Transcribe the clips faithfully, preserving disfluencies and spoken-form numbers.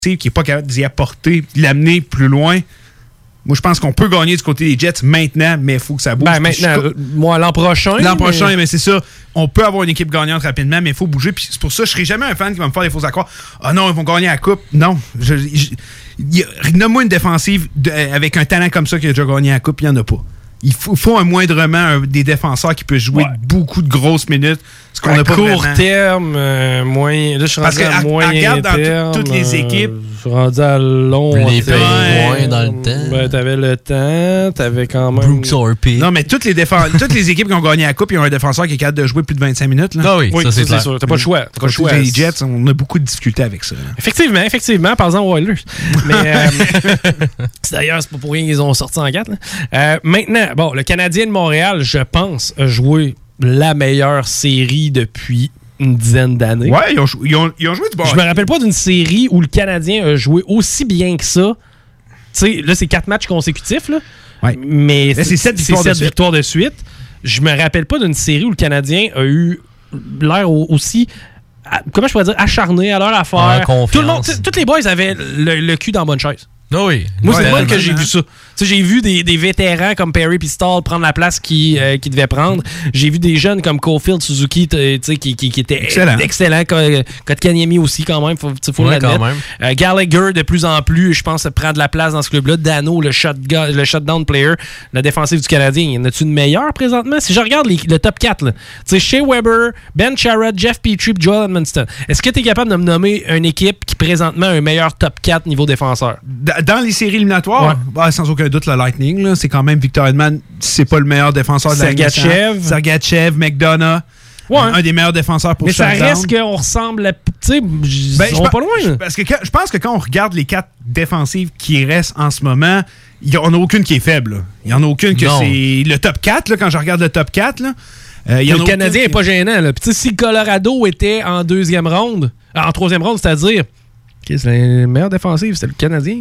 qui n'est pas capable d'y apporter, de l'amener plus loin. Moi, je pense qu'on peut gagner du côté des Jets maintenant, mais il faut que ça bouge. Ben, maintenant, je... moi, l'an prochain. L'an mais... prochain, mais c'est ça. On peut avoir une équipe gagnante rapidement, mais il faut bouger. Puis c'est pour ça que je ne serai jamais un fan qui va me faire des faux accrocs. Ah non, ils vont gagner la coupe. Non. Je, je, je, Nomme-moi une défensive de, avec un talent comme ça qui a déjà gagné la coupe, il n'y en a pas. Il faut, faut un moindrement un, des défenseurs qui peuvent jouer ouais. beaucoup de grosses minutes. Ce qu'on n'a pas court vraiment. terme, euh, moyen. Là, je suis rendu à moyen terme. Dans toutes les équipes. Euh, je suis rendu à long les terme. moins dans le temps. Ben, t'avais le temps, t'avais quand même. Brooks Orpy. Non, mais toutes les, défense... toutes les équipes qui ont gagné la coupe, ils ont un défenseur qui est capable de jouer plus de vingt-cinq minutes. Là. Ah oui, oui, ça, c'est, c'est sûr. T'as pas le choix. T'as pas le choix. Les Jets, on a beaucoup de difficultés avec ça. Là. Effectivement, effectivement, par exemple, Oilers. Mais euh, c'est d'ailleurs, c'est pas pour rien qu'ils ont sorti en quatre. Euh, maintenant, bon, le Canadien de Montréal, je pense, a joué la meilleure série depuis une dizaine d'années. Ouais, ils ont, ils ont, ils ont joué du bon. Je me rappelle pas d'une série où le Canadien a joué aussi bien que ça. Tu sais, là, c'est quatre matchs consécutifs, là. Ouais. Mais là, c'est sept victoires, de, victoires de suite. Je me rappelle pas d'une série où le Canadien a eu l'air aussi, comment je pourrais dire, acharné à leur affaire. Tout le monde, tous les boys avaient le, le cul dans la bonne chaise. Oh oui. Moi, ouais, c'est moi que j'ai vu ça. T'sais, j'ai vu des, des vétérans comme Perry et Stahl prendre la place qu'ils euh, qu devaient prendre. J'ai vu des jeunes comme Caulfield, Suzuki qui, qui, qui étaient excellent. excellents. Kotkaniemi aussi, quand même. Faut, faut ouais, l'admettre. quand même. Euh, Gallagher, de plus en plus, je pense, prend de la place dans ce club-là. Dano, le, shotgun, le shutdown player, la défensive du Canadien. Y en a-tu une meilleure présentement? Si je regarde les, le top quatre, là, Shea Weber, Ben Chara, Jeff Petrie, Joel Edmondson, est-ce que tu es capable de me nommer une équipe qui présentement a un meilleur top quatre niveau défenseur? Dans les séries éliminatoires, ouais. bah, sans aucun doute, le Lightning, là, c'est quand même Victor Hedman, c'est pas le meilleur défenseur de la Ligue nationale. Sergachev, McDonough, ouais. un, un des meilleurs défenseurs pour mais ça shutdown. Reste qu'on ressemble à... Tu sais, ben, on va pas loin. Parce que quand, je pense que quand on regarde les quatre défensives qui restent en ce moment, il n'y en a aucune qui est faible. Il n'y en a aucune que non. c'est le top quatre, là, quand je regarde le top quatre. Là, euh, y en le a Canadien n'est pas gênant. Là. Puis, si le Colorado était en deuxième ronde, en troisième ronde, c'est-à-dire... Okay, c'est la meilleure défensive, c'était le Canadien.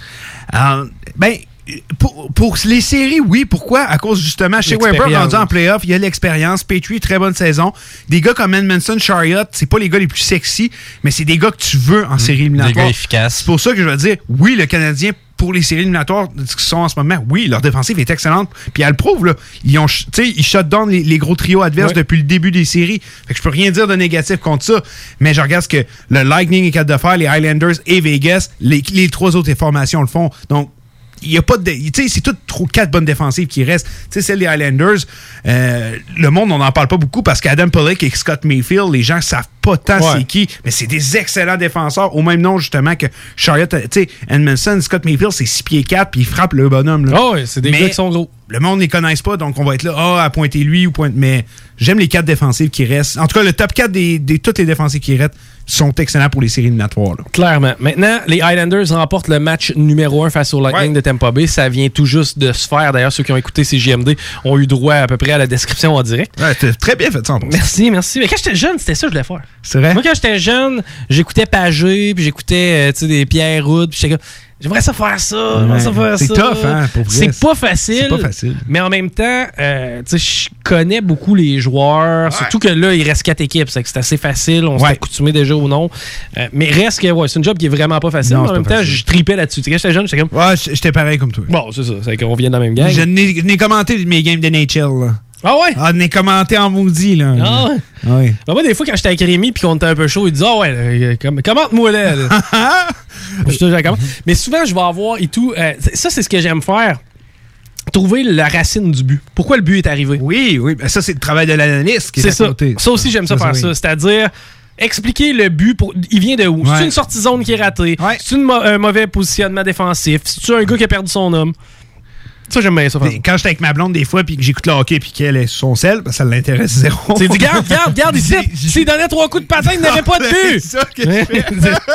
Euh, ben, pour, pour les séries, oui. Pourquoi? À cause justement, chez Weber, rendu en playoff, il y a l'expérience. Petrie, très bonne saison. Des gars comme Edmondson, Chariot, c'est pas les gars les plus sexy, mais c'est des gars que tu veux en mmh, série éliminatoire. Des gars efficaces. C'est pour ça que je veux dire, oui, le Canadien, pour les séries éliminatoires qui sont en ce moment, oui, leur défensive est excellente. Puis elle le prouve, là. Ils ont, tu sais, ils shut down les, les gros trios adverses ouais. depuis le début des séries. Fait que je peux rien dire de négatif contre ça. Mais je regarde ce que le Lightning est capable de faire, les Highlanders et Vegas, les, les trois autres formations le font. Donc, il y a pas de. Tu sais, c'est toutes trop quatre bonnes défensives qui restent. Tu sais, celle des Highlanders, euh, le monde, on n'en parle pas beaucoup parce qu'Adam Pollock et Scott Mayfield, les gens savent pas tant ouais. c'est qui, mais c'est des excellents défenseurs, au même nom, justement, que Chariot. Tu sais, Edmondson, Scott Mayfield, c'est six pieds quatre, puis il frappe le bonhomme. Là. Oh, ouais, c'est des mais gars qui sont gros. Le monde ne les connaisse pas, donc on va être là, ah, oh, à pointer lui ou pointer. Mais j'aime les quatre défensives qui restent. En tout cas, le top quatre des, des toutes les défensives qui restent sont excellents pour les séries éliminatoires. Là. Clairement. Maintenant, les Highlanders remportent le match numéro un face au Lightning ouais. de Tampa Bay. Ça vient tout juste de se faire. D'ailleurs, ceux qui ont écouté C J M D ont eu droit à peu près à la description en direct. Ouais, t'as très bien fait ça. En merci, merci. Mais quand j'étais jeune, c'était ça que je voulais faire. C'est vrai? Moi, quand j'étais jeune, j'écoutais Pagé, puis j'écoutais euh, des Pierre Roud, puis j'étais comme... J'aimerais ça faire ça, j'aimerais ça faire c'est ça. C'est tough, hein, pour vrai. C'est pas facile. C'est pas facile. Mais en même temps, euh, tu sais, je connais beaucoup les joueurs. Ouais. Surtout que là, il reste quatre équipes. C'est, que c'est assez facile. On ouais. s'est accoutumé déjà ou non. Euh, mais reste que, ouais, c'est une job qui est vraiment pas facile. Non, mais en même facile. temps, je tripais là-dessus. Tu sais, quand j'étais jeune, j'étais comme. Ouais, j'étais pareil comme toi. Bon, c'est ça. C'est qu'on vient dans la même gang. Je n'ai, je n'ai commenté mes games de N H L, là. Ah ouais? Ah, on est commenté en maudit, là. Ah ouais? Ah ouais. Ben moi, des fois, quand j'étais avec Rémi puis qu'on était un peu chaud, il disait, ah ouais, com- commente-moi là. là. je te commente. Mais souvent, je vais avoir et tout. Euh, ça, c'est ce que j'aime faire. Trouver la racine du but. Pourquoi le but est arrivé? Oui, oui. Ben ça, c'est le travail de l'analyste qui est, c'est ça. Côté. Ça aussi, j'aime ça, ça faire ça. Oui. C'est-à-dire. Expliquer le but, pour, il vient de où? Ouais. C'est une sortie zone qui est ratée? Ouais. C'est mo- un mauvais positionnement défensif? C'est un gars qui a perdu son homme? Ça, j'aime bien ça. Quand j'étais avec ma blonde, des fois, puis que j'écoute le hockey, puis qu'elle est sur son sel, ben, ça l'intéresse zéro. C'est dit, garde, garde, garde ici. S'il donnait trois coups de patin, il n'avait pas de but. C'est ça que je fais.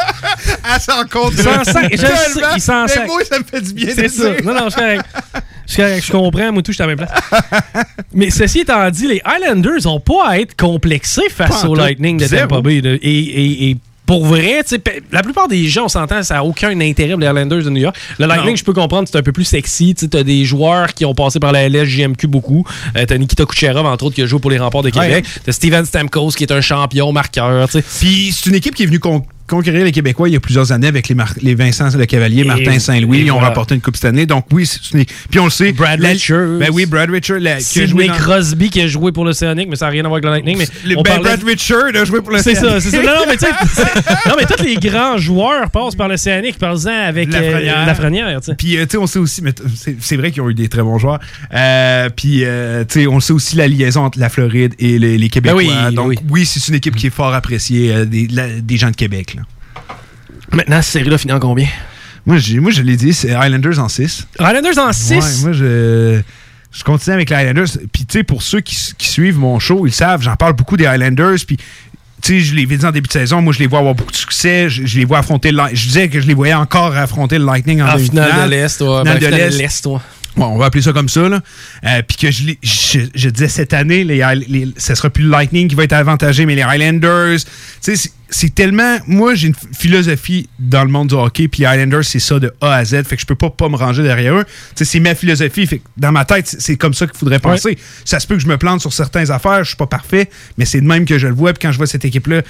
Elle s'en compte. Il s'en sac. Il s'en sac. Mais moi, ça me fait du bien. C'est ça. Non, non, je suis correct. Je suis correct. Je comprends. Moi, tout, je suis à la même place. Mais ceci étant dit, les Highlanders n'ont pas à être complexés face au Lightning de Tampa Bay. Et, et, et pour vrai, la plupart des gens, on s'entend, ça n'a aucun intérêt pour les Highlanders de New York. Le Lightning, je peux comprendre, c'est un peu plus sexy. Tu as des joueurs qui ont passé par la L S J M Q beaucoup. Euh, tu as Nikita Kucherov, entre autres, qui a joué pour les Remparts de Québec. Ouais. Tu as Steven Stamkos, qui est un champion marqueur. Puis c'est une équipe qui est venue con- conquérir les Québécois il y a plusieurs années avec les, Mar- les Vincent Le Cavalier, Martin et, Saint-Louis. Ils ont voilà. remporté une Coupe cette année. Donc oui, c'est une... puis on le sait. Brad la... Richards. Ben oui, Brad Richards. La... Sidney dans... Crosby qui a joué pour l'Océanique, mais ça n'a rien à voir avec le Lightning. Mais le on ben, parlait... Brad Richards a joué pour l'Océanique. C'est ça, c'est ça. Non, non, mais tu sais, non, mais tous les grands joueurs passent par l'Océanique, parlez-en avec Lafrenière. Euh, Lafrenière, tu sais. Puis, euh, tu sais, on sait aussi, mais c'est, c'est vrai qu'ils ont eu des très bons joueurs. Euh, puis, euh, tu sais, on sait aussi la liaison entre la Floride et les, les Québécois. Ben oui, Donc, oui, oui, c'est une équipe qui est fort appréciée euh, des, la, des gens de Québec. Là. Maintenant, cette série-là finit en combien? Moi, j'ai, moi, je l'ai dit, c'est Highlanders en six. Highlanders en six? Ouais, moi, je... Je continue avec les Highlanders. Puis, tu sais, pour ceux qui, qui suivent mon show, ils savent, j'en parle beaucoup des Highlanders. Puis, tu sais, je les ai dit en début de saison, moi, je les vois avoir beaucoup de succès. Je, je les vois affronter le Lightning. Je disais que je les voyais encore affronter le Lightning en, en demi-finale. finale de l'Est, ouais. Finale ben, de finale l'Est. de l'Est, ouais. Bon, on va appeler ça comme ça, là. Euh, puis que je, je, je disais cette année, les, les, ça sera plus le Lightning qui va être avantagé, mais les Highlanders. Tu sais, c'est, c'est tellement. Moi, j'ai une philosophie dans le monde du hockey, puis les Highlanders, c'est ça de A à Z. Fait que je peux pas, pas me ranger derrière eux. Tu sais, c'est ma philosophie. Fait que dans ma tête, c'est, c'est comme ça qu'il faudrait penser. Ouais. Ça se peut que je me plante sur certaines affaires, je suis pas parfait, mais c'est de même que je le vois. Puis quand je vois cette équipe-là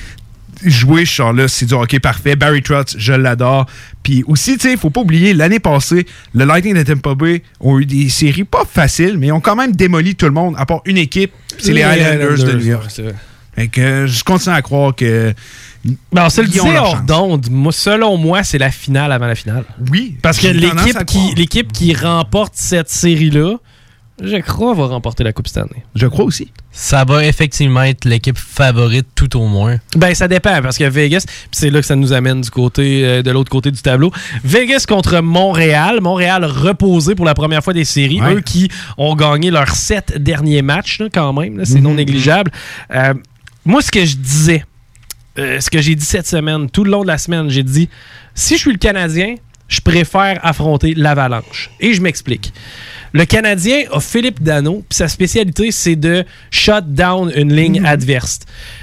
jouer, je sors là, c'est du hockey parfait. Barry Trotz, je l'adore. Puis aussi, tu sais, il faut pas oublier, l'année passée, le Lightning de Tampa Bay ont eu des séries pas faciles, mais ils ont quand même démoli tout le monde, à part une équipe, c'est les, les Highlanders, Highlanders de New York. Ouais, fait que euh, je continue à croire que... Ben on se le disait hors d'onde. Moi, selon moi, c'est la finale avant la finale. Oui. Parce que l'équipe qui, l'équipe qui remporte cette série-là, je crois, va remporter la Coupe cette année. Je crois aussi. Ça va effectivement être l'équipe favorite tout au moins. Ben, ça dépend, parce que Vegas, puis c'est là que ça nous amène du côté, euh, de l'autre côté du tableau. Vegas contre Montréal. Montréal reposé pour la première fois des séries. Ouais. Eux qui ont gagné leurs sept derniers matchs, là, quand même. Là, c'est mm-hmm. non négligeable. Euh, moi, ce que je disais, euh, ce que j'ai dit cette semaine, tout le long de la semaine, j'ai dit, si je suis le Canadien, je préfère affronter l'Avalanche. Et je m'explique. Le Canadien a Philippe Danault, puis sa spécialité, c'est de shut down une ligne mmh. adverse.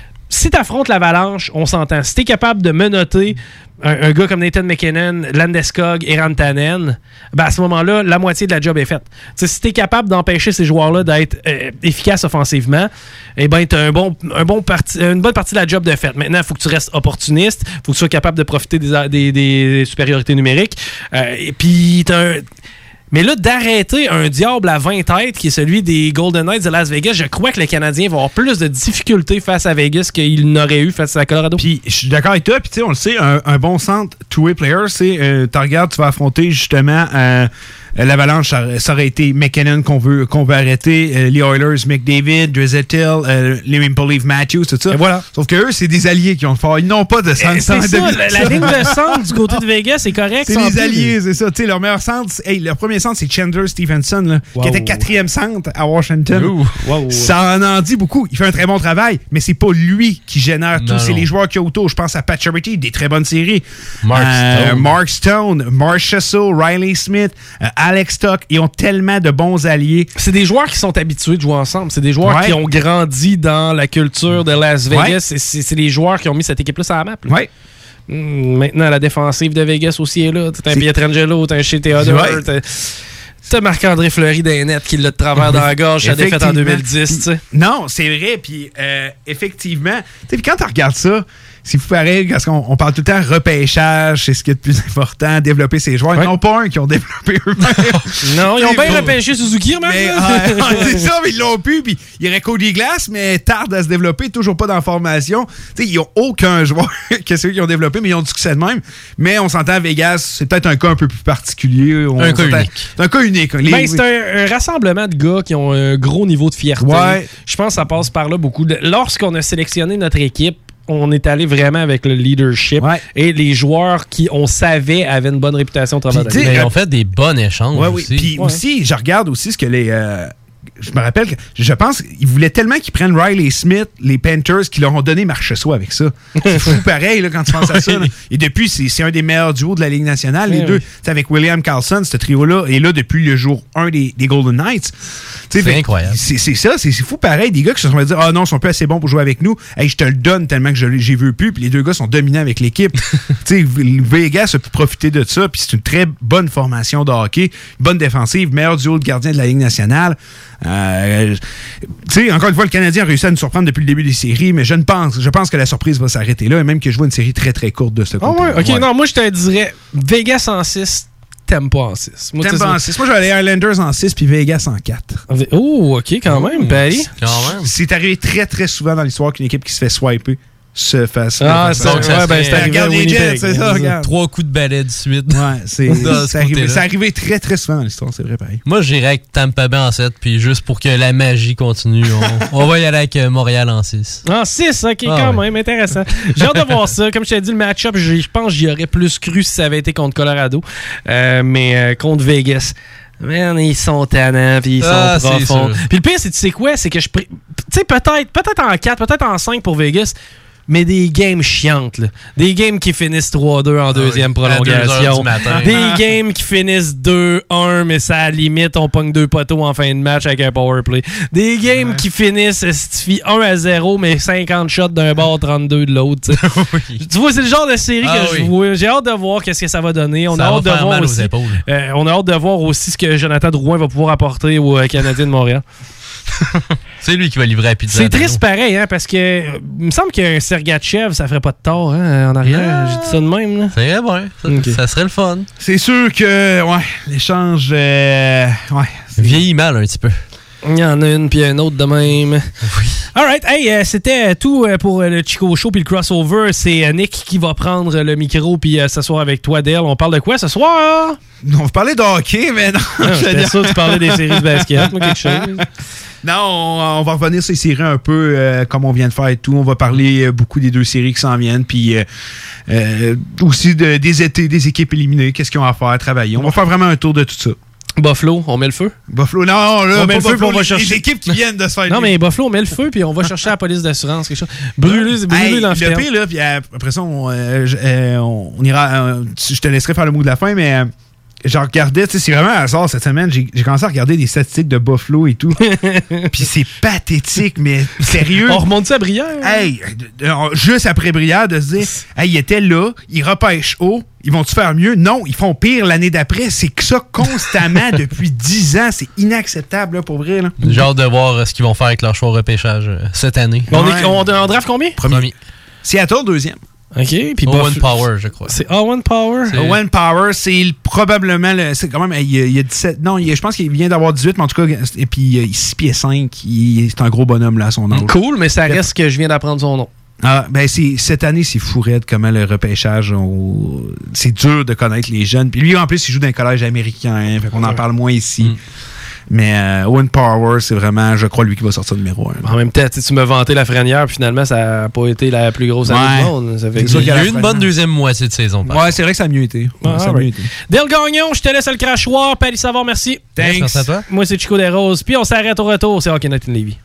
Si tu affrontes l'Avalanche, on s'entend. Si tu es capable de menotter un, un gars comme Nathan McKinnon, Landeskog et Rantanen, ben à ce moment-là, la moitié de la job est faite. T'sais, si tu es capable d'empêcher ces joueurs-là d'être euh, efficaces offensivement, eh ben, tu as un bon, un bon parti, une bonne partie de la job de fait. Maintenant, il faut que tu restes opportuniste, il faut que tu sois capable de profiter des, des, des supériorités numériques. Euh, et puis, tu as un... Mais là, d'arrêter un diable à vingt têtes, qui est celui des Golden Knights de Las Vegas, je crois que le Canadien va avoir plus de difficultés face à Vegas qu'il n'aurait eu face à Colorado. Puis, je suis d'accord avec toi. Puis, tu sais, on le sait, un, un bon centre two-way player, c'est, euh, tu regardes, tu vas affronter justement euh, l'Avalanche, ça, ça aurait été McKinnon qu'on veut, qu'on veut arrêter, euh, les Oilers, McDavid, Draisaitl, euh, les Maple Leaf Matthews, tout ça. Et voilà. Sauf que eux, c'est des alliés qui ont fort. Ils n'ont pas de centre. C'est ça, la, la ligne de centre du côté de Vegas, c'est correct. C'est des alliés, c'est ça. Tu sais, leur meilleur centre, hey, leur premier centre, c'est Chandler Stephenson, là, wow. qui était quatrième centre à Washington. Wow. Wow. Ça en en dit beaucoup. Il fait un très bon travail, mais c'est pas lui qui génère tout. Non, c'est non. les joueurs qu'il y a autour. Je pense à Pat Charity, des très bonnes séries. Mark euh, Stone. Mark Stone, Mark Chesso, Riley Smith, euh, Alex Tuck. Ils ont tellement de bons alliés. C'est des joueurs qui sont habitués de jouer ensemble. C'est des joueurs ouais. qui ont grandi dans la culture de Las Vegas. Ouais. C'est, c'est, c'est les joueurs qui ont mis cette équipe-là sur la map. Là. Ouais. Maintenant, la défensive de Vegas aussi est là. T'as un Pietrangelo, t'as un Shea Theodore, ouais. t'as, t'as Marc-André Fleury d'un net qui l'a de travers dans la gorge, ça a défaite en deux mille dix. T'sais. Non, c'est vrai. Puis euh, effectivement, puis quand tu regardes ça, c'est fou pareil, parce qu'on on parle tout le temps repêchage, c'est ce qui est le plus important, développer ses joueurs. Ouais. Ils n'ont pas un qui ont développé eux-mêmes. Non, ils ont bien repêché Suzuki, même. Mais, euh, c'est ça, mais ils l'ont pu. Puis il y aurait Cody Glass, mais tarde à se développer, toujours pas dans la formation. T'sais, ils n'ont aucun joueur que ceux qui ont développé, mais ils ont du succès de même. Mais on s'entend à Vegas, c'est peut-être un cas un peu plus particulier. On un cas unique. C'est un cas unique. Les, ben, c'est un, un rassemblement de gars qui ont un gros niveau de fierté. Ouais. Je pense que ça passe par là beaucoup. De... Lorsqu'on a sélectionné notre équipe, on est allé vraiment avec le leadership ouais. et les joueurs qui, on savait, avaient une bonne réputation au travers de la Ils ont fait des bons échanges ouais, aussi. Oui. Puis ouais. aussi, je regarde aussi ce que les... Euh, je me rappelle que je pense qu'ils voulaient tellement qu'ils prennent Riley Smith, les Panthers, qui leur ont donné Marchessault avec ça. C'est fou pareil là, quand tu penses à ça. Là. Et depuis, c'est, c'est un des meilleurs duos de la Ligue nationale. Les oui, deux, oui. avec William Karlsson, ce trio-là est là depuis le jour un des, des Golden Knights. C'est fait, incroyable. C'est, c'est ça, c'est, c'est fou pareil. Des gars qui se sont dit ah non, ils sont pas assez bons pour jouer avec nous. Hey, je te le donne tellement que je, j'ai vu plus. Puis les deux gars sont dominants avec l'équipe. Vegas a pu profiter de ça. Puis c'est une très bonne formation de hockey, bonne défensive, meilleur duo de gardien de la Ligue nationale. Euh, tu sais, encore une fois, le Canadien a réussi à nous surprendre depuis le début des séries, mais je ne pense, je pense que la surprise va s'arrêter là, et même que je vois une série très très courte de ce côté. Ah ouais, ok, ouais. Non, moi je te dirais Vegas en six, Tampa en six. Moi, Tampa en six. Moi, j'avais les Islanders en six puis Vegas en quatre. Oh, ok, quand même, Barry. Quand même. C'est arrivé très très souvent dans l'histoire qu'une équipe qui se fait swiper se fasse. Ah, c'est donc, ça. Ouais, ben, c'est arrivé regarde les Jets, c'est ça, regarde. Trois coups de balai de suite. Ouais, c'est c'est arrivé, arrivé très très souvent dans l'histoire, c'est vrai pareil. Moi, j'irais avec Tampa Bay en sept, puis juste pour que la magie continue, on, on va y aller avec Montréal en six. En six, ok, ah, quand ouais. même, intéressant. J'ai hâte de voir ça. Comme je t'ai dit, le match-up, je pense que j'y aurais plus cru si ça avait été contre Colorado. Euh, mais euh, contre Vegas. Man, ils sont tannants, puis ils ah, sont profonds. Puis le pire, c'est tu sais quoi, c'est que je... Tu sais, peut-être peut-être en quatre, peut-être en cinq pour Vegas, mais des games chiantes, là. Des games qui finissent trois deux en deuxième ah oui, prolongation. Des games qui finissent deux un, mais ça à la limite, on pogne deux poteaux en fin de match avec un powerplay. Des games ouais. qui finissent un à zéro, mais cinquante shots d'un bord, trente-deux de l'autre. Oui. Tu vois, c'est le genre de série ah que oui. je vois. J'ai hâte de voir qu'est-ce que ça va donner. On ça a va hâte de voir aussi. Euh, on a hâte de voir aussi ce que Jonathan Drouin va pouvoir apporter aux Canadiens de Montréal. C'est lui qui va livrer à pizza. C'est triste pareil, hein, parce que euh, il me semble qu'un Sergachev, ça ferait pas de tort hein, en arrière. Ah, j'ai dit ça de même. Là. C'est vrai, ça, okay. ça serait le fun. C'est sûr que ouais, l'échange euh, ouais, vieillit mal un petit peu. Il y en a une puis un autre de même. Oui. Alright, hey, euh, c'était tout euh, pour euh, le Chico Show puis le crossover. C'est euh, Nick qui va prendre le micro puis euh, s'asseoir avec toi, Dale. On parle de quoi ce soir? On va parler de hockey, mais non. Ah, J'étais sûr que tu parlais des séries de basket, ou quelque chose. Non, on, on va revenir sur les séries un peu euh, comme on vient de faire et tout. On va parler euh, beaucoup des deux séries qui s'en viennent, puis euh, euh, aussi de, des étés, des équipes éliminées, qu'est-ce qu'ils ont à faire, travailler. On va faire vraiment un tour de tout ça. Buffalo, on met le feu? Buffalo, non, là, on met le feu, Buffalo, on va chercher les équipes qui viennent de se faire. Non, mais Buffalo, on met le feu, puis on va chercher la police d'assurance, quelque chose. Brûler, brûler hey, dans le Le pire, là, puis après ça, on, euh, euh, on ira. Euh, je te laisserai faire le mot de la fin, mais. Euh, J'en regardais, tu sais, c'est vraiment un hasard cette semaine, j'ai, j'ai commencé à regarder des statistiques de Buffalo et tout. Puis c'est pathétique, mais sérieux. On remonte ça à Brière. Hey, juste après Brière, de se dire, hey, ils étaient là, ils repêchent haut, ils vont-tu faire mieux? Non, ils font pire l'année d'après. C'est que ça constamment depuis dix ans. C'est inacceptable, là, pour vrai. Là. J'ai hâte de voir ce qu'ils vont faire avec leur choix au repêchage euh, cette année. On, ouais. est, on, on draft combien? Premier. Premier. Seattle, deuxième. OK. Puis Owen Power, je crois. C'est Owen Power? C'est... Owen Power, c'est probablement... Le, c'est quand même... Il y a, il y a dix-sept... Non, il y a, je pense qu'il vient d'avoir dix-huit, mais en tout cas, et puis il est six pieds cinq. Il, c'est un gros bonhomme, là, à son âge. Cool, mais ça reste que je viens d'apprendre son nom. Ah, ben c'est, cette année, c'est fou raide comment le repêchage... On, c'est dur de connaître les jeunes. Puis lui, en plus, il joue dans un collège américain. Hein, fait qu'on en parle moins ici. Mm. Mais euh, Owen Power, c'est vraiment, je crois, lui qui va sortir numéro un. En même temps, tu m'as vanté la Frenière, puis finalement, ça n'a pas été la plus grosse année ouais. du monde. Ça fait que il y a eu une bonne deuxième moitié de saison. Ouais, contre. C'est vrai que ça a mieux été. Ouais, ah, ça a ouais. mieux été. Dale Gagnon, je te laisse le crachoir. Paris Savard, merci. Thanks. Merci à toi. Moi, c'est Chico Desroses. Puis on s'arrête au retour. C'est Hockey Night in Levy.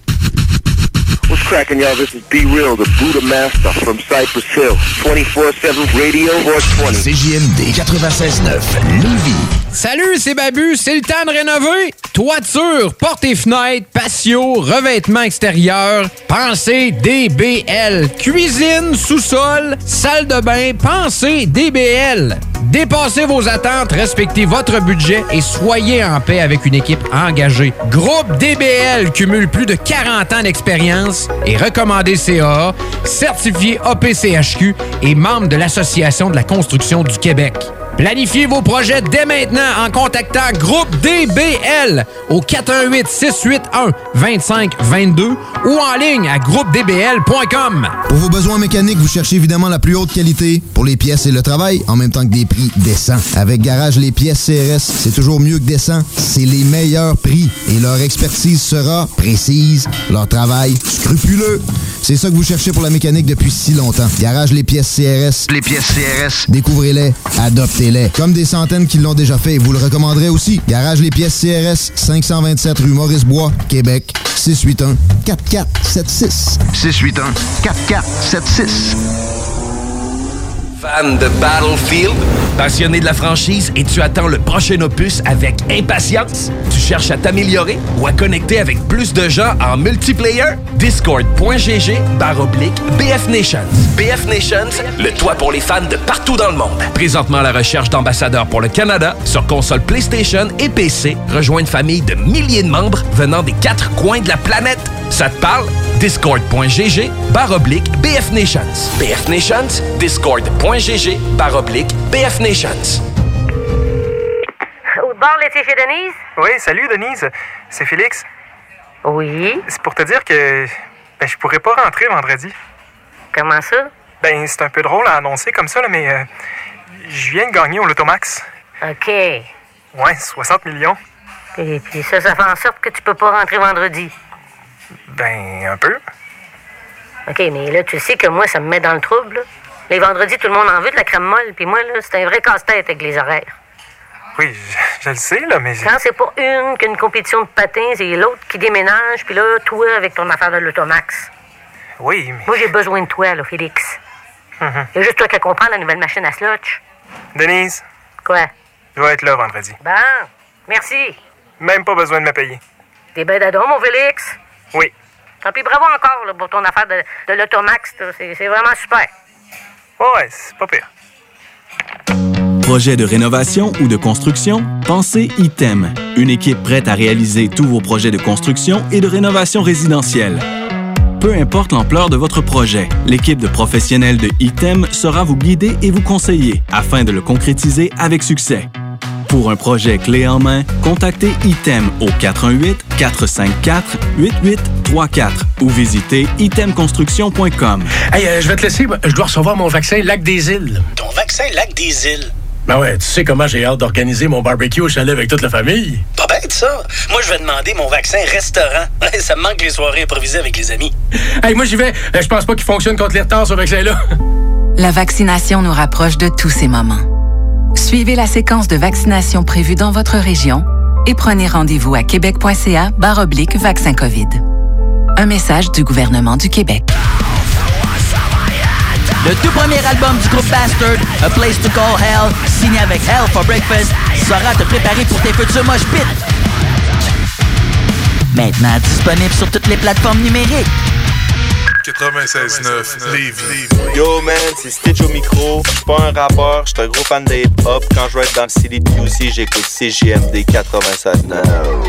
What's cracking, y'all? This is Be Real, the Buddha Master from Cypress Hill. twenty-four seven Radio four twenty. C J M D quatre-vingt-seize neuf, Lévis. Salut, c'est Babu. C'est le temps de rénover. Toiture, portes et fenêtres, patio, revêtement extérieur. Pensez D B L. Cuisine, sous-sol, salle de bain. Pensez D B L. Dépassez vos attentes, respectez votre budget et soyez en paix avec une équipe engagée. Groupe D B L cumule plus de quarante ans d'expérience et recommandé C A A, certifié A P C H Q et membre de l'Association de la construction du Québec. Planifiez vos projets dès maintenant en contactant Groupe D B L au quatre un huit, six huit un, deux cinq deux deux ou en ligne à groupe d b l point com. Pour vos besoins mécaniques, vous cherchez évidemment la plus haute qualité pour les pièces et le travail, en même temps que des prix décents. Avec Garage Les Pièces C R S, c'est toujours mieux que décent. C'est les meilleurs prix et leur expertise sera précise, leur travail scrupuleux. C'est ça que vous cherchez pour la mécanique depuis si longtemps. Garage Les Pièces C R S. Les pièces C R S. Découvrez-les, adoptez-les. Comme des centaines qui l'ont déjà fait et vous le recommanderez aussi. Garage Les Pièces C R S, cinq cent vingt-sept rue Maurice-Bois, Québec, six huit un, quatre quatre sept six. six huit un, quatre quatre sept six. Fan de Battlefield? Passionné de la franchise et tu attends le prochain opus avec impatience? Tu cherches à t'améliorer ou à connecter avec plus de gens en multiplayer? Discord.gg barre oblique BF Nations. B F Nations, le toit pour les fans de partout dans le monde. Présentement à la recherche d'ambassadeurs pour le Canada sur console PlayStation et P C. Rejoins une famille de milliers de membres venant des quatre coins de la planète. Ça te parle? Discord.gg barre oblique BF Nations. B F Nations, Discord.gg barre oblique BF Nations. Au bord laitier chez Denise? Oui, salut Denise. C'est Félix. Oui? C'est pour te dire que ben, je pourrais pas rentrer vendredi. Comment ça? Ben, c'est un peu drôle à annoncer comme ça, là, mais euh, je viens de gagner au Lotomax. OK. Ouais, soixante millions. Et puis ça, ça fait en sorte que tu peux pas rentrer vendredi. Ben, un peu. OK, mais là, tu sais que moi, ça me met dans le trouble, là. Les vendredis, tout le monde en veut de la crème molle, puis moi, là, c'est un vrai casse-tête avec les horaires. Oui, je, je le sais, là, mais... Quand c'est pas une qu'une compétition de patins, c'est l'autre qui déménage, puis là, toi, avec ton affaire de l'Automax. Oui, mais... Moi, j'ai besoin de toi, là, Félix. Mm-hmm. Il y a juste toi qui comprends la nouvelle machine à slotch. Denise? Quoi? Je vais être là vendredi. Bon, merci. Même pas besoin de me payer. T'es ben d'adon, mon Félix? Oui. Tant pis, bravo encore là, pour ton affaire de, de l'Automax. C'est, c'est vraiment super. Ouais, c'est pas pire. Projet de rénovation ou de construction? Pensez Item. Une équipe prête à réaliser tous vos projets de construction et de rénovation résidentielle. Peu importe l'ampleur de votre projet, l'équipe de professionnels de Item sera vous guider et vous conseiller afin de le concrétiser avec succès. Pour un projet clé en main, contactez Item au quatre un huit, quatre cinq quatre, huit huit trois quatre ou visitez item construction point com. Hey, euh, je vais te laisser. Je dois recevoir mon vaccin Lac des Îles. Ton vaccin Lac des Îles? Ben ouais, tu sais comment j'ai hâte d'organiser mon barbecue au chalet avec toute la famille. Pas bête, ça. Moi, je vais demander mon vaccin restaurant. Ça me manque les soirées improvisées avec les amis. Hey, moi, j'y vais. Je pense pas qu'il fonctionne contre les retards, ce vaccin-là. La vaccination nous rapproche de tous ces moments. Suivez la séquence de vaccination prévue dans votre région et prenez rendez-vous à québec.ca barre oblique vaccin COVID. Un message du gouvernement du Québec. Le tout premier album du groupe Bastard, A Place to Call Hell, signé avec Hell for Breakfast, sera te préparer pour tes futurs mosh pits. Maintenant disponible sur toutes les plateformes numériques. quatre-vingt-seize neuf Lévis. Yo man, c'est Stitch au micro. Je suis pas un rappeur, je suis un gros fan de hip-hop. Quand je vais être dans le City Q C, j'écoute C J M D quatre-vingt-seize neuf.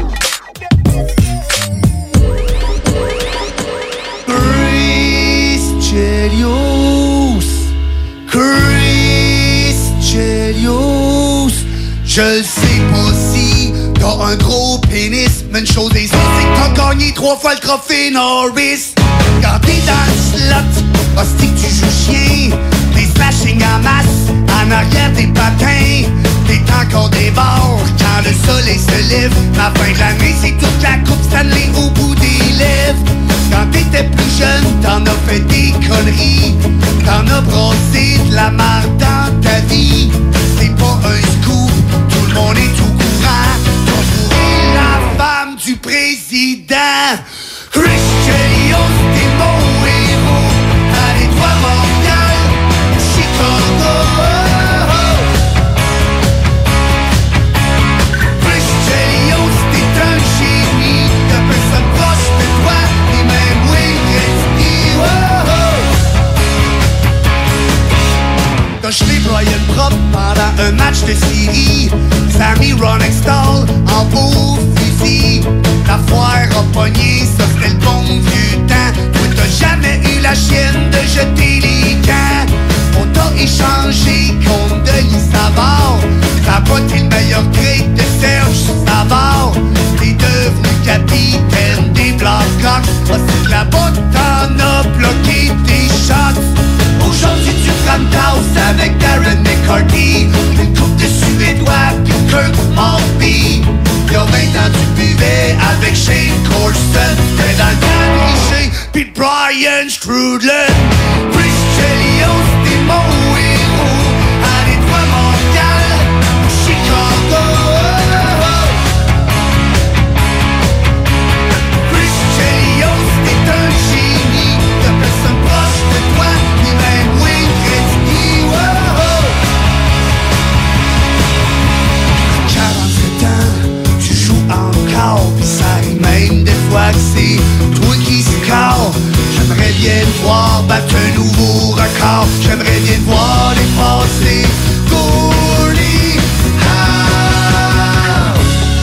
Chris Chelios, Chris Chelios. Je le sais pas si t'as un gros pénis, mais une chose est sûre, c'est que t'as gagné trois fois le trophée Norris. Quand t'es dans le slot, hostie que tu joues chien, des slashing en masse, en arrière des patins, t'es encore des bords quand le soleil se lève. La fin de l'année, c'est toute la coupe Stanley au bout des lèvres. Quand t'étais plus jeune, t'en as fait des conneries, t'en as brossé de la marde dans ta vie. C'est pas un scoop, tout le monde est au courant. T'as fourré la femme du président. Chris Chelios, t'es mon héros. Allez, toi, Montréal, Chicago. Chris Chelios, t'es un génie. Y'a personne proche de toi, ni même Wayne Gretzky. T'as jeté Brian Propp pendant un match de série. Sammy Ronextall en beau fusil. La foire a pogné, ça c'était le bon vieux temps. Toi t'as jamais eu la chienne de jeter les camps. On t'a échangé contre Denis Savard. T'as pas été le meilleur trade de Serge Savard. T'es devenu capitaine des Blackhawks. Ah, c'est que là-bas t'en as bloqué tes shots. Aujourd'hui tu frames house avec Darren McCarthy, une coupe de Suédois pis Kirk Maltby. Y'a vingt ans tu buvais avec Shane Corson. T'es dans le temps de Richer pis Brian Strudlin. Chris Chelios, t'es mon héros. Allez toi Montréal, Chicago. Chris Chelios, t'es un génie. Y'a personne proche de toi, ni même Wayne Gretzky. battre un nouveau record. J'aimerais bien te voir les passer. Goalie House.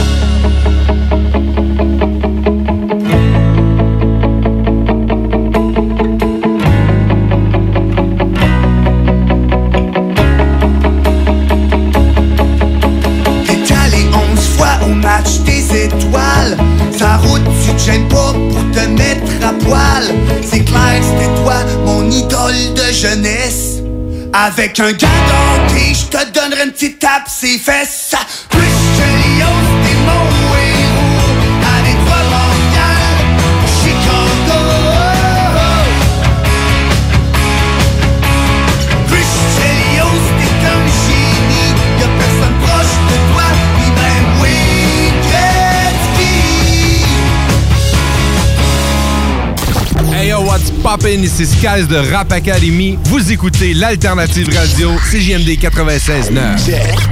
T'es allé onze fois au match des étoiles. Sa route, tu te gênes pas pour te mettre à poil. C'est clair que c'était toi, mon idole de jeunesse. Avec un gars d'hockey, je te donnerai une petite tape ses fesses. Christian Lyon, t'es mon héros. À l'étoile mondiale, Chicago. Christian Lyon, t'es un génie. Y'a personne proche de toi, ni même Wayne Gretzky. Hey yo, what's poppin'? Ici Skies de Rap Academy. Vous écoutez l'Alternative Radio, C J M D quatre-vingt-seize neuf.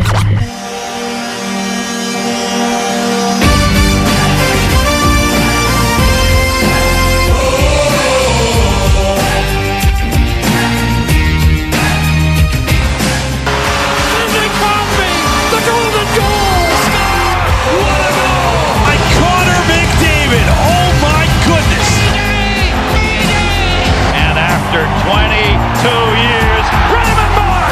twenty-two years, Raymond Mark!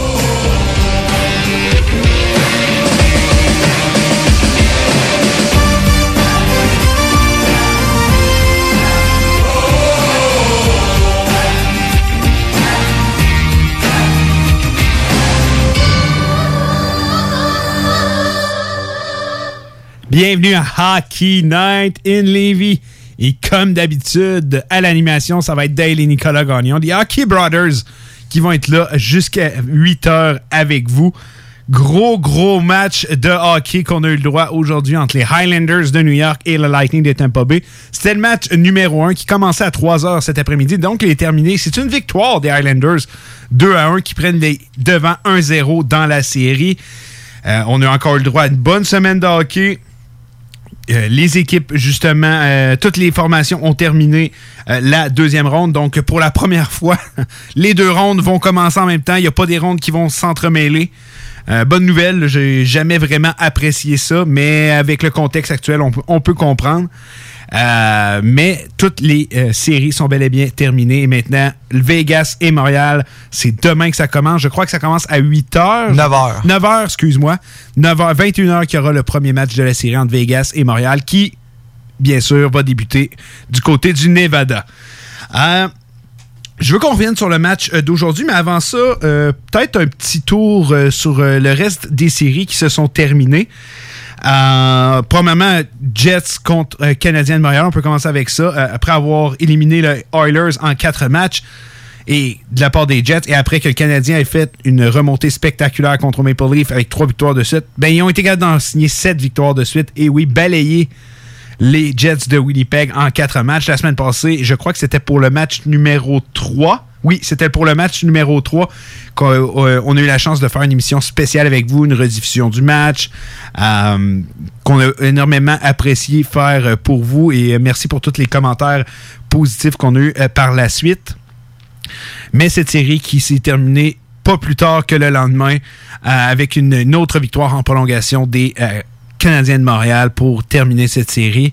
Bienvenue à Hockey Night in Lévis. Et comme d'habitude, à l'animation, ça va être Dale et Nicolas Gagnon, les Hockey Brothers, qui vont être là jusqu'à huit heures avec vous. Gros, gros match de hockey qu'on a eu le droit aujourd'hui entre les Highlanders de New York et le Lightning de Tampa Bay. C'était le match numéro un qui commençait à trois heures cet après-midi, donc il est terminé. C'est une victoire des Highlanders, deux à un, qui prennent les devant un zéro dans la série. Euh, on a encore eu le droit à une bonne semaine de hockey. Euh, les équipes, justement, euh, toutes les formations ont terminé euh, la deuxième ronde. Donc, pour la première fois, les deux rondes vont commencer en même temps. Il n'y a pas des rondes qui vont s'entremêler. Euh, bonne nouvelle, j'ai jamais vraiment apprécié ça, mais avec le contexte actuel, on peut, on peut comprendre. Euh, mais toutes les euh, séries sont bel et bien terminées. Et maintenant, Vegas et Montréal, c'est demain que ça commence. Je crois que ça commence à huit heures. neuf heures. neuf heures, excuse-moi. neuf heures, vingt et une heures qu'il y aura le premier match de la série entre Vegas et Montréal, qui, bien sûr, va débuter du côté du Nevada. Euh, je veux qu'on revienne sur le match euh, d'aujourd'hui, mais avant ça, euh, peut-être un petit tour euh, sur euh, le reste des séries qui se sont terminées. Euh, premièrement, Jets contre euh, Canadiens de Montréal. On peut commencer avec ça. Euh, après avoir éliminé les Oilers en quatre matchs et de la part des Jets, et après que le Canadien ait fait une remontée spectaculaire contre Maple Leaf avec trois victoires de suite, ben, ils ont été capables d'en signer sept victoires de suite. Et oui, balayer les Jets de Winnipeg en quatre matchs. La semaine passée, je crois que c'était pour le match numéro trois. Oui, c'était pour le match numéro trois qu'on euh, on a eu la chance de faire une émission spéciale avec vous, une rediffusion du match, euh, qu'on a énormément apprécié faire pour vous. Et merci pour tous les commentaires positifs qu'on a eu euh, par la suite. Mais cette série qui s'est terminée pas plus tard que le lendemain, euh, avec une, une autre victoire en prolongation des euh, Canadiens de Montréal pour terminer cette série.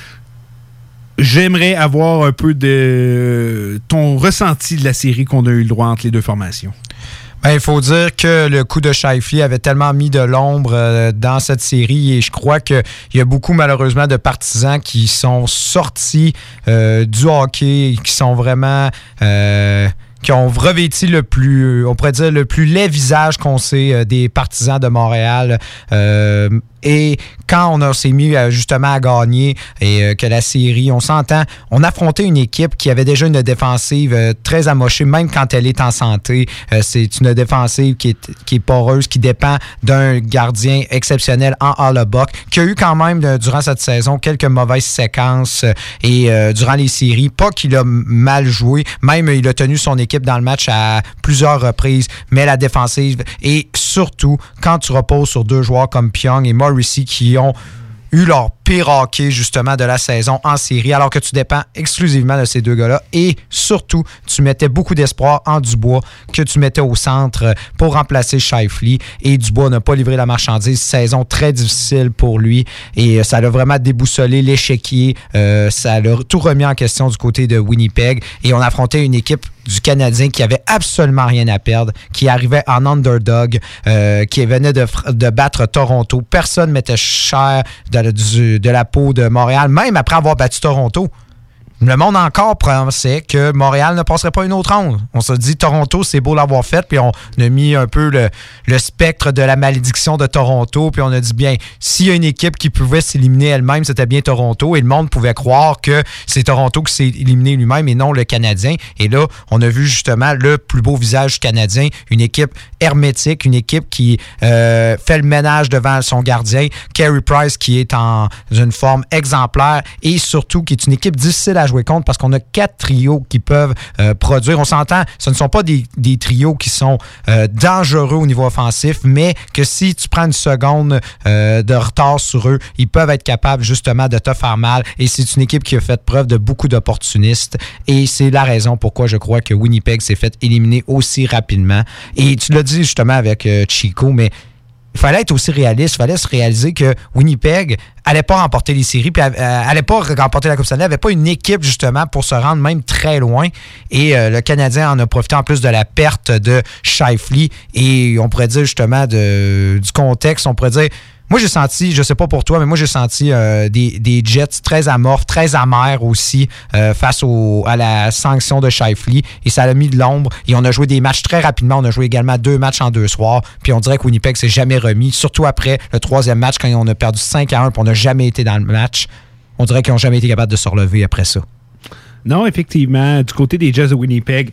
J'aimerais avoir un peu de ton ressenti de la série qu'on a eu le droit entre les deux formations. Ben, il faut dire que le coup de Scheifele avait tellement mis de l'ombre euh, dans cette série et je crois qu'il y a beaucoup, malheureusement, de partisans qui sont sortis euh, du hockey, qui sont vraiment... Euh, qui ont revêti le plus, on pourrait dire, le plus laid visage qu'on sait euh, des partisans de Montréal. Euh, et quand on a, s'est mis euh, justement à gagner et euh, que la série, on s'entend, on affrontait une équipe qui avait déjà une défensive euh, très amochée, même quand elle est en santé. Euh, c'est une défensive qui est, qui est poreuse, qui dépend d'un gardien exceptionnel en Hallebach, qui a eu quand même, euh, durant cette saison, quelques mauvaises séquences euh, et euh, durant les séries. Pas qu'il a mal joué, même il a tenu son équipe dans le match à plusieurs reprises, mais la défensive, et surtout, quand tu reposes sur deux joueurs comme Pyong et Morrissey qui ont eu leur pire hockey, justement, de la saison en série, alors que tu dépends exclusivement de ces deux gars-là. Et surtout, tu mettais beaucoup d'espoir en Dubois, que tu mettais au centre pour remplacer Scheifele. Et Dubois n'a pas livré la marchandise. Saison très difficile pour lui. Et ça l'a vraiment déboussolé l'échiquier. Euh, ça l'a tout remis en question du côté de Winnipeg. Et on affrontait une équipe du Canadien qui avait absolument rien à perdre, qui arrivait en underdog, euh, qui venait de, de battre Toronto. Personne ne mettait cher de, de, de la peau de Montréal, même après avoir battu Toronto. Le monde encore pensait que Montréal ne passerait pas une autre ronde. On se dit, Toronto, c'est beau l'avoir fait, puis on a mis un peu le, le spectre de la malédiction de Toronto, puis on a dit, bien, s'il y a une équipe qui pouvait s'éliminer elle-même, c'était bien Toronto, et le monde pouvait croire que c'est Toronto qui s'est éliminé lui-même et non le Canadien. Et là, on a vu justement le plus beau visage du Canadien, une équipe hermétique, une équipe qui euh, fait le ménage devant son gardien, Carey Price qui est en une forme exemplaire, et surtout qui est une équipe difficile à jouer contre parce qu'on a quatre trios qui peuvent euh, produire. On s'entend, ce ne sont pas des, des trios qui sont euh, dangereux au niveau offensif, mais que si tu prends une seconde euh, de retard sur eux, ils peuvent être capables justement de te faire mal. Et c'est une équipe qui a fait preuve de beaucoup d'opportunistes. Et c'est la raison pourquoi je crois que Winnipeg s'est fait éliminer aussi rapidement. Et tu l'as dit justement avec euh, Chico, mais il fallait être aussi réaliste. Il fallait se réaliser que Winnipeg n'allait pas remporter les séries, puis n'allait pas remporter la Coupe Stanley, n'avait pas une équipe justement pour se rendre même très loin. Et euh, le Canadien en a profité en plus de la perte de Scheifele. Et on pourrait dire justement de, du contexte, on pourrait dire... Moi, j'ai senti, je sais pas pour toi, mais moi, j'ai senti euh, des, des Jets très amorphes, très amers aussi euh, face au, à la sanction de Scheifele. Et ça a mis de l'ombre. Et on a joué des matchs très rapidement. On a joué également deux matchs en deux soirs. Puis on dirait que Winnipeg s'est jamais remis. Surtout après le troisième match, quand on a perdu cinq à un puis on n'a jamais été dans le match. On dirait qu'ils n'ont jamais été capables de se relever après ça. Non, effectivement, du côté des Jets de Winnipeg,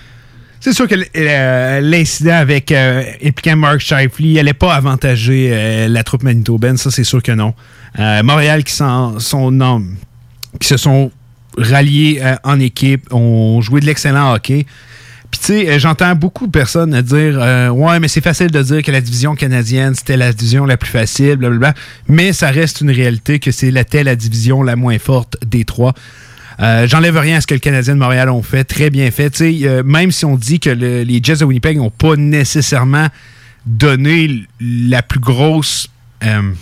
c'est sûr que l'incident avec euh, impliquant Mark Scheifele n'allait pas avantager euh, la troupe manitobaine, ça c'est sûr que non. Euh, Montréal qui, sont, non, qui se sont ralliés euh, en équipe, ont joué de l'excellent hockey. Puis tu sais, j'entends beaucoup de personnes dire euh, ouais, mais c'est facile de dire que la division canadienne c'était la division la plus facile, blablabla. Mais ça reste une réalité que c'est la, la division la moins forte des trois. Euh, J'enlève rien à ce que le Canadien de Montréal ont fait, très bien fait. Euh, même si on dit que le, les Jets de Winnipeg n'ont pas nécessairement donné la plus grosse... Euh,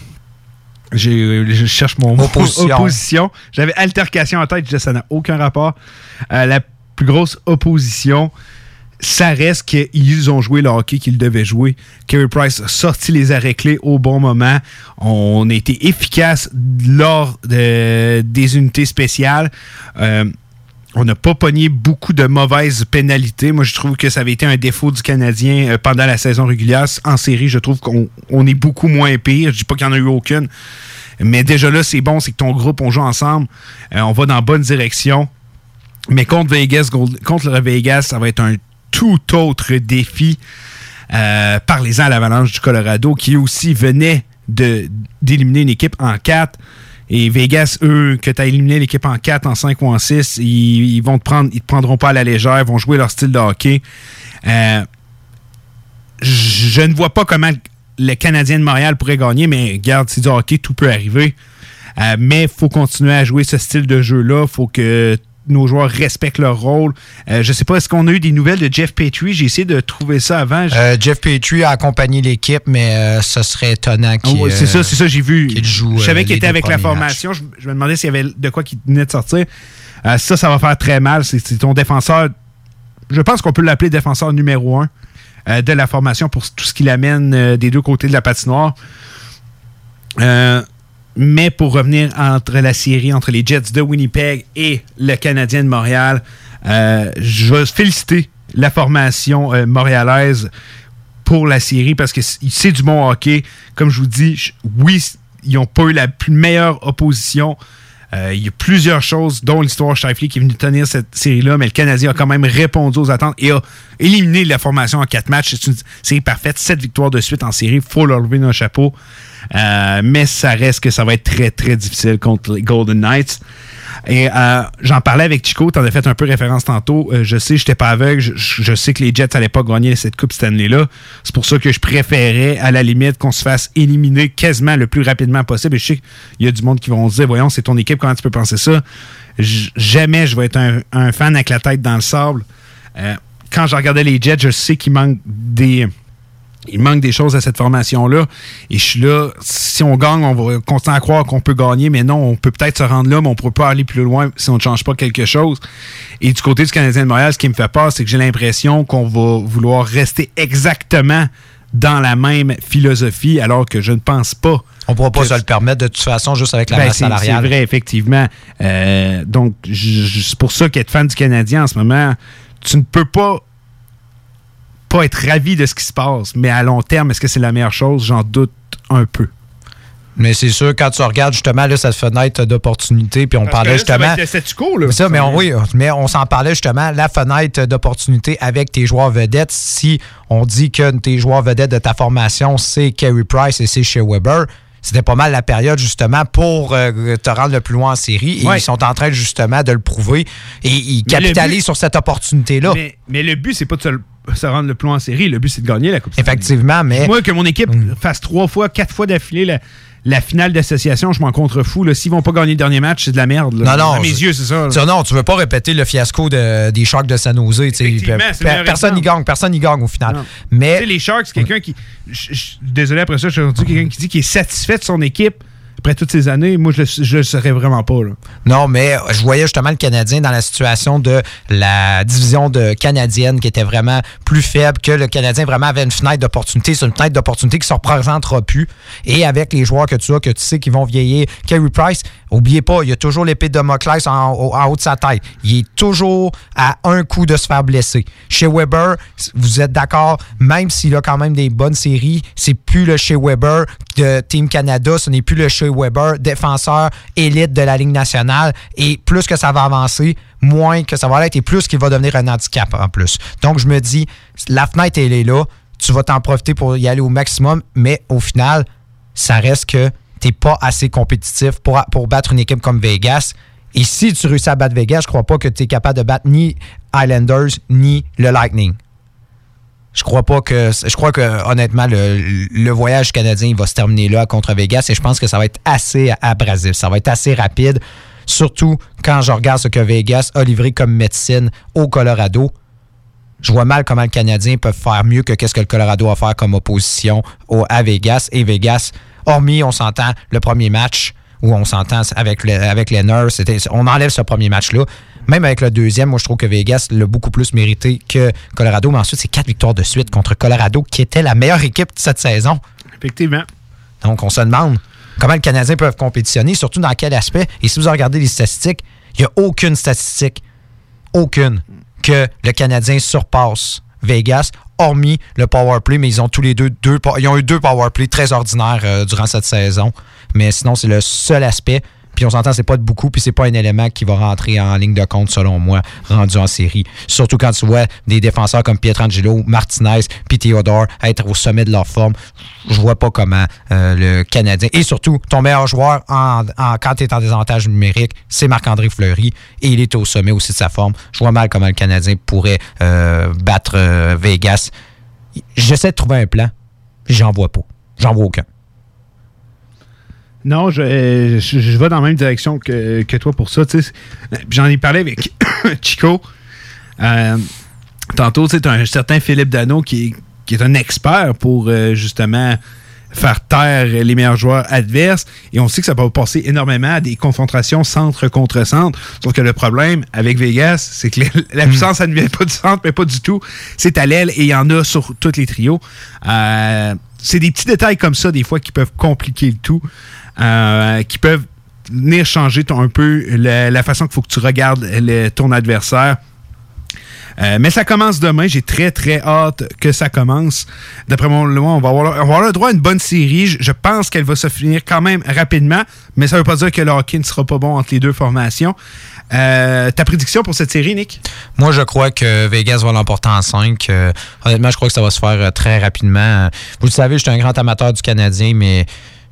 je cherche mon mot. Opposition. opposition. J'avais altercation en tête, je dis, ça n'a aucun rapport. Euh, la plus grosse opposition, ça reste qu'ils ont joué le hockey qu'ils devaient jouer. Carey Price a sorti les arrêts clés au bon moment. On a été efficace lors de, des unités spéciales. Euh, on n'a pas pogné beaucoup de mauvaises pénalités. Moi, je trouve que ça avait été un défaut du Canadien pendant la saison régulière. En série, je trouve qu'on on est beaucoup moins pire. Je dis pas qu'il n'y en a eu aucune. Mais déjà là, c'est bon, c'est que ton groupe, on joue ensemble. Euh, on va dans la bonne direction. Mais contre Vegas, contre le Vegas, ça va être un tout autre défi. Euh, Parlez-en à l'Avalanche du Colorado qui aussi venait de, d'éliminer une équipe en quatre. Et Vegas, eux, que tu as éliminé l'équipe en quatre, en cinq ou en six, ils, ils vont te prendre, ils te prendront pas à la légère, ils vont jouer leur style de hockey. Euh, je ne vois pas comment le Canadien de Montréal pourrait gagner, mais regarde, c'est du hockey, tout peut arriver. Euh, mais il faut continuer à jouer ce style de jeu-là. Il faut que nos joueurs respectent leur rôle. Euh, je sais pas, est-ce qu'on a eu des nouvelles de Jeff Petrie? J'ai essayé de trouver ça avant. Euh, Jeff Petrie a accompagné l'équipe, mais euh, ce serait étonnant qu'il oh, ouais, c'est ça, c'est ça, j'ai vu. qu'il joue. Je savais euh, qu'il était avec la formation. Je, je me demandais s'il y avait de quoi qui venait de sortir. Euh, ça, ça va faire très mal. C'est, c'est ton défenseur. Je pense qu'on peut l'appeler défenseur numéro un euh, de la formation pour tout ce qu'il amène euh, des deux côtés de la patinoire. Euh, Mais pour revenir entre la série entre les Jets de Winnipeg et le Canadien de Montréal, euh, je veux féliciter la formation euh, montréalaise pour la série parce que c'est du bon hockey. Comme je vous dis, je, oui, ils n'ont pas eu la plus meilleure opposition. Euh, il y a plusieurs choses, dont l'histoire Scheifele qui est venu tenir cette série-là, mais le Canadien a quand même répondu aux attentes et a éliminé la formation en quatre matchs. C'est une série parfaite, sept victoires de suite en série. Il faut leur lever nos chapeaux. Euh, mais ça reste que ça va être très, très difficile contre les Golden Knights. Et euh, j'en parlais avec Chico, tu en as fait un peu référence tantôt. Euh, je sais, je n'étais pas aveugle. Je, je sais que les Jets n'allaient pas gagner cette Coupe Stanley-là. C'est pour ça que je préférais, à la limite, qu'on se fasse éliminer quasiment le plus rapidement possible. Et je sais qu'il y a du monde qui vont se dire, voyons, c'est ton équipe, comment tu peux penser ça? J- jamais je vais être un, un fan avec la tête dans le sable. Euh, quand je regardais les Jets, je sais qu'il manque des... Il manque des choses à cette formation-là. Et je suis là, si on gagne, on va continuer à croire qu'on peut gagner, mais non, on peut peut-être se rendre là, mais on ne pourra pas aller plus loin si on ne change pas quelque chose. Et du côté du Canadien de Montréal, ce qui me fait peur, c'est que j'ai l'impression qu'on va vouloir rester exactement dans la même philosophie, alors que je ne pense pas. On ne pourra pas se le permettre de toute façon, juste avec la ben, masse c'est, salariale. C'est vrai, effectivement. Euh, donc, j- j- c'est pour ça qu'être fan du Canadien en ce moment, tu ne peux pas pas être ravi de ce qui se passe, mais à long terme, est-ce que c'est la meilleure chose? J'en doute un peu. Mais c'est sûr, quand tu regardes justement là, cette fenêtre d'opportunité, puis on Parce parlait que là, justement. Ça va être le statu quo, là. C'est ça, mais on, oui, mais on s'en parlait justement, la fenêtre d'opportunité avec tes joueurs vedettes. Si on dit que tes joueurs vedettes de ta formation, c'est Carey Price et c'est Shea Weber, c'était pas mal la période justement pour euh, te rendre le plus loin en série. Et ouais. Ils sont en train justement de le prouver. Et ils mais capitalisent but, sur cette opportunité-là. Mais, mais le but, c'est pas de se, se rendre le plus loin en série. Le but, c'est de gagner la Coupe Stanley. Effectivement, mais... Moi, que mon équipe mm. fasse trois fois, quatre fois d'affilée la, la finale d'association, je m'en contrefous. Là. S'ils vont pas gagner le dernier match, c'est de la merde. Là. Non, non. À mes yeux, c'est ça. ça non, tu veux pas répéter le fiasco de, des Sharks de San Jose. Pe- personne n'y gagne. Personne n'y gagne au final. Non. Mais les Sharks, c'est quelqu'un qui... Je, je, désolé, après ça, je suis rendu quelqu'un qui dit qu'il est satisfait de son équipe. Après toutes ces années, moi, je ne le serais vraiment pas. Là. Non, mais je voyais justement le Canadien dans la situation de la division de canadienne qui était vraiment plus faible, que le Canadien vraiment avait une fenêtre d'opportunité. C'est une fenêtre d'opportunité qui ne se représentera plus. Et avec les joueurs que tu as, que tu sais qu'ils vont vieillir, Carey Price, n'oubliez pas, il y a toujours l'épée de Damoclès en, en haut de sa tête. Il est toujours à un coup de se faire blesser. Chez Weber, vous êtes d'accord, même s'il a quand même des bonnes séries, c'est plus le Shea Weber de Team Canada, ce n'est plus le Shea Weber, défenseur élite de la Ligue nationale. Et plus que ça va avancer, moins que ça va l'être et plus qu'il va devenir un handicap en plus. Donc, je me dis, la fenêtre, elle est là. Tu vas t'en profiter pour y aller au maximum, mais au final, ça reste que t'es pas assez compétitif pour, pour battre une équipe comme Vegas. Et si tu réussis à battre Vegas, je crois pas que tu es capable de battre ni Islanders ni le Lightning. Je crois pas que. Je crois que honnêtement, le, le voyage canadien il va se terminer là contre Vegas et je pense que ça va être assez abrasif. Ça va être assez rapide. Surtout quand je regarde ce que Vegas a livré comme médecine au Colorado. Je vois mal comment le Canadien peut faire mieux que qu'est-ce que le Colorado a à faire comme opposition au, à Vegas. Et Vegas, hormis, on s'entend, le premier match où on s'entend avec, le, avec les Nerfs, c'était, on enlève ce premier match-là. Même avec le deuxième, moi, je trouve que Vegas l'a beaucoup plus mérité que Colorado. Mais ensuite, c'est quatre victoires de suite contre Colorado, qui était la meilleure équipe de cette saison. Effectivement. Donc, on se demande comment le Canadien peut compétitionner, surtout dans quel aspect. Et si vous regardez les statistiques, il n'y a aucune statistique, aucune, que le Canadien surpasse Vegas, hormis le powerplay, mais ils ont tous les deux, deux ils ont eu deux powerplays très ordinaires euh, durant cette saison. Mais sinon, c'est le seul aspect. Puis on s'entend, c'est pas de beaucoup, puis c'est pas un élément qui va rentrer en ligne de compte, selon moi, rendu en série. Surtout quand tu vois des défenseurs comme Pietrangelo, Martinez, puis Theodore être au sommet de leur forme. Je vois pas comment euh, le Canadien... Et surtout, ton meilleur joueur en, en, quand tu es en désavantage numérique, c'est Marc-André Fleury, et il est au sommet aussi de sa forme. Je vois mal comment le Canadien pourrait euh, battre euh, Vegas. J'essaie de trouver un plan, j'en vois pas. J'en vois aucun. Non, je, je, je vais dans la même direction que, que toi pour ça. J'en ai parlé avec Chico. Euh, tantôt, tu as un certain Philippe Danault qui est, qui est un expert pour euh, justement faire taire les meilleurs joueurs adverses. Et on sait que ça va passer énormément à des confrontations centre contre centre. Sauf que le problème avec Vegas, c'est que la puissance, ça ne vient pas du centre, mais pas du tout. C'est à l'aile et il y en a sur tous les trios. Euh, c'est des petits détails comme ça, des fois, qui peuvent compliquer le tout. Euh, qui peuvent venir changer ton, un peu la, la façon qu'il faut que tu regardes le, ton adversaire. Euh, mais ça commence demain. J'ai très, très hâte que ça commence. D'après mon loin, on va avoir, on va avoir le droit à une bonne série. Je, je pense qu'elle va se finir quand même rapidement, mais ça ne veut pas dire que le hockey ne sera pas bon entre les deux formations. Euh, ta prédiction pour cette série, Nick? Moi, je crois que Vegas va l'emporter en cinq. Euh, honnêtement, je crois que ça va se faire euh, très rapidement. Vous le savez, je suis un grand amateur du Canadien, mais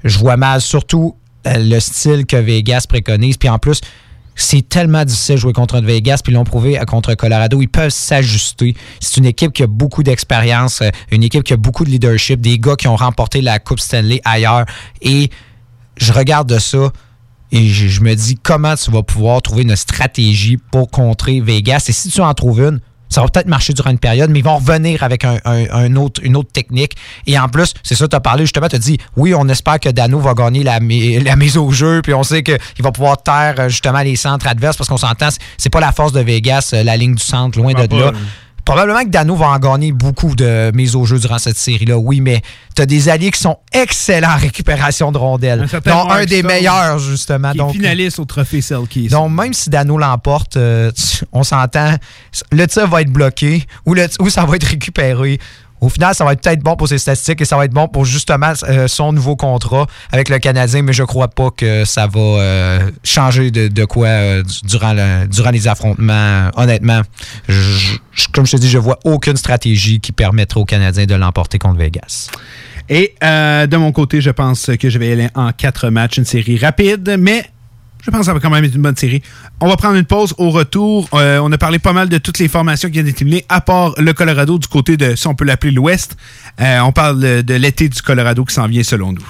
je vois mal, surtout euh, le style que Vegas préconise. Puis en plus, c'est tellement difficile de jouer contre Vegas, puis ils l'ont prouvé contre Colorado. Ils peuvent s'ajuster. C'est une équipe qui a beaucoup d'expérience, une équipe qui a beaucoup de leadership, des gars qui ont remporté la Coupe Stanley ailleurs. Et je regarde de ça et je, je me dis comment tu vas pouvoir trouver une stratégie pour contrer Vegas. Et si tu en trouves une, ça va peut-être marcher durant une période, mais ils vont revenir avec un, un, un autre, une autre technique. Et en plus, c'est ça, tu as parlé justement, tu as dit, oui, on espère que Dano va gagner la, la mise au jeu, puis on sait qu'il va pouvoir taire justement les centres adverses, parce qu'on s'entend, c'est pas la force de Vegas, la ligne du centre, loin de là. Probablement que Dano va en gagner beaucoup de mises au jeu durant cette série-là, oui, mais tu as des alliés qui sont excellents en récupération de rondelles. Un dont un des meilleurs, justement. Qui est donc, finaliste au trophée Selke. Donc, même si Dano l'emporte, euh, on s'entend, le tir va être bloqué ou, le, ou ça va être récupéré. Au final, ça va être peut-être bon pour ses statistiques et ça va être bon pour justement euh, son nouveau contrat avec le Canadien, mais je crois pas que ça va euh, changer de, de quoi euh, durant, le, durant les affrontements. Honnêtement, je, je, comme je te dis, je vois aucune stratégie qui permettrait aux Canadiens de l'emporter contre Vegas. Et euh, de mon côté, je pense que je vais aller en quatre matchs, une série rapide, mais je pense que ça va quand même être une bonne série. On va prendre une pause. Au retour, euh, on a parlé pas mal de toutes les formations qui viennent d'être éliminées, à part le Colorado du côté de, si on peut l'appeler l'Ouest. Euh, on parle de, de l'été du Colorado qui s'en vient selon nous.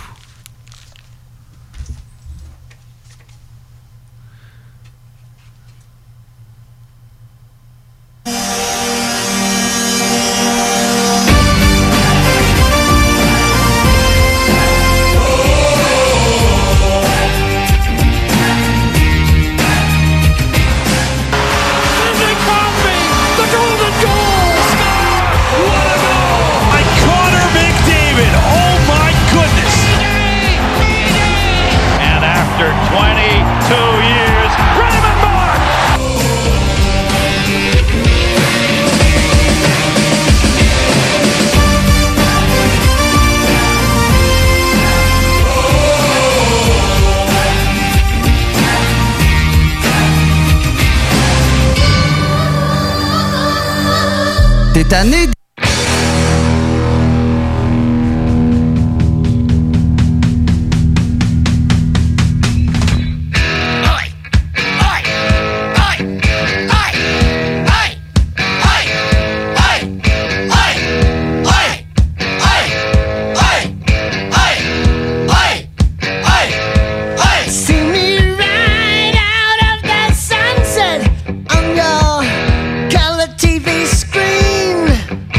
T'es tanné? T V screen.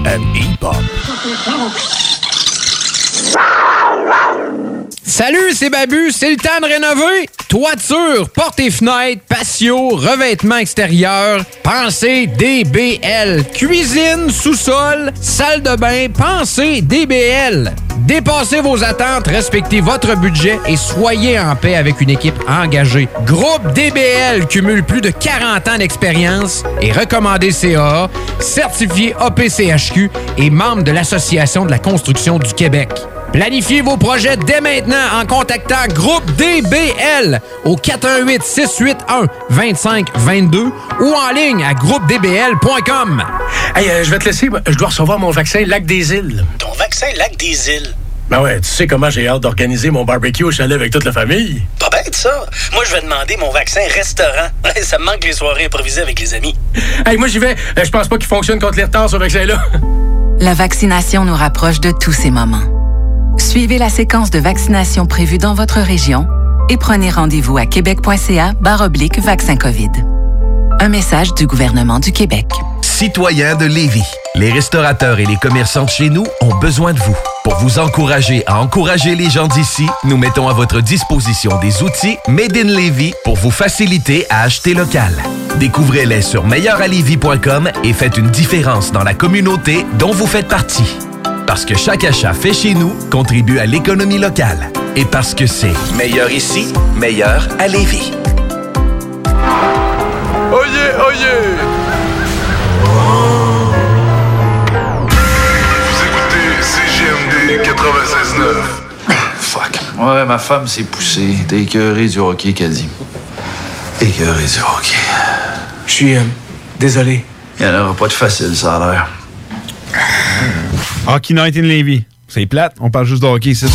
and E-Pop. Salut, c'est Babu, c'est le temps de rénover. Toiture, portes et fenêtres, patio, revêtement extérieur, pensez D B L. Cuisine, sous-sol, salle de bain, pensez D B L. Dépassez vos attentes, respectez votre budget et soyez en paix avec une équipe engagée. Groupe D B L cumule plus de quarante ans d'expérience et recommandé C A A, certifié A P C H Q et membre de l'Association de la construction du Québec. Planifiez vos projets dès maintenant en contactant Groupe D B L au quatre un huit, six huit un, deux cinq deux deux ou en ligne à groupe d b l point com. Hey, euh, je vais te laisser. Je dois recevoir mon vaccin Lac des Îles. Ton vaccin Lac des Îles? Ben ouais, tu sais comment j'ai hâte d'organiser mon barbecue au chalet avec toute la famille. Pas bête, ça. Moi, je vais demander mon vaccin restaurant. Ça me manque les soirées improvisées avec les amis. Hey, moi, j'y vais. Je pense pas qu'il fonctionne contre les retards, ce vaccin-là. La vaccination nous rapproche de tous ces moments. Suivez la séquence de vaccination prévue dans votre région et prenez rendez-vous à québec.ca barre oblique vaccin COVID. Un message du gouvernement du Québec. Citoyens de Lévis, les restaurateurs et les commerçants de chez nous ont besoin de vous. Pour vous encourager à encourager les gens d'ici, nous mettons à votre disposition des outils Made in Lévis pour vous faciliter à acheter local. Découvrez-les sur meilleur à lévis point com et faites une différence dans la communauté dont vous faites partie. Parce que chaque achat fait chez nous contribue à l'économie locale. Et parce que c'est meilleur ici, meilleur à Lévis. Oyez, oyez! Vous écoutez C G M D quatre-vingt-seize neuf. Fuck. Ouais, ma femme s'est poussée. T'es écœuré du hockey, qu'elle dit. Écœuré du hockey. Je suis euh, désolé. Il n'y en aura pas de facile, ça a l'air. Hockey Night in Lévis. C'est plate, on parle juste de hockey ici.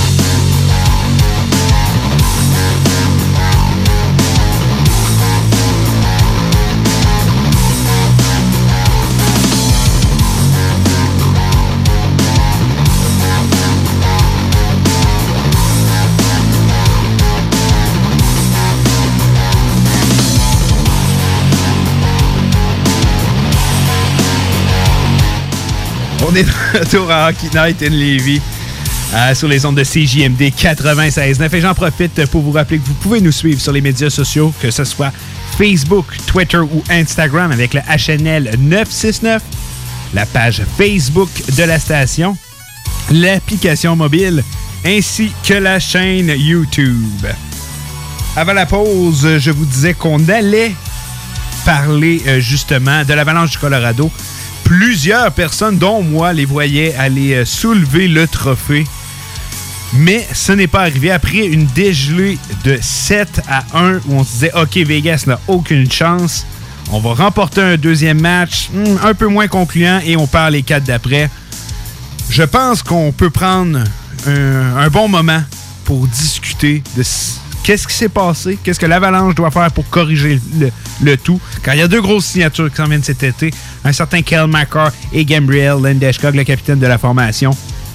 On est de retour à Hockey Night in Lévis euh, sur les ondes de C J M D quatre-vingt-seize neuf. Et j'en profite pour vous rappeler que vous pouvez nous suivre sur les médias sociaux, que ce soit Facebook, Twitter ou Instagram avec le H N L neuf cent soixante-neuf, la page Facebook de la station, l'application mobile ainsi que la chaîne YouTube. Avant la pause, je vous disais qu'on allait parler euh, justement de l'Avalanche du Colorado. Plusieurs personnes, dont moi, les voyaient aller euh, soulever le trophée. Mais ce n'est pas arrivé. Après une dégelée de sept à un, où on se disait « OK, Vegas n'a aucune chance. On va remporter un deuxième match, hmm, un peu moins concluant, et on perd les quatre d'après. » Je pense qu'on peut prendre un, un bon moment pour discuter de qu'est-ce qui s'est passé, qu'est-ce que l'Avalanche doit faire pour corriger le, le tout. Car il y a deux grosses signatures qui s'en viennent cet été. Un certain Kyle McCarr et Gabriel Landeskog, le capitaine de la formation.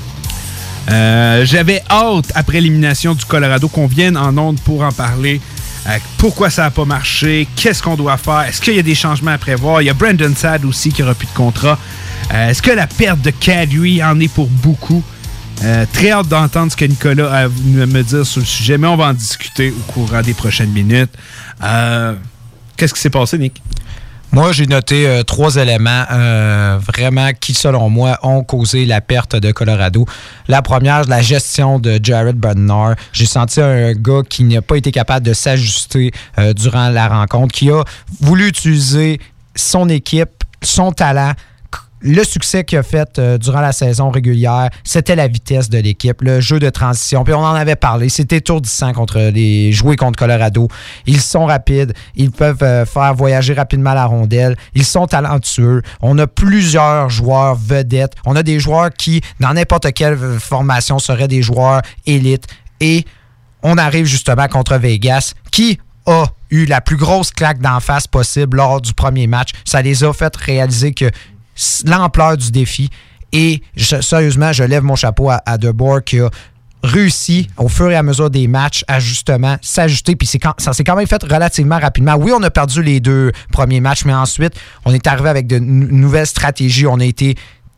Euh, j'avais hâte, après l'élimination du Colorado, qu'on vienne en ondes pour en parler. Euh, pourquoi ça n'a pas marché? Qu'est-ce qu'on doit faire? Est-ce qu'il y a des changements à prévoir? Il y a Brandon Saad aussi qui n'aura plus de contrat. Euh, est-ce que la perte de Kadri en est pour beaucoup? Euh, très hâte d'entendre ce que Nicolas a à me dire sur le sujet, mais on va en discuter au courant des prochaines minutes. Euh, qu'est-ce qui s'est passé, Nick? Moi, j'ai noté euh, trois éléments euh, vraiment qui, selon moi, ont causé la perte de Colorado. La première, la gestion de Jared Bednar. J'ai senti un gars qui n'a pas été capable de s'ajuster euh, durant la rencontre, qui a voulu utiliser son équipe, son talent. Le succès qu'il a fait euh, durant la saison régulière, c'était la vitesse de l'équipe, le jeu de transition. Puis on en avait parlé, c'était étourdissant contre les jouer contre Colorado. Ils sont rapides, ils peuvent euh, faire voyager rapidement la rondelle, ils sont talentueux. On a plusieurs joueurs vedettes. On a des joueurs qui, dans n'importe quelle formation, seraient des joueurs élites. Et on arrive justement contre Vegas, qui a eu la plus grosse claque d'en face possible lors du premier match. Ça les a fait réaliser que l'ampleur du défi. Et je, sérieusement, je lève mon chapeau à, à DeBoer qui a réussi au fur et à mesure des matchs à justement s'ajuster. Puis c'est quand, ça s'est quand même fait relativement rapidement. Oui, on a perdu les deux premiers matchs, mais ensuite, on est arrivé avec de n- nouvelles stratégies. On a été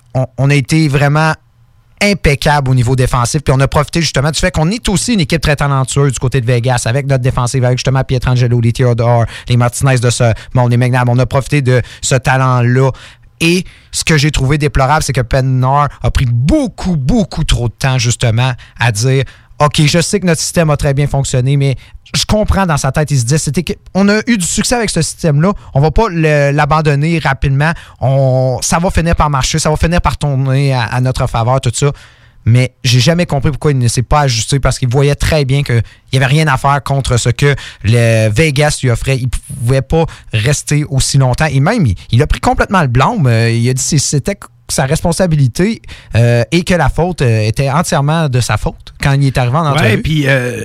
on, on a été vraiment impeccable au niveau défensif. Puis on a profité justement du fait qu'on est aussi une équipe très talentueuse du côté de Vegas avec notre défensive, avec justement Pietrangelo, les Theodore, les Martinez de ce monde, les McNabb. On a profité de ce talent-là. Et ce que j'ai trouvé déplorable, c'est que Bednar a pris beaucoup, beaucoup trop de temps justement à dire « OK, je sais que notre système a très bien fonctionné, mais je comprends dans sa tête, il se dit c'était que on a eu du succès avec ce système-là, on va pas le, l'abandonner rapidement, on, ça va finir par marcher, ça va finir par tourner à, à notre faveur, tout ça. » Mais j'ai jamais compris pourquoi il ne s'est pas ajusté, parce qu'il voyait très bien qu'il n'y avait rien à faire contre ce que le Vegas lui offrait. Il ne pouvait pas rester aussi longtemps. Et même, il, il a pris complètement le blâme. Il a dit que c'était sa responsabilité euh, et que la faute euh, était entièrement de sa faute quand il est arrivé en entrevue. Ouais, puis euh,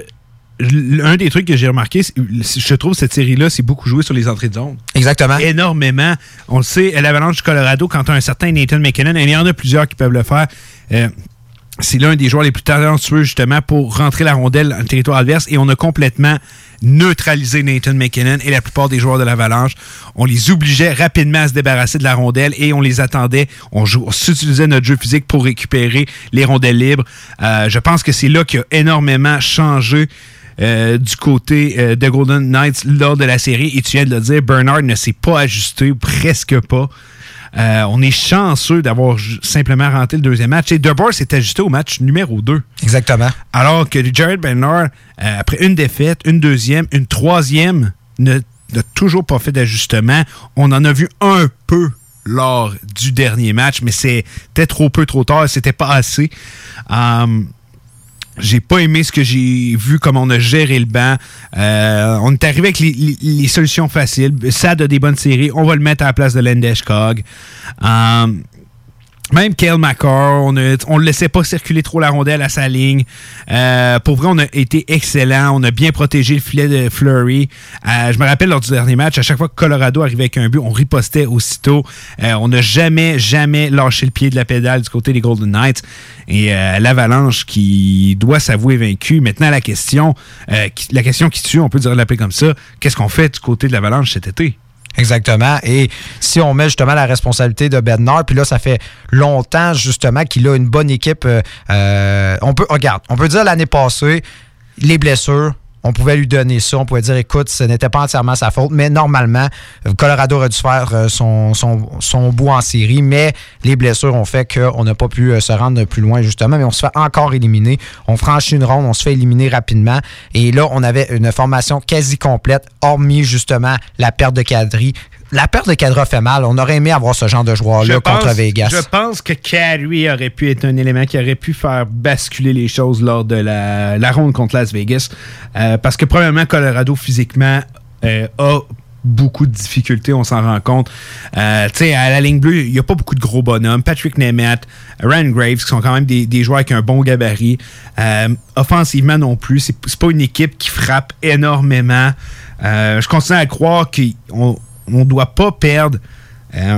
un des trucs que j'ai remarqué, je trouve cette série-là, c'est beaucoup joué sur les entrées de zone. Exactement. Énormément. On le sait, l'Avalanche du Colorado, quand tu as un certain Nathan McKinnon, il y en a plusieurs qui peuvent le faire. Euh, c'est l'un des joueurs les plus talentueux, justement, pour rentrer la rondelle dans le territoire adverse. Et on a complètement neutralisé Nathan McKinnon et la plupart des joueurs de l'Avalanche. On les obligeait rapidement à se débarrasser de la rondelle et on les attendait. On, joue, on s'utilisait notre jeu physique pour récupérer les rondelles libres. Euh, je pense que c'est là qu'il a énormément changé euh, du côté euh, de Golden Knights lors de la série. Et tu viens de le dire, Bernard ne s'est pas ajusté, presque pas. Euh, on est chanceux d'avoir j- simplement rentré le deuxième match. Et DeBoer s'est ajusté au match numéro deux. Exactement. Alors que Jared Bednar, euh, après une défaite, une deuxième, une troisième, ne, n'a toujours pas fait d'ajustement. On en a vu un peu lors du dernier match, mais c'était trop peu, trop tard. C'était pas assez. Um, J'ai pas aimé ce que j'ai vu, comment on a géré le banc. Euh, on est arrivé avec les, les, les solutions faciles. Sad a des bonnes séries. On va le mettre à la place de Landeskog. Euh, même Cale Makar, on, a, on le laissait pas circuler trop la rondelle à sa ligne. Euh, pour vrai, on a été excellent. On a bien protégé le filet de Fleury. Euh, je me rappelle lors du dernier match, à chaque fois que Colorado arrivait avec un but, on ripostait aussitôt. Euh, on n'a jamais, jamais lâché le pied de la pédale du côté des Golden Knights. Et euh, l'Avalanche qui doit s'avouer vaincu. Maintenant, la question, euh, qui, la question qui tue, on peut dire l'appeler comme ça, qu'est-ce qu'on fait du côté de l'Avalanche cet été? Exactement. Et si on met justement la responsabilité de Bednar, puis là, ça fait longtemps justement qu'il a une bonne équipe. Euh, on peut, regarde, on peut dire l'année passée, les blessures, on pouvait lui donner ça, on pouvait dire, écoute, ce n'était pas entièrement sa faute, mais normalement, Colorado aurait dû faire son, son, son bout en série, mais les blessures ont fait qu'on n'a pas pu se rendre plus loin, justement, mais on se fait encore éliminer. On franchit une ronde, on se fait éliminer rapidement, et là, on avait une formation quasi complète, hormis, justement, la perte de Kadri. La perte de Kadri fait mal. On aurait aimé avoir ce genre de joueur-là contre Vegas. Je pense que Kadri aurait pu être un élément qui aurait pu faire basculer les choses lors de la, la ronde contre Las Vegas. Euh, parce que, premièrement, Colorado, physiquement, euh, a beaucoup de difficultés, on s'en rend compte. Euh, tu sais, à la ligne bleue, il n'y a pas beaucoup de gros bonhommes. Patrick Nemeth, Ryan Graves, qui sont quand même des, des joueurs avec un bon gabarit. Euh, offensivement non plus. C'est, c'est pas une équipe qui frappe énormément. Euh, je continue à croire qu'on on doit pas perdre euh,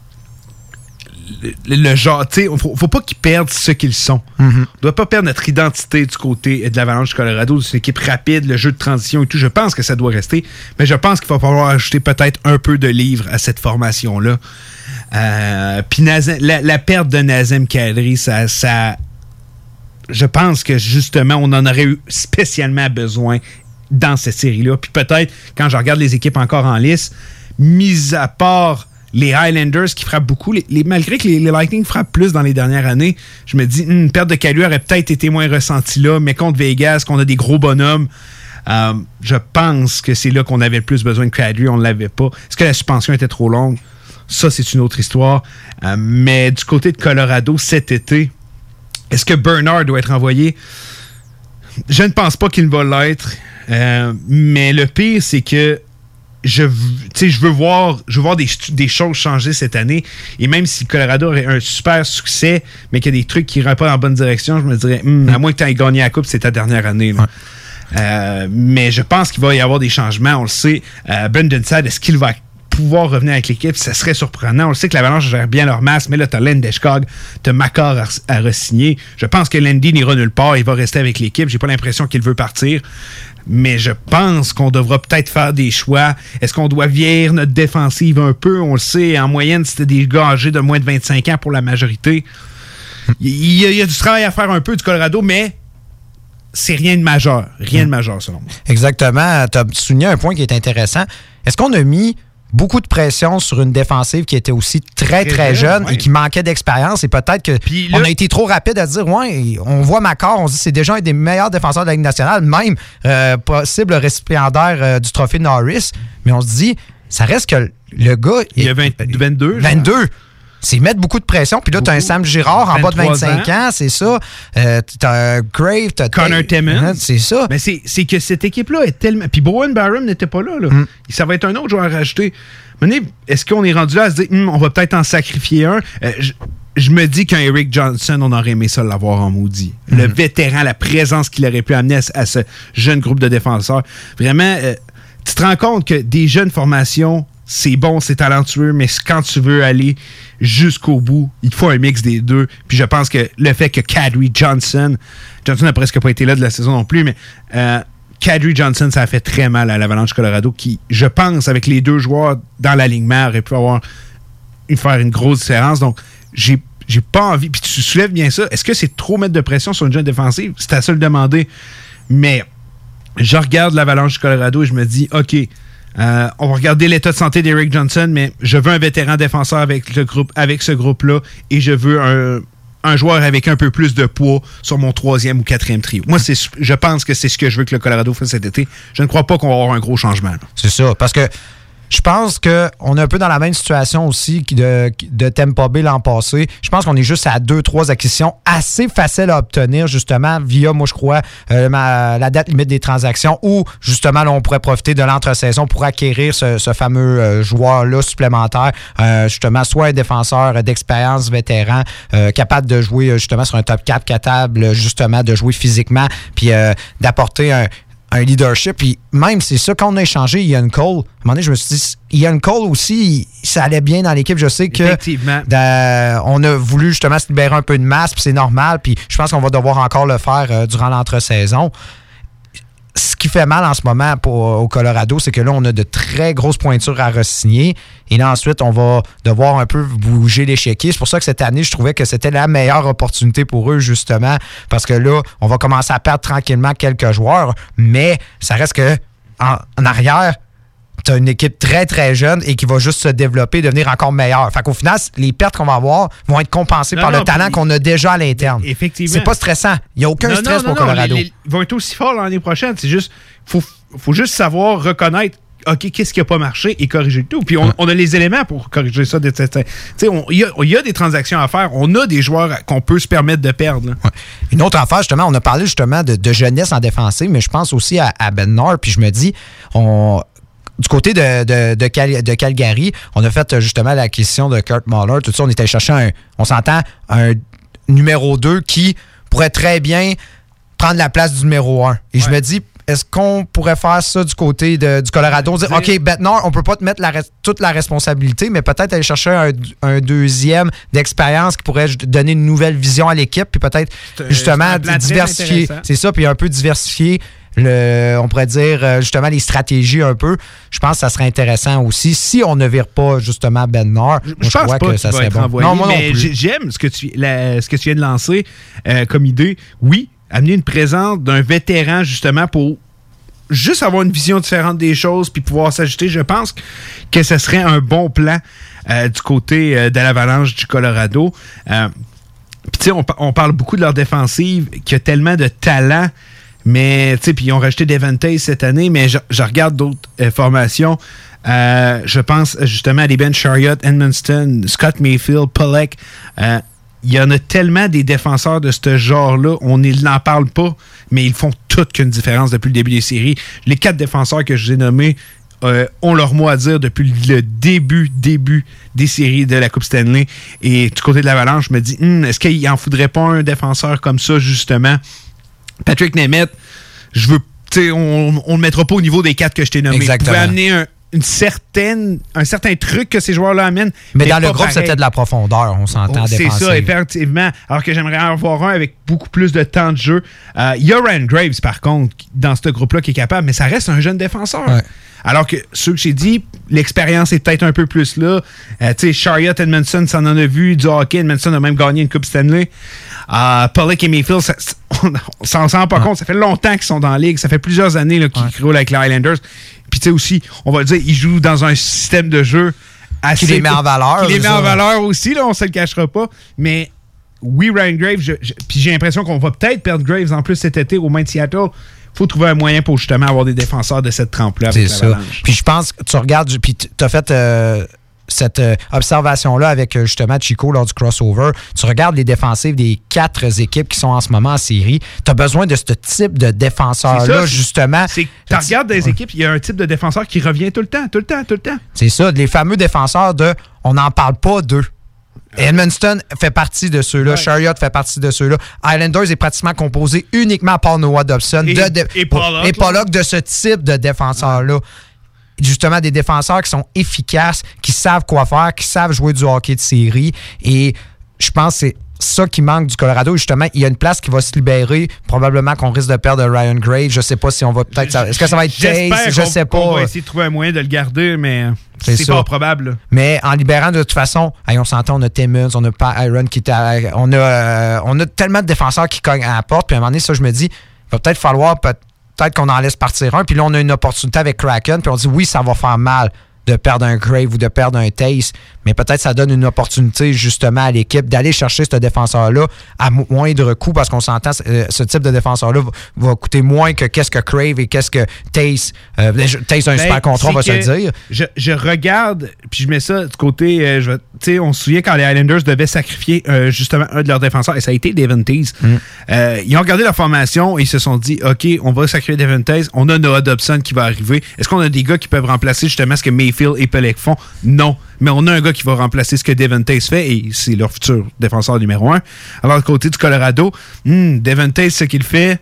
le, le genre, tu sais, il faut, faut pas qu'ils perdent ce qu'ils sont. Mm-hmm. On doit pas perdre notre identité du côté de l'Avalanche du Colorado. C'est une équipe rapide, le jeu de transition et tout. Je pense que ça doit rester, mais je pense qu'il va falloir ajouter peut-être un peu de livre à cette formation-là. Euh, Puis la, la perte de Nazem Kadri, ça, ça, je pense que justement, on en aurait eu spécialement besoin dans cette série-là. Puis peut-être, quand je regarde les équipes encore en lice, mis à part les Highlanders qui frappent beaucoup, les, les, malgré que les, les Lightning frappent plus dans les dernières années, je me dis, une perte de Kadri aurait peut-être été moins ressentie là, mais contre Vegas, qu'on a des gros bonhommes, euh, je pense que c'est là qu'on avait le plus besoin de Kadri, on ne l'avait pas. Est-ce que la suspension était trop longue? Ça, c'est une autre histoire. Euh, mais du côté de Colorado, cet été, est-ce que Bernard doit être envoyé? Je ne pense pas qu'il va l'être. Euh, mais le pire, c'est que je, je veux voir, je veux voir des, des choses changer cette année. Et même si Colorado aurait un super succès, mais qu'il y a des trucs qui ne vont pas dans la bonne direction, je me dirais, mm, à moins que tu aies gagné la Coupe, c'est ta dernière année. Là. Ouais. Euh, mais je pense qu'il va y avoir des changements. On le sait. Euh, Brendan Saad, est-ce qu'il va pouvoir revenir avec l'équipe, ça serait surprenant. On le sait que l'Avalanche gère bien leur masse, mais là, t'as Landeskog, t'as Makar à, à re-signer. Je pense que Landy n'ira nulle part, il va rester avec l'équipe. J'ai pas l'impression qu'il veut partir. Mais je pense qu'on devra peut-être faire des choix. Est-ce qu'on doit vieillir notre défensive un peu? On le sait, en moyenne, c'était des gars âgés de moins de vingt-cinq ans pour la majorité. Il y, a, il y a du travail à faire un peu du Colorado, mais c'est rien de majeur. Rien de majeur, selon moi. Exactement. Tu as souligné un point qui est intéressant. Est-ce qu'on a mis beaucoup de pression sur une défensive qui était aussi très, très, très jeune ouais. et qui manquait d'expérience? Et peut-être qu'on a été trop rapide à dire, ouais, on voit Makar, on se dit c'est déjà un des meilleurs défenseurs de la Ligue nationale, même euh, possible récipiendaire euh, du trophée Norris. Mais on se dit, ça reste que le gars... Il y a vingt, vingt-deux. vingt-deux. C'est mettre beaucoup de pression. Puis là, tu as un Sam Girard en bas de vingt-cinq ans, ans c'est ça. Euh, tu as Grave, tu as Connor Timmins. C'est ça. Mais c'est, c'est que cette équipe-là est tellement... Puis Bowen Barham n'était pas là. là. Mm. Ça va être un autre joueur à rajouter. Mais est-ce qu'on est rendu là à se dire, hm, on va peut-être en sacrifier un? Euh, je, je me dis qu'un Eric Johnson, on aurait aimé ça l'avoir en maudit. Mm. Le vétéran, la présence qu'il aurait pu amener à, à ce jeune groupe de défenseurs. Vraiment, euh, tu te rends compte que des jeunes formations... C'est bon, c'est talentueux, mais quand tu veux aller jusqu'au bout, il te faut un mix des deux. Puis je pense que le fait que Kadri Johnson, Johnson n'a presque pas été là de la saison non plus, mais euh, Kadri Johnson, ça a fait très mal à l'Avalanche Colorado qui, je pense, avec les deux joueurs dans l'alignement, aurait pu avoir faire une grosse différence. Donc, j'ai, j'ai pas envie. Puis tu soulèves bien ça. Est-ce que c'est trop mettre de pression sur une jeune défensive? C'est à ça le demander. Mais je regarde l'Avalanche du Colorado et je me dis, OK, Euh, on va regarder l'état de santé d'Eric Johnson, mais je veux un vétéran défenseur avec le groupe, avec ce groupe-là, et je veux un, un joueur avec un peu plus de poids sur mon troisième ou quatrième trio. Moi, c'est, je pense que c'est ce que je veux que le Colorado fasse cet été. Je ne crois pas qu'on va avoir un gros changement. Là. C'est ça, parce que je pense qu'on est un peu dans la même situation aussi de, de Tampa Bay l'an passé. Je pense qu'on est juste à deux, trois acquisitions assez faciles à obtenir, justement, via, moi, je crois, euh, ma, la date limite des transactions, où, justement, là, on pourrait profiter de l'entre-saison pour acquérir ce, ce fameux euh, joueur-là supplémentaire, euh, justement, soit un défenseur d'expérience vétéran, euh, capable de jouer, justement, sur un top quatre, capable, justement, de jouer physiquement, puis euh, d'apporter un un leadership, puis même, c'est ça, quand on a échangé Ian Cole, à un moment donné, je me suis dit, Ian Cole aussi, ça allait bien dans l'équipe. Je sais que euh, on a voulu justement se libérer un peu de masse, puis c'est normal, puis je pense qu'on va devoir encore le faire euh, durant l'entre-saison. Ce qui fait mal en ce moment pour, au Colorado, c'est que là, on a de très grosses pointures à re-signer. Et là, ensuite, on va devoir un peu bouger l'échiquier. C'est pour ça que cette année, je trouvais que c'était la meilleure opportunité pour eux, justement, parce que là, on va commencer à perdre tranquillement quelques joueurs, mais ça reste que en, en arrière, tu as une équipe très, très jeune et qui va juste se développer, devenir encore meilleure. Fait qu'au final, les pertes qu'on va avoir vont être compensées non, par non, le talent qu'on a déjà à l'interne. Effectivement. C'est pas stressant. Il n'y a aucun non, stress non, non, pour non, Colorado. Les, les, ils vont être aussi forts l'année prochaine. C'est juste, faut, faut juste savoir reconnaître, OK, qu'est-ce qui n'a pas marché et corriger le tout. Puis on, on a les éléments pour corriger ça. Il y, y a des transactions à faire. On a des joueurs qu'on peut se permettre de perdre. Ouais. Une autre affaire, justement, on a parlé justement de, de jeunesse en défensive, mais je pense aussi à, à Bednar. Puis je me dis, on... Du côté de, de, de, Cal, de Calgary, on a fait justement l'acquisition de Kurt Muller. Tout ça, on était chercher un, on s'entend, un numéro deux qui pourrait très bien prendre la place du numéro un. Et ouais. je me dis, est-ce qu'on pourrait faire ça du côté de, du Colorado? Dire, OK, Bednar, on peut pas te mettre la, toute la responsabilité, mais peut-être aller chercher un, un deuxième d'expérience qui pourrait donner une nouvelle vision à l'équipe, puis peut-être justement diversifier. C'est ça, puis un peu diversifier. Le, on pourrait dire justement les stratégies un peu. Je pense que ça serait intéressant aussi si on ne vire pas justement Bednar. Je, je, je pense pas que ça serait bon. Envoyé, non, moi mais non plus. J'aime ce que tu, la, ce que tu viens de lancer euh, comme idée. Oui, amener une présence d'un vétéran justement pour juste avoir une vision différente des choses puis pouvoir s'ajouter. Je pense que ce serait un bon plan euh, du côté euh, de l'Avalanche du Colorado. Euh, puis tu sais, on, on parle beaucoup de leur défensive qui a tellement de talent. Mais, tu sais, puis ils ont rajouté Devon Toews cette année, mais je, je regarde d'autres euh, formations. Euh, je pense justement à des Ben Chariot, Edmundston, Scott Mayfield, Pulock. Euh, il y en a tellement des défenseurs de ce genre-là, on n'en parle pas, mais ils font toute qu'une différence depuis le début des séries. Les quatre défenseurs que je vous ai nommés euh, ont leur mot à dire depuis le début, début des séries de la Coupe Stanley. Et du côté de l'Avalanche, je me dis, hm, est-ce qu'il n'en faudrait pas un défenseur comme ça, justement? Patrick Nemeth, je veux, tu sais, on ne le mettra pas au niveau des quatre que je t'ai nommés. Exactement. Vous pouvez amener un, une certaine, un certain truc que ces joueurs-là amènent. Mais, mais dans le groupe, pareil. C'était de la profondeur, on s'entend oh, défensif. C'est ça, effectivement. Alors que j'aimerais en avoir un avec beaucoup plus de temps de jeu. Il euh, y a Ryan Graves, par contre, dans ce groupe-là qui est capable, mais ça reste un jeune défenseur. Ouais. Alors que ceux que j'ai dit, l'expérience est peut-être un peu plus là. Euh, tu sais, Chariot, Edmondson, ça en a vu du hockey. Edmondson a même gagné une Coupe Stanley. Euh, Pollock et Mayfield, ça, on, on s'en rend pas ouais. compte. Ça fait longtemps qu'ils sont dans la ligue. Ça fait plusieurs années là, qu'ils ouais. roulent avec les Highlanders. Puis tu sais aussi, on va le dire, ils jouent dans un système de jeu assez... Qui les met en valeur. Qui les met en valeur aussi, là, on se le cachera pas. Mais oui, Ryan Graves, je, je, puis j'ai l'impression qu'on va peut-être perdre Graves en plus cet été au main de Seattle. Faut trouver un moyen pour justement avoir des défenseurs de cette trempe-là. C'est ça. Puis je pense que tu regardes, puis tu as fait euh, cette euh, observation-là avec euh, justement Chico lors du crossover. Tu regardes les défensives des quatre équipes qui sont en ce moment en série. Tu as besoin de ce type de défenseur-là, justement. Tu regardes des ouais. équipes, il y a un type de défenseur qui revient tout le temps, tout le temps, tout le temps. C'est ça, les fameux défenseurs de « on n'en parle pas d'eux ». Edmundston fait partie de ceux-là. Ouais. Chariot fait partie de ceux-là. Islanders est pratiquement composé uniquement par Noah Dobson et, de, de, et Pollock, et Pollock de ce type de défenseurs-là. Justement, des défenseurs qui sont efficaces, qui savent quoi faire, qui savent jouer du hockey de série. Et je pense que c'est ça qui manque du Colorado. Justement, il y a une place qui va se libérer. Probablement qu'on risque de perdre Ryan Graves. Je sais pas si on va peut-être... Je, Est-ce que ça va être Taze? Je sais pas. On va essayer de trouver un moyen de le garder, mais... C'est, c'est pas probable. Mais en libérant de toute façon, hey, on s'entend, on a Timmons, on a Pat Iron qui était. On a, euh, on a tellement de défenseurs qui cognent à la porte. Puis à un moment donné, ça, je me dis, il va peut-être falloir, peut-être qu'on en laisse partir un. Puis là, on a une opportunité avec Kraken. Puis on dit, oui, ça va faire mal de perdre un Grave ou de perdre un Taze. Mais peut-être ça donne une opportunité justement à l'équipe d'aller chercher ce défenseur-là à moindre coût parce qu'on s'entend, euh, ce type de défenseur-là va, va coûter moins que qu'est-ce que Crave et qu'est-ce que Taze. Euh, Taze a un ben, super contrat, on va se le dire. Je, je regarde, puis je mets ça du côté, euh, je, tu sais, on se souvient quand les Highlanders devaient sacrifier euh, justement un de leurs défenseurs, et ça a été Devon Taze. Mm. Euh, ils ont regardé leur formation et ils se sont dit, OK, on va sacrifier Devon Taze, on a Noah Dobson qui va arriver. Est-ce qu'on a des gars qui peuvent remplacer justement ce que Mayfield et Pelech font? Non. Mais on a un gars qui va remplacer ce que Devon Taze fait et c'est leur futur défenseur numéro un. Alors, du côté du Colorado, hmm, Devon Taze, ce qu'il fait,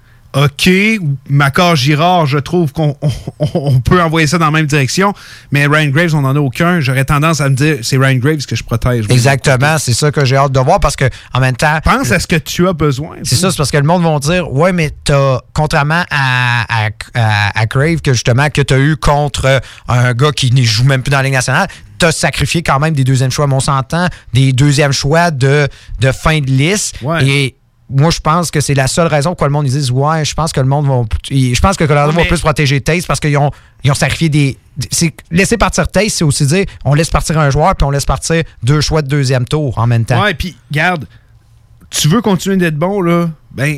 OK. Makar Girard, je trouve qu'on on, on peut envoyer ça dans la même direction. Mais Ryan Graves, on n'en a aucun. J'aurais tendance à me dire, c'est Ryan Graves que je protège. Exactement. C'est ça que j'ai hâte de voir parce que en même temps... Pense à ce que tu as besoin. C'est ça, c'est parce que le monde va dire, ouais, mais t'as, contrairement à, à, à, à Graves, que justement, que tu as eu contre un gars qui ne joue même plus dans la Ligue nationale, t'as sacrifié quand même des deuxièmes choix. Mais on s'entend, des deuxièmes choix de, de fin de liste. Ouais. Et moi, je pense que c'est la seule raison pourquoi le monde ils disent ouais, je pense que le monde va. Je pense que Colorado ouais, mais... va plus protéger Taze parce qu'ils ont, ils ont sacrifié des. C'est, laisser partir Taze, c'est aussi dire on laisse partir un joueur puis on laisse partir deux choix de deuxième tour en même temps. Ouais, puis garde, tu veux continuer d'être bon, là, ben.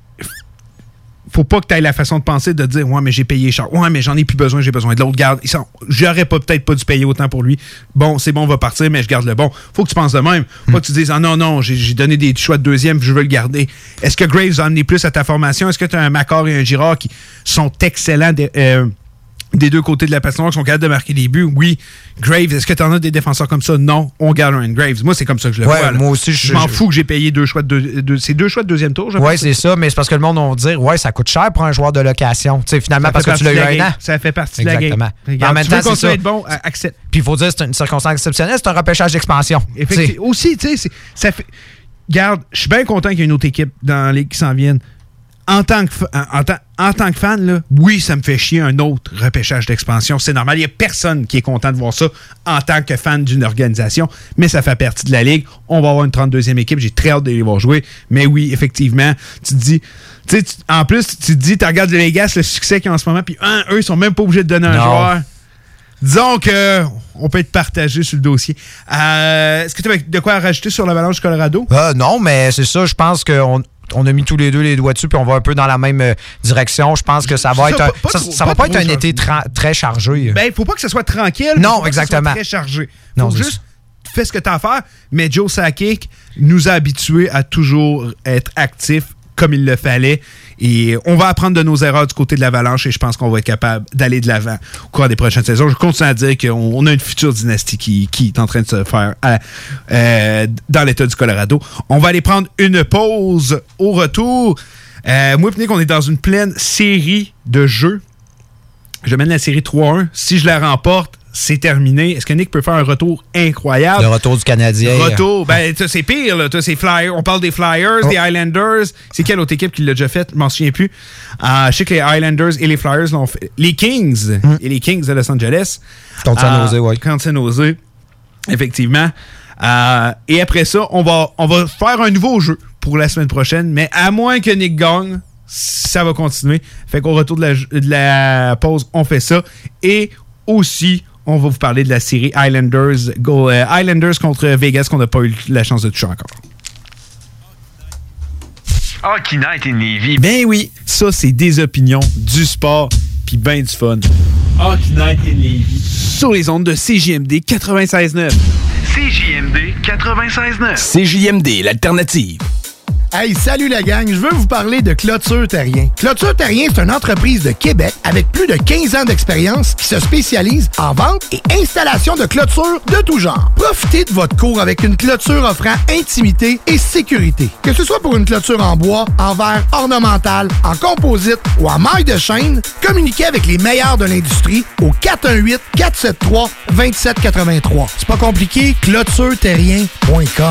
Faut pas que tu aies la façon de penser de dire ouais mais j'ai payé cher, ouais mais j'en ai plus besoin, j'ai besoin de l'autre, garde, j'aurais pas, peut-être pas dû payer autant pour lui, bon c'est bon on va partir mais je garde le bon. Faut que tu penses de même, faut mm. pas que tu dises ah non non j'ai, j'ai donné des choix de deuxième je veux le garder. Est-ce que Graves a amené plus à ta formation? Est-ce que tu as un Makar et un Girard qui sont excellents de, euh, des deux côtés de la patinoire qui sont capables de marquer des buts? Oui. Graves, est-ce que tu en as des défenseurs comme ça? Non, on garde Ryan Graves. Moi, c'est comme ça que je le ouais, vois. Là. Moi aussi, je, je m'en je... fous que j'ai payé deux choix de, deux, de c'est deux choix de deuxième tour. Oui, c'est ça, mais c'est parce que le monde va dire ouais, ça coûte cher pour un joueur de location. T'sais, finalement, parce que tu l'as eu un an. Ça fait partie Exactement. de la game. En même temps, c'est ça. Être bon, accepte. Puis il faut dire c'est une circonstance exceptionnelle, c'est un repêchage d'expansion. Effectivement. Aussi, tu sais, ça fait. Garde, je suis bien content qu'il y ait une autre équipe dans la ligue qui s'en vienne. En tant, que, en, en, en tant que fan, là, oui, ça me fait chier un autre repêchage d'expansion. C'est normal. Il n'y a personne qui est content de voir ça en tant que fan d'une organisation, mais ça fait partie de la Ligue. On va avoir une trente-deuxième équipe. J'ai très hâte de les voir jouer. Mais oui, effectivement, tu te dis... Tu sais, en plus, tu te dis, tu regardes les Vegas, le succès qu'ils ont en ce moment, puis un, eux, ils sont même pas obligés de donner un non. joueur. Disons que on peut être partagé sur le dossier. Euh, est-ce que tu as de quoi rajouter sur l'Avalanche du Colorado? Euh, non, mais c'est ça. Je pense qu'on... On a mis tous les deux les doigts dessus puis on va un peu dans la même euh, direction. Je pense que ça va être un, pas, pas ça, trop, ça va pas, pas être un été tra- très chargé. Ben, il faut pas que ce soit tranquille. Non, exactement. Très chargé. Faut non, juste fais ce que tu as à faire. Mais Joe Sakic nous a habitués à toujours être actifs comme il le fallait. Et on va apprendre de nos erreurs du côté de l'Avalanche et je pense qu'on va être capable d'aller de l'avant au cours des prochaines saisons. Je continue à dire qu'on a une future dynastie qui, qui est en train de se faire à, euh, dans l'État du Colorado. On va aller prendre une pause au retour. Euh, moi et Nick, on est dans une pleine série de jeux. Je mène la série trois un. Si je la remporte, c'est terminé. Est-ce que Nick peut faire un retour incroyable? Le retour du Canadien. Retour, ben, c'est pire, là. C'est Flyers. On parle des Flyers, oh. des Islanders. C'est quelle autre équipe qui l'a déjà fait? Je m'en souviens plus. Euh, je sais que les Islanders et les Flyers l'ont fait. Les Kings mm. et les Kings de Los Angeles. Contre San Jose, oui. Contre San Jose, effectivement. Euh, et après ça, on va, on va faire un nouveau jeu pour la semaine prochaine, mais à moins que Nick gagne, ça va continuer. Fait qu'au retour de la, de la pause, on fait ça. Et aussi, on va vous parler de la série Islanders, go, euh, Islanders contre Vegas qu'on n'a pas eu la chance de toucher encore. Hockey Night in Lévis. Ben oui, ça c'est des opinions, du sport, puis ben du fun. Hockey Night in Lévis. Sur les ondes de C J M D quatre-vingt-seize neuf. C J M D quatre-vingt-seize neuf. C J M D, l'alternative. Hey, salut la gang, je veux vous parler de Clôture Terrien. Clôture Terrien, c'est une entreprise de Québec avec plus de quinze ans d'expérience qui se spécialise en vente et installation de clôtures de tout genre. Profitez de votre cour avec une clôture offrant intimité et sécurité. Que ce soit pour une clôture en bois, en verre ornemental, en composite ou en maille de chaîne, communiquez avec les meilleurs de l'industrie au quatre un huit, quatre sept trois, deux sept huit trois. C'est pas compliqué, clôture terrien point com.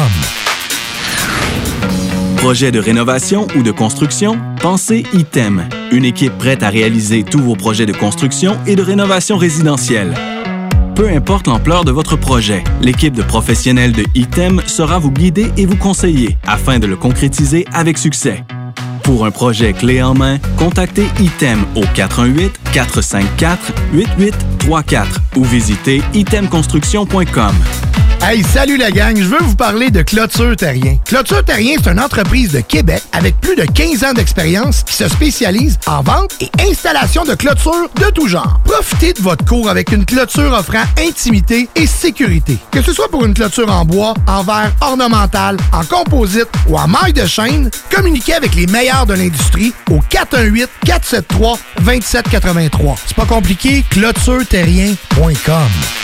Projet de rénovation ou de construction? Pensez Item, une équipe prête à réaliser tous vos projets de construction et de rénovation résidentielle. Peu importe l'ampleur de votre projet, l'équipe de professionnels de Item sera vous guider et vous conseiller afin de le concrétiser avec succès. Pour un projet clé en main, contactez Item au quatre un huit, quatre cinq quatre, huit huit trois quatre ou visitez item construction point com. Hey, salut la gang, je veux vous parler de Clôture Terrien. Clôture Terrien, c'est une entreprise de Québec avec plus de quinze ans d'expérience qui se spécialise en vente et installation de clôtures de tout genre. Profitez de votre cour avec une clôture offrant intimité et sécurité. Que ce soit pour une clôture en bois, en verre ornemental, en composite ou en maille de chaîne, communiquez avec les meilleurs de l'industrie au quatre un huit, quatre sept trois, deux sept huit trois. C'est pas compliqué, clôture terrien point com.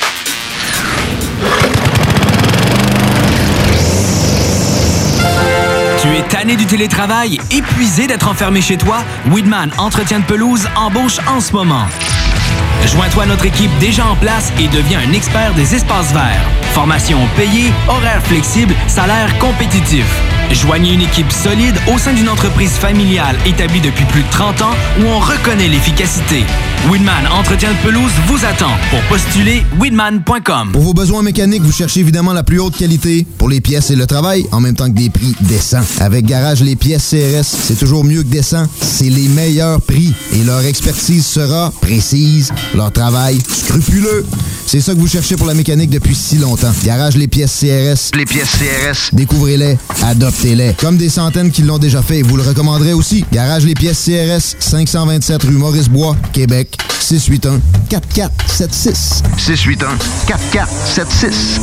Tu es tanné du télétravail, épuisé d'être enfermé chez toi? Weedman Entretien de pelouse embauche en ce moment. Joins-toi à notre équipe déjà en place et deviens un expert des espaces verts. Formation payée, horaires flexibles, salaire compétitif. Joignez une équipe solide au sein d'une entreprise familiale établie depuis plus de trente ans où on reconnaît l'efficacité. Weedman Entretien de pelouse vous attend. Pour postuler, weedman point com. Pour vos besoins mécaniques, vous cherchez évidemment la plus haute qualité pour les pièces et le travail, en même temps que des prix décents. Avec Garage Les Pièces C R S, c'est toujours mieux que décent. C'est les meilleurs prix et leur expertise sera précise, leur travail scrupuleux. C'est ça que vous cherchez pour la mécanique depuis si longtemps. Garage Les Pièces C R S. Les pièces C R S. Découvrez-les, adoptez-les. Comme des centaines qui l'ont déjà fait et vous le recommanderez aussi. Garage Les Pièces C R S, cinq cent vingt-sept rue Maurice-Bois, Québec. six huit un, quatre quatre sept six. six huit un, quatre quatre sept six.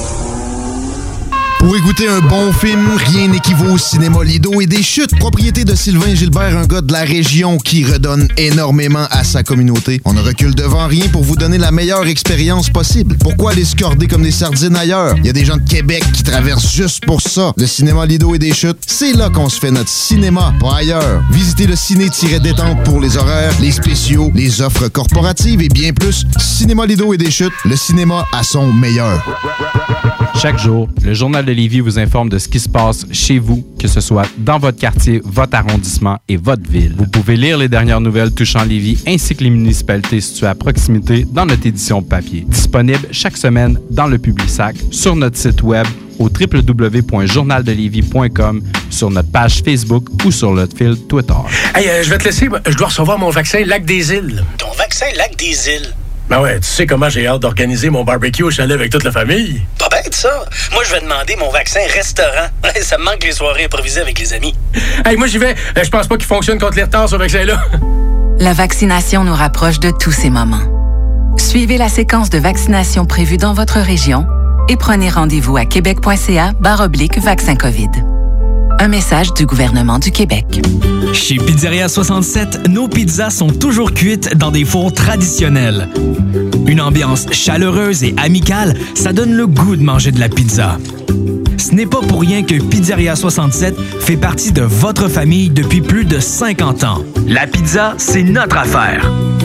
Pour écouter un bon film, rien n'équivaut au cinéma Lido et des chutes. Propriété de Sylvain Gilbert, un gars de la région qui redonne énormément à sa communauté. On ne recule devant rien pour vous donner la meilleure expérience possible. Pourquoi aller se corder comme des sardines ailleurs? Il y a des gens de Québec qui traversent juste pour ça. Le cinéma Lido et des chutes, c'est là qu'on se fait notre cinéma, pas ailleurs. Visitez le ciné-détente pour les horaires, les spéciaux, les offres corporatives et bien plus. Cinéma Lido et des chutes, le cinéma à son meilleur. Chaque jour, le Journal de Lévis vous informe de ce qui se passe chez vous, que ce soit dans votre quartier, votre arrondissement et votre ville. Vous pouvez lire les dernières nouvelles touchant Lévis ainsi que les municipalités situées à proximité dans notre édition papier. Disponible chaque semaine dans le Publisac, sur notre site web au w w w point journal de lévis point com, sur notre page Facebook ou sur notre fil Twitter. Hey, euh, je vais te laisser. Je dois recevoir mon vaccin Lac des Îles. Ton vaccin Lac des Îles? Ben ouais, tu sais comment j'ai hâte d'organiser mon barbecue au chalet avec toute la famille. Pas bête, ça. Moi, je vais demander mon vaccin restaurant. Ça me manque les soirées improvisées avec les amis. Hey, moi, j'y vais. Je pense pas qu'il fonctionne contre les retards, ce vaccin-là. La vaccination nous rapproche de tous ces moments. Suivez la séquence de vaccination prévue dans votre région et prenez rendez-vous à québec point c a barre oblique vaccin COVID. Un message du gouvernement du Québec. Chez Pizzeria soixante-sept, nos pizzas sont toujours cuites dans des fours traditionnels. Une ambiance chaleureuse et amicale, ça donne le goût de manger de la pizza. Ce n'est pas pour rien que Pizzeria soixante-sept fait partie de votre famille depuis plus de cinquante ans. La pizza, c'est notre affaire.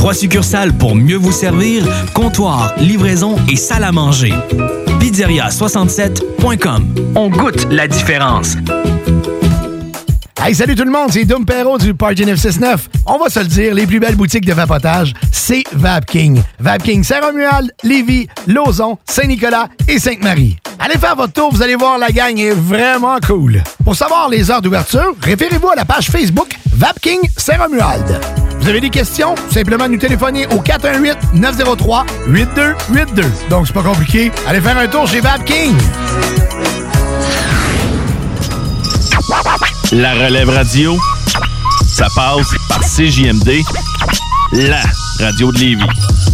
Trois succursales pour mieux vous servir, comptoir, livraison et salle à manger. pizzeria soixante-sept point com. On goûte la différence. Hey, salut tout le monde, c'est Dom Perrault du Party neuf cent soixante-neuf. On va se le dire, les plus belles boutiques de vapotage, c'est Vapking. Vapking Saint-Romuald, Lévis, Lauson, Saint-Nicolas et Sainte-Marie. Allez faire votre tour, vous allez voir, la gang est vraiment cool. Pour savoir les heures d'ouverture, référez-vous à la page Facebook Vapking Saint-Romuald. Vous avez des questions? Simplement nous téléphoner au quatre un huit, neuf zéro trois, huit deux huit deux. Donc c'est pas compliqué, allez faire un tour chez Vapking. La relève radio, ça passe par C J M D, la radio de Lévis.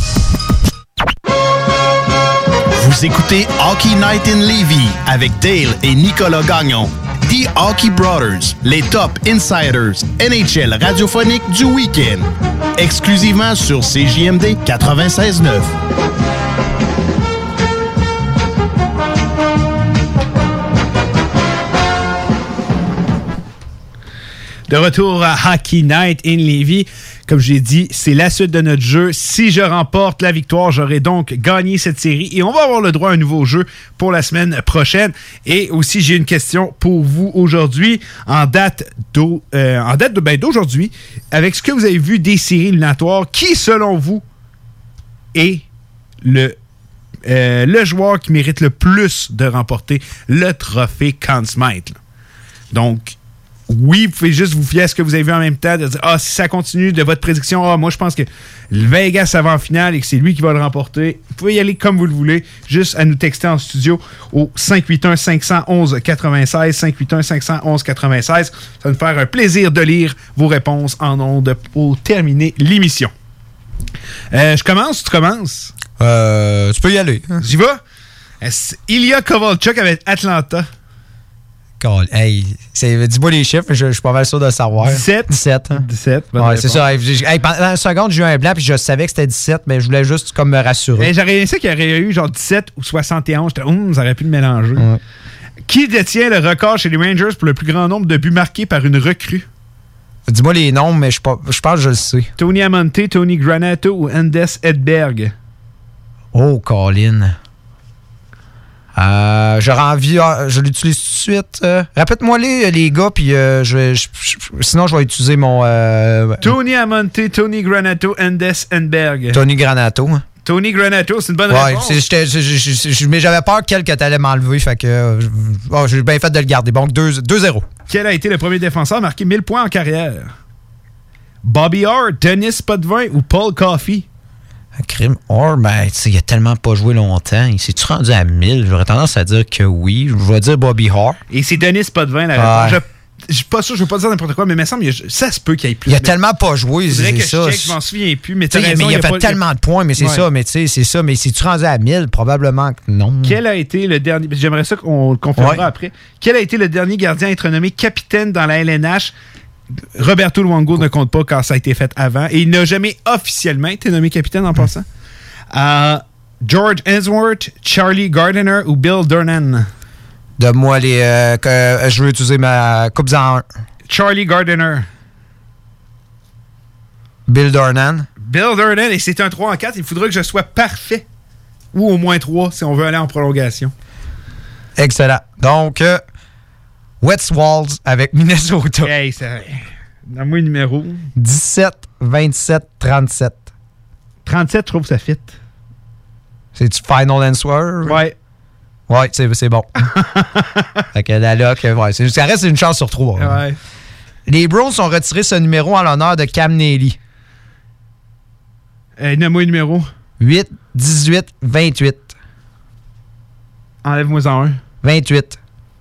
Vous écoutez Hockey Night in Lévis avec Dale et Nicolas Gagnon. The Hockey Brothers, les top insiders N H L radiophonique du week-end. Exclusivement sur C J M D quatre-vingt-seize neuf. De retour à Hockey Night in Lévis. Comme j'ai dit, c'est la suite de notre jeu. Si je remporte la victoire, j'aurai donc gagné cette série et on va avoir le droit à un nouveau jeu pour la semaine prochaine. Et aussi, j'ai une question pour vous aujourd'hui, en date, d'au, euh, en date de, ben, d'aujourd'hui, avec ce que vous avez vu des séries éliminatoires, qui, selon vous, est le, euh, le joueur qui mérite le plus de remporter le trophée Conn Smythe? Donc, oui, vous pouvez juste vous fier à ce que vous avez vu en même temps, de dire, ah, si ça continue de votre prédiction, ah, moi, je pense que le Vegas, ça va en finale et que c'est lui qui va le remporter. Vous pouvez y aller comme vous le voulez, juste à nous texter en studio au cinq huit un, cinq un un, neuf six, cinq huit un, cinq un un, neuf six. Ça va nous faire un plaisir de lire vos réponses en ondes pour terminer l'émission. Euh, je commence, tu commences? Euh, tu peux y aller. J'y vais? Ilya Kovalchuk avec Atlanta. Hey, c'est, dis-moi les chiffres, je, je suis pas mal sûr de le savoir. dix-sept. dix-sept. Hein? dix-sept. Ouais, c'est ça. Hey, pendant une seconde, j'ai eu un blanc puis je savais que c'était dix-sept, mais je voulais juste comme me rassurer. Hey, j'aurais aimé ça qu'il y aurait eu genre dix-sept ou soixante et onze. J'étais, hum, ça aurait pu le mélanger. Ouais. Qui détient le record chez les Rangers pour le plus grand nombre de buts marqués par une recrue? Dis-moi les noms, mais je, je pense que je le sais. Tony Amonte, Tony Granato ou Anders Edberg? Oh, Colin. Euh, j'aurais envie, euh, je l'utilise tout de suite. Euh, répète-moi les, les gars, puis euh, je, je, je, sinon je vais utiliser mon. Euh, Tony Amonte, Tony Granato, Anders Edberg. Tony Granato. Hein. Tony Granato, c'est une bonne ouais, réponse. C'est, j'étais, je, je, je, mais j'avais peur qu'elle que t'allais m'enlever, fait que euh, oh, j'ai bien fait de le garder. Bon, deux zéro. Quel a été le premier défenseur à marquer mille points en carrière? Bobby Orr, Denis Potvin ou Paul Coffey? Crime. Or, ben, tu sais, il a tellement pas joué longtemps. Il s'est-tu rendu à mille? J'aurais tendance à dire que oui. Je vais dire Bobby Orr. Et c'est Denis Potvin, la réponse. Ouais. Je suis pas sûr, je veux pas dire n'importe quoi, mais il me semble que ça se peut qu'il y ait plus. Il a tellement pas joué, c'est, c'est que ça. Je, check, je m'en souviens plus, mais, raison, mais il a, a fait pas... tellement de points, mais c'est ouais. ça, mais tu sais, c'est ça. Mais si tu rendu à mille, probablement que non. Quel a été le dernier... J'aimerais ça qu'on le confirmera ouais. après. Quel a été le dernier gardien à être nommé capitaine dans la L N H? Roberto Luongo ne compte pas car ça a été fait avant. Et il n'a jamais officiellement été nommé capitaine en passant. Uh, George Ainsworth, Charlie Gardiner ou Bill Durnan? Donne-moi les... Euh, que, je veux utiliser ma coupe en un. Charlie Gardiner. Bill Durnan. Bill Durnan, et c'est un trois en quatre. Il faudra que je sois parfait. Ou au moins trois si on veut aller en prolongation. Excellent. Donc, euh, West Walls avec Minnesota. Hey, ça... Donne-moi le numéro. dix-sept, vingt-sept, trente-sept. trente-sept, je trouve que ça fit. C'est-tu Final Answer? Ouais. Ouais, c'est, c'est bon. Fait que la loc, ouais, c'est, ça reste une chance sur trois. Ouais. Hein. Les Browns ont retiré ce numéro en l'honneur de Cam Neely. Euh, Donne-moi le numéro. huit, dix-huit, vingt-huit. Enlève-moi en un. vingt-huit.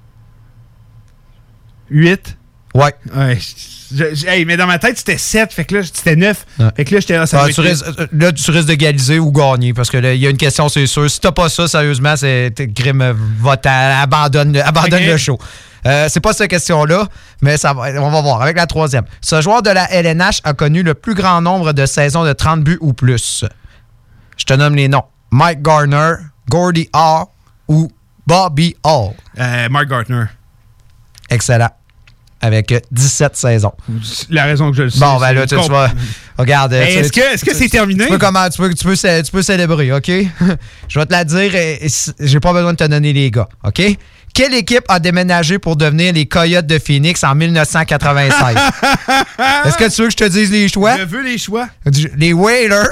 huit? Ouais. Ouais. Je, je, hey, mais dans ma tête, c'était sept, fait que là, c'était neuf. Ouais. Fait que là, j'étais là, ça ah, tu risques, là, tu risques d'égaliser ou gagner, parce que là, il y a une question, c'est sûr. Si t'as pas ça, sérieusement, c'est Grim, vote, abandonne, abandonne okay. le show. Euh, c'est pas cette question-là, mais ça va, on va voir avec la troisième. Ce joueur de la L N H a connu le plus grand nombre de saisons de trente buts ou plus. Je te nomme les noms. Mike Garner, Gordie Howe ou Bobby Hall. Euh, Mark Gardner. Excellent. avec dix-sept saisons. La raison que je le sais. Bon, ben là, tu, tu vas... Regarde. Ben, tu, est-ce que, est-ce que c'est terminé? Tu peux, comment, tu, peux, tu, peux, tu peux célébrer, OK? Je vais te la dire et, et j'ai pas besoin de te donner les gars, OK? Quelle équipe a déménagé pour devenir les Coyotes de Phoenix en dix-neuf cent quatre-vingt-seize? Est-ce que tu veux que je te dise les choix? Je veux les choix. Les Whalers,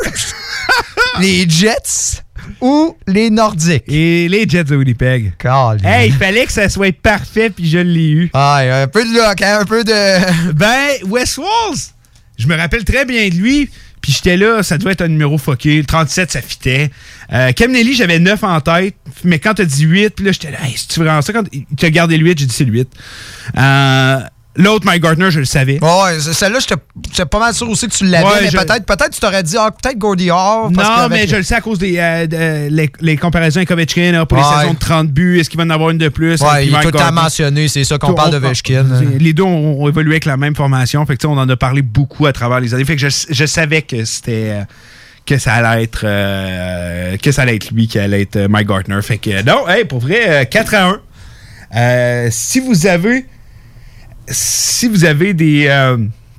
les Jets ou les Nordiques? Et les Jets de Winnipeg. God, hey, il fallait que ça soit parfait, puis je l'ai eu. Ah, un peu de luck, hein? Un peu de... Ben, Wes Walz, je me rappelle très bien de lui. Puis j'étais là, ça doit être un numéro fucké. Le trente-sept, ça fitait. Euh, Cam Neely, j'avais neuf en tête. Mais quand t'as dit huit, puis là, j'étais là, hey, c'est-tu vraiment ça? Quand tu as gardé le huit, j'ai dit c'est le huit. Euh, L'autre, Mike Gardner, je le savais. Ouais, celle-là, j'étais pas mal sûr aussi que tu l'avais, ouais, mais je... peut-être peut-être tu t'aurais dit, ah, peut-être Gordy Hall. Non, mais je le sais à cause des euh, de, les, les comparaisons avec Ovechkin là, pour ouais. les saisons de trente buts. Est-ce qu'il va en avoir une de plus? Ouais, il est tout le temps mentionné, c'est ça qu'on parle d'Ovechkin. Les deux ont, ont évolué avec la même formation. Fait que, on en a parlé beaucoup à travers les années. Fait que je, je savais que c'était... Euh, que ça allait être euh, que ça allait être lui qui allait être Mike Gardner. Fait que, non, hey, pour vrai, euh, quatre à un. Euh, si vous avez... Si vous avez des, euh,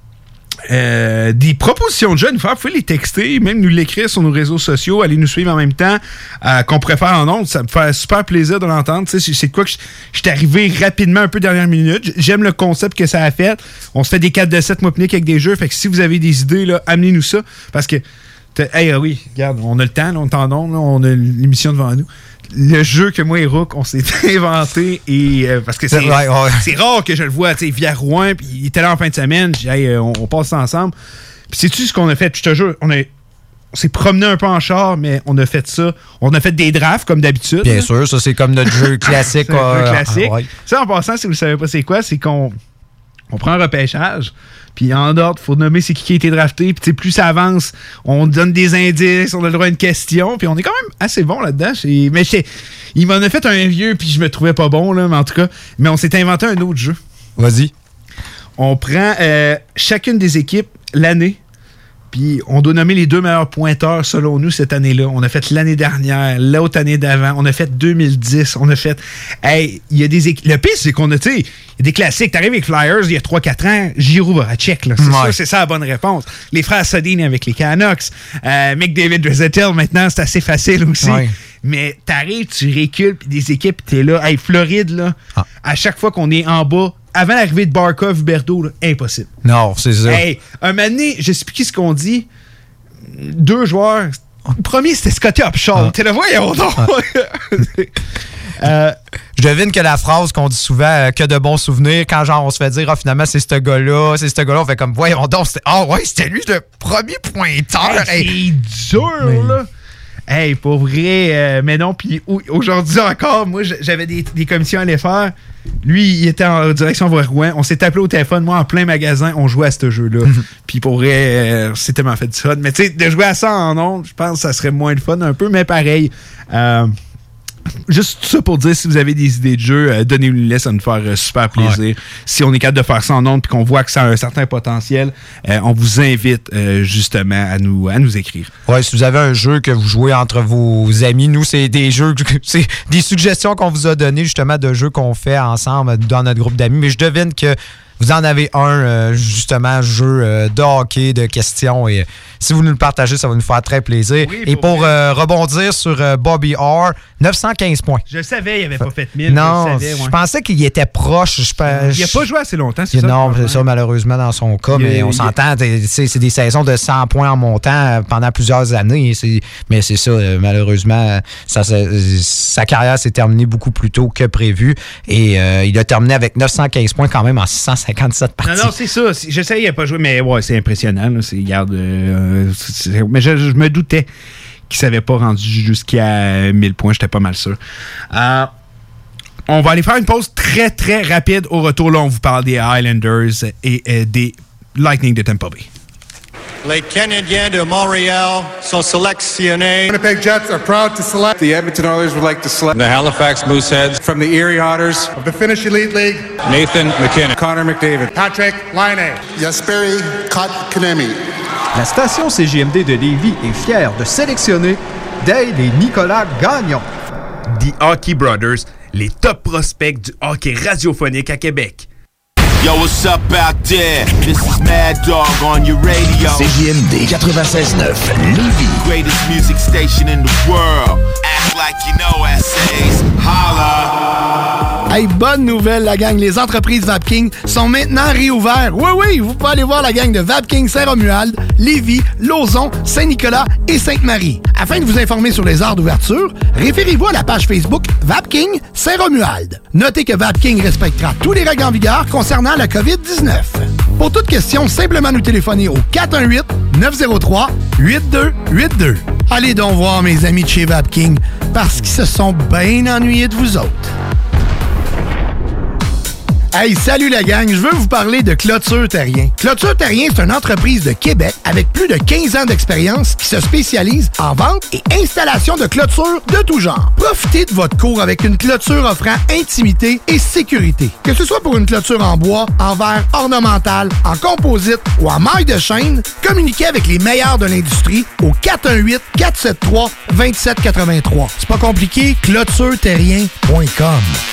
euh, des propositions de jeux à nous faire, vous pouvez les texter, même nous l'écrire sur nos réseaux sociaux, allez nous suivre en même temps, euh, qu'on préfère en ondes. Ça me fait super plaisir de l'entendre. Tu sais, c'est quoi que je suis arrivé rapidement, un peu dernière minute. J'aime le concept que ça a fait. On se fait des quatre de sept mois avec des jeux. Fait que si vous avez des idées, là, amenez-nous ça. Parce que, hey, oui, regarde, on a le temps, là, on est en ondes, là, on a l'émission devant nous. Le jeu que moi et Rook, on s'est inventé et euh, parce que c'est, ouais, ouais. c'est rare que je le vois, tu sais, via Rouen, puis il était là en fin de semaine, j'ai hey, on, on passe ça ensemble. Puis sais-tu ce qu'on a fait? Je te jure, on a on s'est promené un peu en char, mais on a fait ça. On a fait des drafts, comme d'habitude. Bien là. sûr, ça, c'est comme notre jeu classique. c'est un jeu euh, classique. Ah, ouais. Ça, en passant, si vous ne savez pas c'est quoi, c'est qu'on on prend un repêchage, puis en ordre, il faut nommer c'est qui qui a été drafté, puis plus ça avance, on donne des indices, on a le droit à une question, puis on est quand même assez bon là-dedans. J'ai, mais il m'en a fait un vieux, puis je me trouvais pas bon, là, mais en tout cas, mais on s'est inventé un autre jeu. Vas-y. On prend euh, chacune des équipes l'année, puis on doit nommer les deux meilleurs pointeurs selon nous cette année-là. On a fait l'année dernière, l'autre année d'avant, on a fait deux mille dix, on a fait... Hey, il y a des équipes... Le pire, c'est qu'on a, tu sais, il y a des classiques. T'arrives avec Flyers, il y a trois quatre ans, Giroux Voracek, là. C'est ouais. ça, c'est ça la bonne réponse. Les frères Sodin avec les Canucks, euh, McDavid Draisaitl, maintenant, c'est assez facile aussi. Ouais. Mais t'arrives, tu recules, puis des équipes, t'es là. Hey, Floride, là, ah. à chaque fois qu'on est en bas, avant l'arrivée de Barkov, Huberdeau, là, impossible. Non, c'est ça. Hey, un moment donné, je sais plus qui ce qu'on dit. Deux joueurs. Le premier, c'était Scotty Upshall. Ah. T'es là, voyons donc. Ah. euh, je devine que la phrase qu'on dit souvent, euh, que de bons souvenirs, quand genre on se fait dire, ah, finalement, c'est ce gars-là, c'est ce gars-là, on fait comme, voyons donc, c'était, ah ouais, c'était lui le premier pointeur. Hey, hey. C'est dur, mais... là. Hey, pour vrai, euh, mais non, puis aujourd'hui encore, moi, j'avais des, des commissions à aller faire. Lui, il était en direction vers Rouen. On s'est appelé au téléphone, moi, en plein magasin, on jouait à ce jeu-là. Mm-hmm. Puis pour vrai, euh, c'est tellement fait du fun. Mais tu sais, de jouer à ça en ondes, je pense que ça serait moins de fun un peu, mais pareil. Euh, Juste tout ça pour dire, si vous avez des idées de jeu, euh, donnez-nous-les, ça va nous faire euh, super plaisir. Ouais. Si on est capable de faire ça en ondes et qu'on voit que ça a un certain potentiel, euh, on vous invite euh, justement à nous, à nous écrire. Ouais, si vous avez un jeu que vous jouez entre vos amis, nous, c'est des jeux, c'est des suggestions qu'on vous a données justement de jeux qu'on fait ensemble dans notre groupe d'amis. Mais je devine que vous en avez un, euh, justement, jeu euh, de hockey, de questions. Et euh, si vous nous le partagez, ça va nous faire très plaisir. Oui, et pour, pour euh, rebondir sur euh, Bobby Orr, neuf cent quinze points. Je savais, il n'avait pas fait mille. Non, je, savais, ouais. je pensais qu'il était proche. Je, je, il n'a pas joué assez longtemps, c'est il, ça? Non, c'est ça, malheureusement, dans son cas. Il, mais on il, s'entend, c'est, c'est des saisons de cent points en montant pendant plusieurs années. C'est, mais c'est ça, malheureusement, ça, ça, sa carrière s'est terminée beaucoup plus tôt que prévu. Et euh, il a terminé avec neuf cent quinze points quand même en six cent cinquante-sept parties. Non, non, c'est ça. Je sais, il n'a pas joué, mais ouais, c'est impressionnant. Là, c'est, garde, euh, c'est, c'est, mais je, je me doutais qu'il ne s'avait pas rendu jusqu'à mille points. J'étais pas mal sûr. Euh, on va aller faire une pause très, très rapide. Au retour, là, on vous parle des Highlanders et, et des Lightning de Tampa Bay. Les Canadiens de Montréal sont sélectionnés. Winnipeg Jets are proud to select. The Edmonton Oilers would like to select. The Halifax Mooseheads. From the Erie Otters. Of the Finnish Elite League. Nathan McKinnon. Connor McDavid. Patrick Laine. Jesperi Kotkaniemi. La station C J M D de Lévis est fière de sélectionner Dale et Nicolas Gagnon. The Hockey Brothers, les top prospects du hockey radiophonique à Québec. Yo, what's up out there? This is Mad Dog on your radio. C J M D quatre-vingt-seize neuf, Lévis. Greatest music station in the world. Act like you know S As. Holla! Hey, bonne nouvelle, la gang. Les entreprises Vapking sont maintenant réouvertes. Oui, oui, vous pouvez aller voir la gang de Vapking Saint-Romuald, Lévis, Lauson, Saint-Nicolas et Sainte-Marie. Afin de vous informer sur les heures d'ouverture, référez-vous à la page Facebook Vapking Saint-Romuald. Notez que Vapking respectera tous les règles en vigueur concernant la covid dix-neuf. Pour toute question, simplement nous téléphoner au quatre un huit, neuf zéro trois, huit deux huit deux. Allez donc voir mes amis de chez Vapking, parce qu'ils se sont bien ennuyés de vous autres. Hey, salut la gang, je veux vous parler de Clôture Terrien. Clôture Terrien, c'est une entreprise de Québec avec plus de quinze ans d'expérience qui se spécialise en vente et installation de clôtures de tout genre. Profitez de votre cour avec une clôture offrant intimité et sécurité. Que ce soit pour une clôture en bois, en verre ornemental, en composite ou en maille de chaîne, communiquez avec les meilleurs de l'industrie au quatre un huit, quatre sept trois, deux sept huit trois. C'est pas compliqué, clôture terrien point com.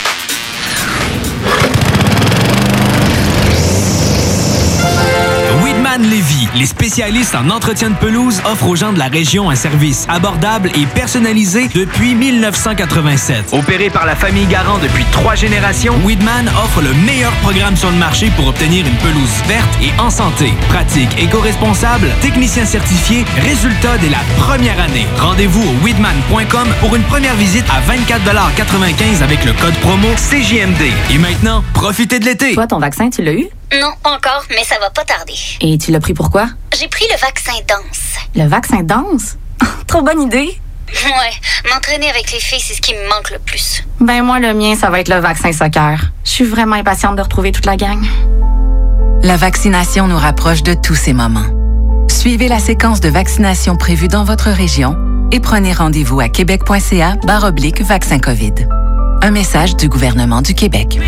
Lévis, les spécialistes en entretien de pelouse offrent aux gens de la région un service abordable et personnalisé depuis mille neuf cent quatre-vingt-sept. Opéré par la famille Garand depuis trois générations, Weedman offre le meilleur programme sur le marché pour obtenir une pelouse verte et en santé. Pratique éco-responsable, technicien certifié, résultat dès la première année. Rendez-vous au weedman point com pour une première visite à vingt-quatre quatre-vingt-quinze avec le code promo C J M D. Et maintenant, profitez de l'été. Toi, ton vaccin, tu l'as eu? Non, pas encore, mais ça va pas tarder. Et tu l'as pris pourquoi? J'ai pris le vaccin danse. Le vaccin danse? Trop bonne idée! Ouais, m'entraîner avec les filles, c'est ce qui me manque le plus. Ben moi, le mien, ça va être le vaccin soccer. Je suis vraiment impatiente de retrouver toute la gang. La vaccination nous rapproche de tous ces moments. Suivez la séquence de vaccination prévue dans votre région et prenez rendez-vous à québec.ca barre oblique vaccin COVID. Un message du gouvernement du Québec.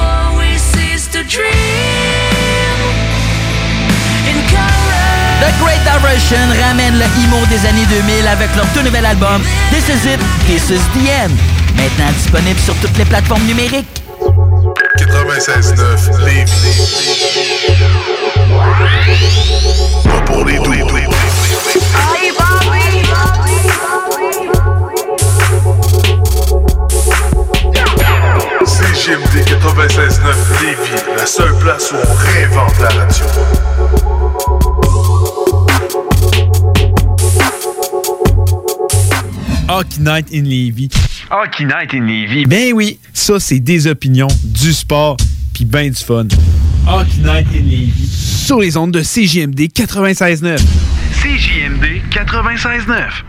The Great Diversion ramène le emo des années deux mille avec leur tout nouvel album This Is It, This Is The End. Maintenant disponible sur toutes les plateformes numériques. quatre-vingt-seize neuf Lévis. Pas pour les doux. C J M D quatre-vingt-seize neuf Lévis, la seule place où on réinvente la radio. Hockey Night in Lévis. Hockey Night in Lévis. Ben oui, ça c'est des opinions, du sport, pis ben du fun. Hockey Night in Lévis. Sur les ondes de C J M D quatre-vingt-seize neuf. C J M D quatre-vingt-seize neuf.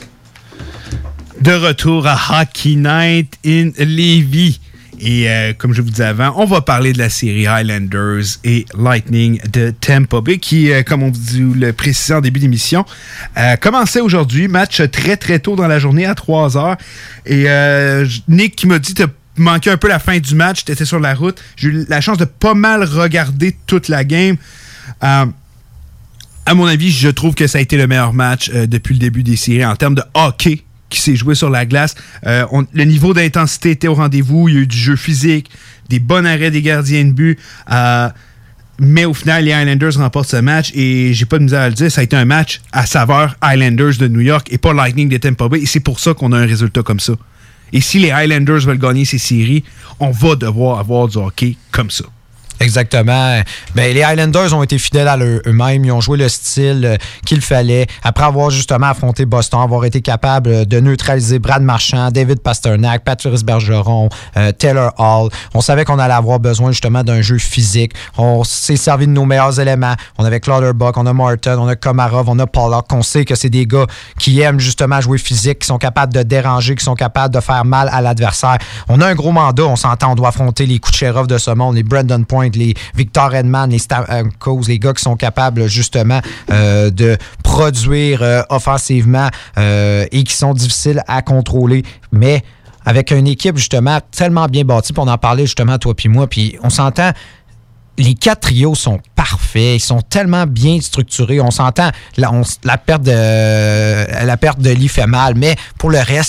De retour à Hockey Night in Lévis. Et euh, comme je vous disais avant, on va parler de la série Highlanders et Lightning de Tampa Bay qui, euh, comme on vous le précisait en début d'émission, euh, commençait aujourd'hui. Match très très tôt dans la journée à trois heures. Et euh, Nick qui m'a dit t'as manqué un peu la fin du match, t'étais sur la route. J'ai eu la chance de pas mal regarder toute la game. Euh, à mon avis, je trouve que ça a été le meilleur match euh, depuis le début des séries en termes de hockey qui s'est joué sur la glace. Euh, on, le niveau d'intensité était au rendez-vous. Il y a eu du jeu physique, des bons arrêts des gardiens de but. Euh, mais au final, les Highlanders remportent ce match et j'ai pas de misère à le dire. Ça a été un match à saveur Highlanders de New York et pas Lightning de Tampa Bay. Et c'est pour ça qu'on a un résultat comme ça. Et si les Highlanders veulent gagner ces séries, on va devoir avoir du hockey comme ça. Exactement. Ben, les Highlanders ont été fidèles à eux-mêmes. Ils ont joué le style euh, qu'il fallait. Après avoir justement affronté Boston, avoir été capable de neutraliser Brad Marchand, David Pastrnak, Patrice Bergeron, euh, Taylor Hall. On savait qu'on allait avoir besoin justement d'un jeu physique. On s'est servi de nos meilleurs éléments. On avait Clutterbuck, on a Martin, on a Komarov, on a Pollock. On sait que c'est des gars qui aiment justement jouer physique, qui sont capables de déranger, qui sont capables de faire mal à l'adversaire. On a un gros mandat. On s'entend, on doit affronter les Kucherov de ce monde, les Brandon Point, les Victor Edman, les Stamkos, les gars qui sont capables justement euh, de produire euh, offensivement euh, et qui sont difficiles à contrôler, mais avec une équipe justement tellement bien bâtie, puis on en parlait justement toi puis moi, puis on s'entend, les quatre trios sont parfaits, ils sont tellement bien structurés, on s'entend, la, on, la perte de la perte de Lee fait mal, mais pour le reste,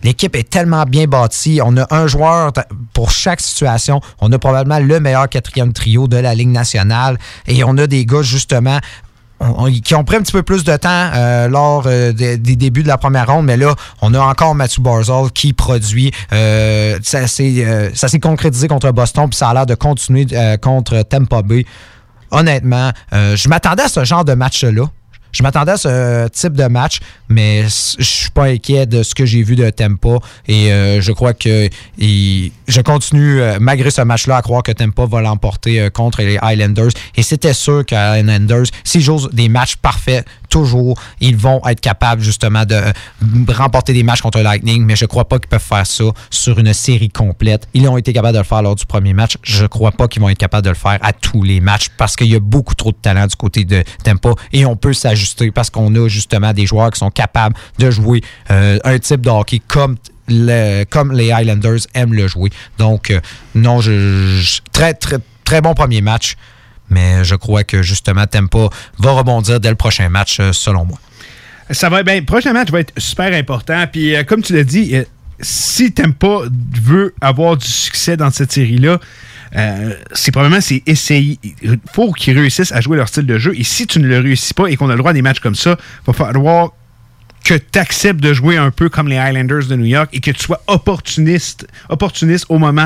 L'équipe est tellement bien bâtie. On a un joueur pour chaque situation. On a probablement le meilleur quatrième trio de la Ligue nationale. Et on a des gars, justement, on, on, qui ont pris un petit peu plus de temps euh, lors euh, des, des débuts de la première ronde. Mais là, on a encore Matthew Barzal qui produit. Euh, ça, s'est, euh, ça s'est concrétisé contre Boston, puis ça a l'air de continuer euh, contre Tampa Bay. Honnêtement, euh, je m'attendais à ce genre de match-là. Je m'attendais à ce type de match, mais je suis pas inquiet de ce que j'ai vu de Tampa. Et euh, je crois que et je continue, euh, malgré ce match-là, à croire que Tampa va l'emporter euh, contre les Highlanders. Et c'était sûr que les Highlanders, s'ils jouent des matchs parfaits, toujours, ils vont être capables justement de euh, remporter des matchs contre le Lightning. Mais je crois pas qu'ils peuvent faire ça sur une série complète. Ils ont été capables de le faire lors du premier match. Je crois pas qu'ils vont être capables de le faire à tous les matchs parce qu'il y a beaucoup trop de talent du côté de Tampa. Et on peut s'ajuster parce qu'on a justement des joueurs qui sont capables de jouer euh, un type de hockey comme, le, comme les Highlanders aiment le jouer. Donc, euh, non, je, je, très, très, très bon premier match, mais je crois que justement Tampa va rebondir dès le prochain match, euh, selon moi. Ça va bien. Le prochain match va être super important. Puis, euh, comme tu l'as dit, euh, si Tampa veut avoir du succès dans cette série-là, Euh, c'est probablement c'est essayer. Il faut qu'ils réussissent à jouer leur style de jeu. Et si tu ne le réussis pas et qu'on a le droit à des matchs comme ça, il va falloir que tu acceptes de jouer un peu comme les Highlanders de New York et que tu sois opportuniste, opportuniste au moment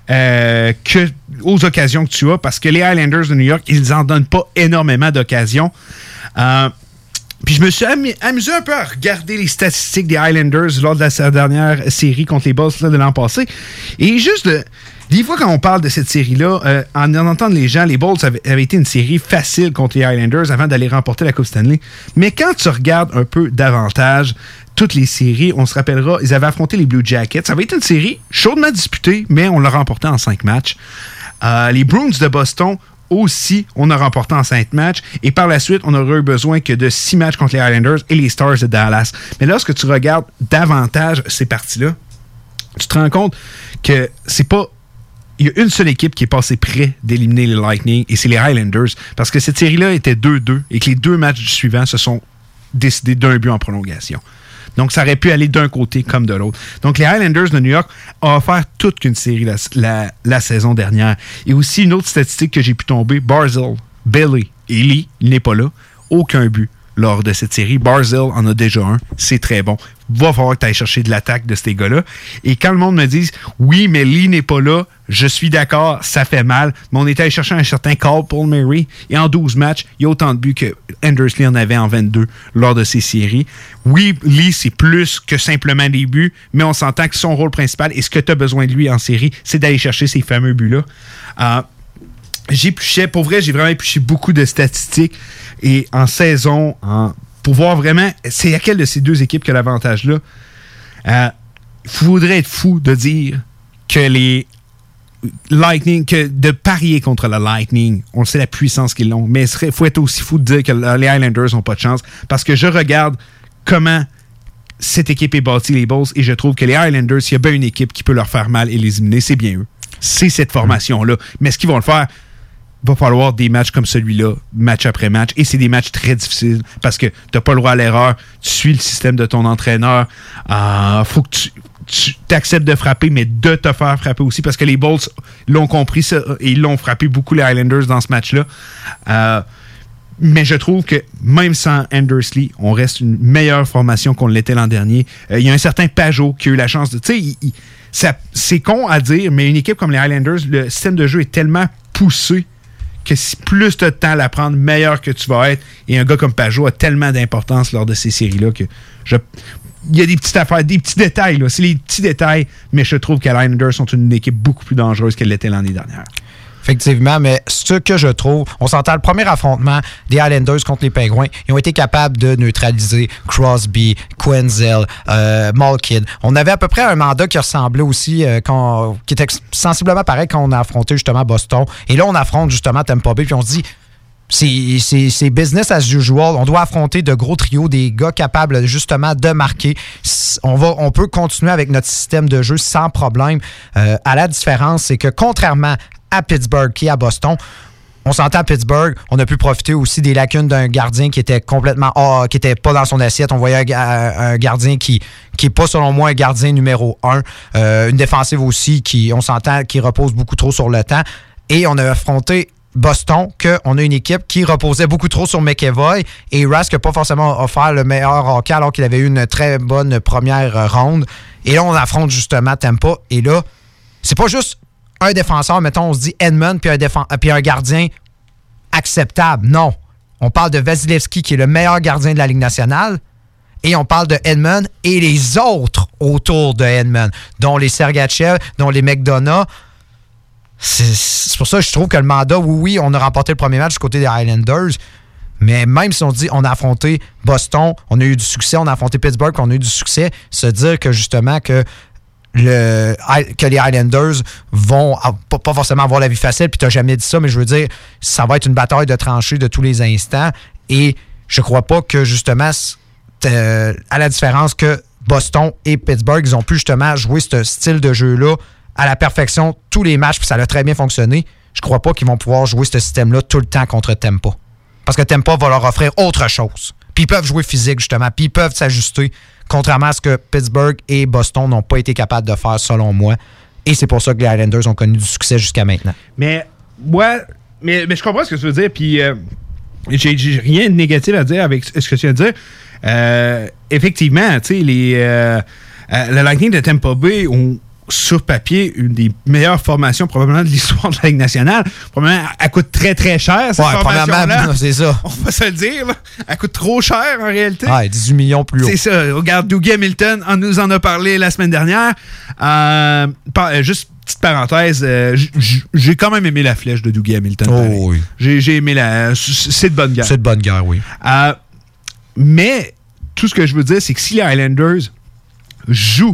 euh, que, aux occasions que tu as, parce que les Highlanders de New York, ils en donnent pas énormément d'occasions. Euh, Puis je me suis am- amusé un peu à regarder les statistiques des Highlanders lors de la, la dernière série contre les Bulls là, de l'an passé. Et juste de, des fois, quand on parle de cette série-là, euh, en, en entendant les gens, les Bulls avaient, avaient été une série facile contre les Highlanders avant d'aller remporter la Coupe Stanley. Mais quand tu regardes un peu davantage toutes les séries, on se rappellera, ils avaient affronté les Blue Jackets. Ça avait été une série chaudement disputée, mais on l'a remporté en cinq matchs. Euh, les Bruins de Boston aussi, on a remporté en cinq matchs. Et par la suite, on aurait eu besoin que de six matchs contre les Highlanders et les Stars de Dallas. Mais lorsque tu regardes davantage ces parties-là, tu te rends compte que c'est pas... Il y a une seule équipe qui est passée près d'éliminer les Lightning, et c'est les Highlanders. Parce que cette série-là était deux deux, et que les deux matchs suivants se sont décidés d'un but en prolongation. Donc, ça aurait pu aller d'un côté comme de l'autre. Donc, les Highlanders de New York ont offert toute qu'une série la, la, la saison dernière. Et aussi, une autre statistique que j'ai pu tomber, Barzal, Bailey et Lee, il n'est pas là, aucun but lors de cette série. Barzal en a déjà un, c'est très bon. Va falloir que tu ailles chercher de l'attaque de ces gars-là. Et quand le monde me dit « Oui, mais Lee n'est pas là », je suis d'accord, ça fait mal. Mais on est allé chercher un certain Carl Palmieri. Et en douze matchs, il y a autant de buts que Anders Lee en avait en vingt-deux lors de ces séries. Oui, Lee, c'est plus que simplement des buts, mais on s'entend que son rôle principal et ce que tu as besoin de lui en série, c'est d'aller chercher ces fameux buts-là. Euh, j'épluchais, pour vrai, j'ai vraiment épluché beaucoup de statistiques. Et en saison, en, pour voir vraiment, c'est laquelle de ces deux équipes qui a l'avantage-là. Il euh, faudrait être fou de dire que les Lightning, que de parier contre le Lightning, on sait la puissance qu'ils ont, mais il faut être aussi fou de dire que les Highlanders n'ont pas de chance, parce que je regarde comment cette équipe est bâtie, les Bulls, et je trouve que les Highlanders, s'il y a bien une équipe qui peut leur faire mal et les éliminer, c'est bien eux. C'est cette formation-là. Mais est-ce qu'ils vont le faire? Il va falloir des matchs comme celui-là, match après match. Et c'est des matchs très difficiles parce que tu n'as pas le droit à l'erreur. Tu suis le système de ton entraîneur. Il euh, faut que tu, tu acceptes de frapper, mais de te faire frapper aussi parce que les Bulls l'ont compris ça, et ils l'ont frappé beaucoup, les Highlanders, dans ce match-là. Euh, mais je trouve que même sans Anders Lee, on reste une meilleure formation qu'on l'était l'an dernier. Il euh, y a un certain Pajot qui a eu la chance de... Tu sais, ça, c'est con à dire, mais une équipe comme les Highlanders, le système de jeu est tellement poussé que si plus tu as de temps à l'apprendre, meilleur que tu vas être. Et un gars comme Pajot a tellement d'importance lors de ces séries-là que je... il y a des petites affaires, des petits détails. Là. C'est les petits détails, mais je trouve que les Highlanders sont une équipe beaucoup plus dangereuse qu'elle l'était l'année dernière. Effectivement, mais ce que je trouve, on s'entend le premier affrontement des Highlanders contre les Pingouins, ils ont été capables de neutraliser Crosby, Quenzel, euh, Malkin. On avait à peu près un mandat qui ressemblait aussi, euh, quand, qui était sensiblement pareil quand on a affronté justement Boston. Et là, on affronte justement Tampa Bay, puis on se dit, c'est, c'est, c'est business as usual. On doit affronter de gros trios, des gars capables justement de marquer. On, va, on peut continuer avec notre système de jeu sans problème. Euh, à la différence, c'est que contrairement à Pittsburgh qui est à Boston, on s'entend à Pittsburgh, on a pu profiter aussi des lacunes d'un gardien qui était complètement hors, qui était pas dans son assiette. On voyait un, un gardien qui qui est pas, selon moi, un gardien numéro un. Euh, une défensive aussi qui, on s'entend, qui repose beaucoup trop sur le temps. Et on a affronté Boston, qu'on a une équipe qui reposait beaucoup trop sur McEvoy et Rask n'a pas forcément offert le meilleur hockey alors qu'il avait eu une très bonne première ronde. Et là, on affronte justement Tampa. Et là, c'est pas juste un défenseur, mettons, on se dit Edmund puis un, défen- puis un gardien acceptable. Non. On parle de Vasilevski qui est le meilleur gardien de la Ligue nationale et on parle de Edmund et les autres autour de Edmund, dont les Sergachev, dont les McDonough. C'est, c'est pour ça que je trouve que le mandat, oui, oui, on a remporté le premier match du côté des Islanders, mais même si on dit on a affronté Boston, on a eu du succès, on a affronté Pittsburgh, on a eu du succès, se dire que justement que, le, que les Islanders vont pas, pas forcément avoir la vie facile, puis tu n'as jamais dit ça, mais je veux dire, ça va être une bataille de tranchées de tous les instants, et je crois pas que justement, euh, à la différence que Boston et Pittsburgh, ils ont pu justement jouer ce style de jeu-là à la perfection tous les matchs, puis ça a très bien fonctionné. Je crois pas qu'ils vont pouvoir jouer ce système-là tout le temps contre Tampa. Parce que Tampa va leur offrir autre chose. Puis ils peuvent jouer physique, justement, puis ils peuvent s'ajuster, contrairement à ce que Pittsburgh et Boston n'ont pas été capables de faire, selon moi. Et c'est pour ça que les Islanders ont connu du succès jusqu'à maintenant. Mais, ouais, mais, mais je comprends ce que tu veux dire, puis euh, j'ai, j'ai rien de négatif à dire avec ce que tu viens de dire. Euh, effectivement, tu sais, les euh, euh, le Lightning de Tampa Bay ont sur papier, une des meilleures formations probablement de l'histoire de la Ligue nationale. Probablement, elle coûte très, très cher, cette ouais, formation-là. C'est ça. On va se le dire. Là. Elle coûte trop cher, en réalité. Ouais, dix-huit millions plus haut. C'est ça. Regarde, Dougie Hamilton on nous en a parlé la semaine dernière. Euh, par, juste petite parenthèse, euh, j'ai quand même aimé la flèche de Dougie Hamilton. Oh oui. J'ai, j'ai aimé la... C'est de bonne guerre. C'est de bonne guerre, oui. Euh, mais, tout ce que je veux dire, c'est que si les Highlanders jouent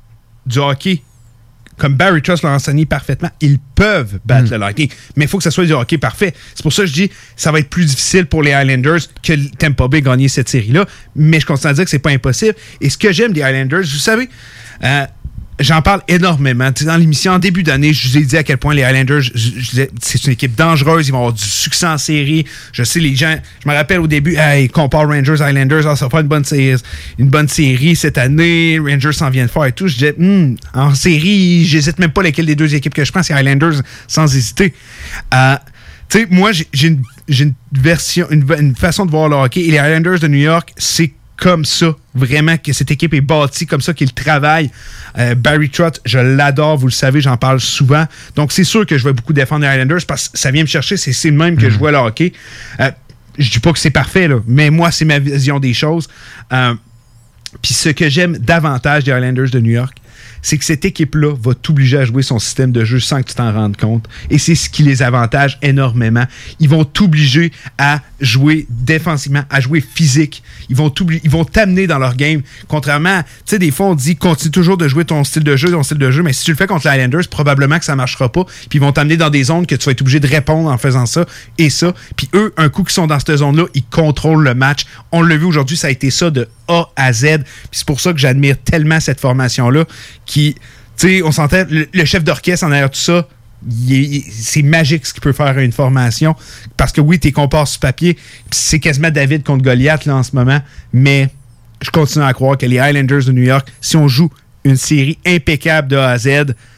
du hockey comme Barry Trotz l'a enseigné parfaitement, ils peuvent battre mm. le Lightning. Mais il faut que ça soit du hockey parfait. C'est pour ça que je dis ça va être plus difficile pour les Highlanders que Tampa Bay gagner cette série-là. Mais je continue à dire que c'est pas impossible. Et ce que j'aime des Highlanders, vous savez, euh, j'en parle énormément. T'sais, dans l'émission, en début d'année, je vous ai dit à quel point les Highlanders, je, je, je, c'est une équipe dangereuse. Ils vont avoir du succès en série. Je sais, les gens, je me rappelle au début, hey, compare Rangers, Highlanders, ah, ça va faire une bonne, série, une bonne série cette année. Rangers s'en viennent faire et tout. Je disais, hmm, en série, j'hésite même pas laquelle des deux équipes que je prends, c'est Highlanders sans hésiter. Euh, tu sais, moi, j'ai, j'ai, une, j'ai une version, une, une façon de voir le hockey. Et les Highlanders de New York, c'est comme ça, vraiment, que cette équipe est bâtie comme ça, qu'ils travaillent. Euh, Barry Trotz, je l'adore, vous le savez, j'en parle souvent. Donc, c'est sûr que je vais beaucoup défendre les Highlanders parce que ça vient me chercher, c'est, c'est le même que mmh. je vois le hockey. Euh, je dis pas que c'est parfait, là, mais moi, c'est ma vision des choses. Euh, Puis ce que j'aime davantage des Highlanders de New York, c'est que cette équipe-là va t'obliger à jouer son système de jeu sans que tu t'en rendes compte. Et c'est ce qui les avantage énormément. Ils vont t'obliger à jouer défensivement, à jouer physique. Ils vont ils vont t'amener dans leur game. Contrairement, tu sais, des fois, on dit continue toujours de jouer ton style de jeu, ton style de jeu, mais si tu le fais contre les Highlanders, probablement que ça ne marchera pas. Puis ils vont t'amener dans des zones que tu vas être obligé de répondre en faisant ça et ça. Puis eux, un coup qu'ils sont dans cette zone-là, ils contrôlent le match. On l'a vu aujourd'hui, ça a été ça de A à Z. Puis c'est pour ça que j'admire tellement cette formation-là qui, tu sais, on sentait le, le chef d'orchestre en arrière tout ça, il est, il, c'est magique ce qu'il peut faire à une formation. Parce que oui, t'es compares sur papier, c'est quasiment David contre Goliath là en ce moment, mais je continue à croire que les Highlanders de New York, si on joue une série impeccable de A à Z,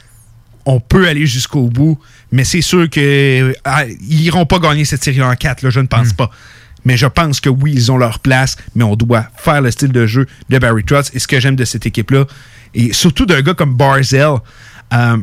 on peut aller jusqu'au bout, mais c'est sûr qu'ils n'iront pas gagner cette série en quatre, là, je ne pense mmh. pas. Mais je pense que oui, ils ont leur place, mais on doit faire le style de jeu de Barry Trotz. Et ce que j'aime de cette équipe-là, et surtout d'un gars comme Barzal, euh,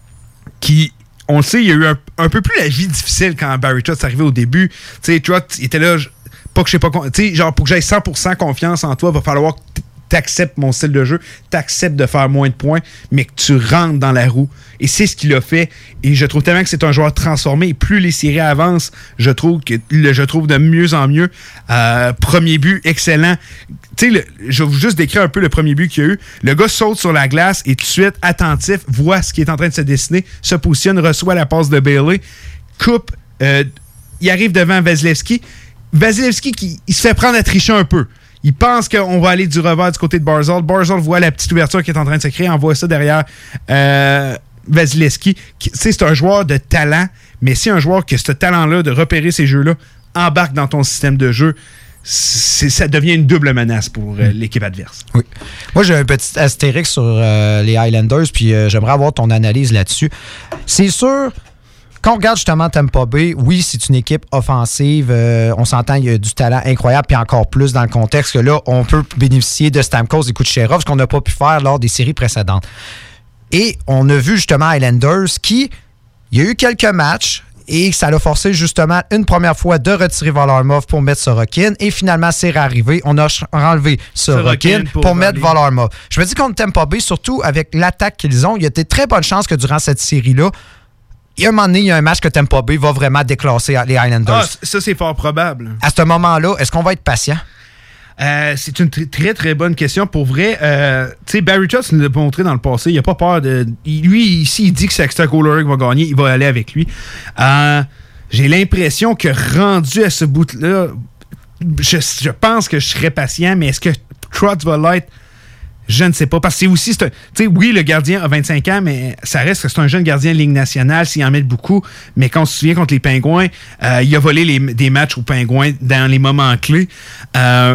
qui, on le sait, il y a eu un, un peu plus la vie difficile quand Barry Trotz est arrivé au début. Tu sais, Trotz, il était là, pas que je sais pas, tu sais, genre pour que j'aie cent pour cent confiance en toi, il va falloir que t'acceptes mon style de jeu, t'acceptes de faire moins de points, mais que tu rentres dans la roue. Et c'est ce qu'il a fait. Et je trouve tellement que c'est un joueur transformé. Et plus les séries avancent, je trouve que le, je trouve de mieux en mieux. Euh, premier but, excellent. Tu sais, je vais vous juste décrire un peu le premier but qu'il y a eu. Le gars saute sur la glace et tout de suite, attentif, voit ce qui est en train de se dessiner, se positionne, reçoit la passe de Bailey, coupe, euh, il arrive devant Vasilevski. Vasilevski, qui, il se fait prendre à tricher un peu. Il pense qu'on va aller du revers du côté de Barzal. Barzal voit la petite ouverture qui est en train de se créer, envoie ça derrière euh, Vasilevski. C'est un joueur de talent, Mais si un joueur qui a ce talent-là de repérer ces jeux-là embarque dans ton système de jeu, c'est, ça devient une double menace pour euh, l'équipe adverse. Oui. Moi, j'ai un petit astérix sur euh, les Highlanders, puis euh, j'aimerais avoir ton analyse là-dessus. C'est sûr, quand on regarde justement Tampa Bay, oui, c'est une équipe offensive. Euh, on s'entend, il y a du talent incroyable, puis encore plus dans le contexte que là, on peut bénéficier de Stamkos et Kucherov, ce qu'on n'a pas pu faire lors des séries précédentes. Et on a vu justement Highlanders qui, il y a eu quelques matchs, et ça l'a forcé justement une première fois de retirer Varlamov pour mettre Sorokin. Et finalement, c'est arrivé. On a enlevé Sorokin, Sorokin pour, pour mettre Varlamov. Je me dis qu'on Tampa Bay, surtout avec l'attaque qu'ils ont, il y a des très bonnes chances que durant cette série-là, il y a un moment donné, il y a un match que Tampa Bay va vraiment déclasser les Highlanders. Ah, ça, c'est fort probable. À ce moment-là, est-ce qu'on va être patient? Euh, c'est une tr- très, très bonne question. Pour vrai, euh, tu sais, Barry Trotz nous l'a montré dans le passé. Il n'a pas peur de... Il, lui, ici, il dit que c'est Axel Kolarek va gagner. Il va aller avec lui. Euh, j'ai l'impression que rendu à ce bout-là, je, je pense que je serais patient, mais est-ce que Trotz va l'être? Je ne sais pas. Parce que c'est aussi... Tu sais, oui, le gardien a vingt-cinq ans, mais ça reste que c'est un jeune gardien de Ligue nationale, s'il en met beaucoup. Mais quand on se souvient contre les Pingouins, euh, il a volé les, des matchs aux Pingouins dans les moments clés. Euh,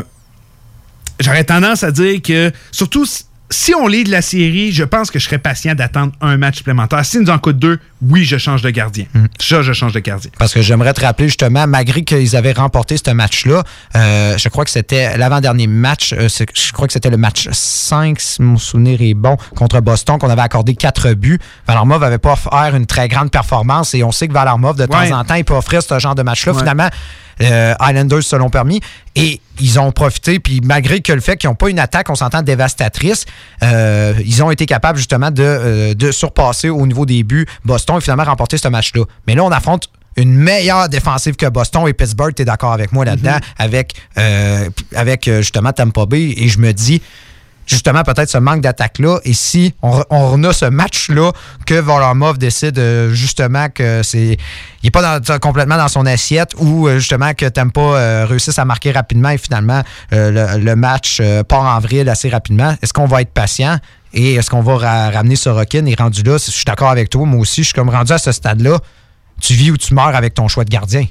J'aurais tendance à dire que, surtout si on lit de la série, je pense que je serais patient d'attendre un match supplémentaire. S'il nous en coûte deux, oui, je change de gardien. Mm. Ça, je change de gardien. Parce que j'aimerais te rappeler justement, malgré qu'ils avaient remporté ce match-là, euh, je crois que c'était l'avant-dernier match, euh, je crois que c'était le match cinq, si mon souvenir est bon, contre Boston, qu'on avait accordé quatre buts. Varlamov n'avait pas offert une très grande performance et on sait que Varlamov, de ouais. temps en temps, il peut offrir ce genre de match-là. Ouais. Finalement, Euh, Highlanders se l'ont permis et ils ont profité, puis malgré que le fait qu'ils n'ont pas une attaque, on s'entend, dévastatrice, euh, ils ont été capables justement de, euh, de surpasser au niveau des buts Boston et finalement remporter ce match-là. Mais là, on affronte une meilleure défensive que Boston et Pittsburgh, tu es d'accord avec moi là-dedans, mm-hmm. avec, euh, avec justement Tampa Bay, et je me dis justement, peut-être ce manque d'attaque-là. Et si on, on a ce match-là que Varlamov décide euh, justement que c'est il n'est pas dans, complètement dans son assiette ou euh, justement que Tampa euh, réussisse à marquer rapidement et finalement euh, le, le match euh, part en vrille assez rapidement, est-ce qu'on va être patient? Et est-ce qu'on va ra- ramener Sorokin? Et rendu là, je suis d'accord avec toi, moi aussi, je suis comme rendu à ce stade-là, tu vis ou tu meurs avec ton choix de gardien.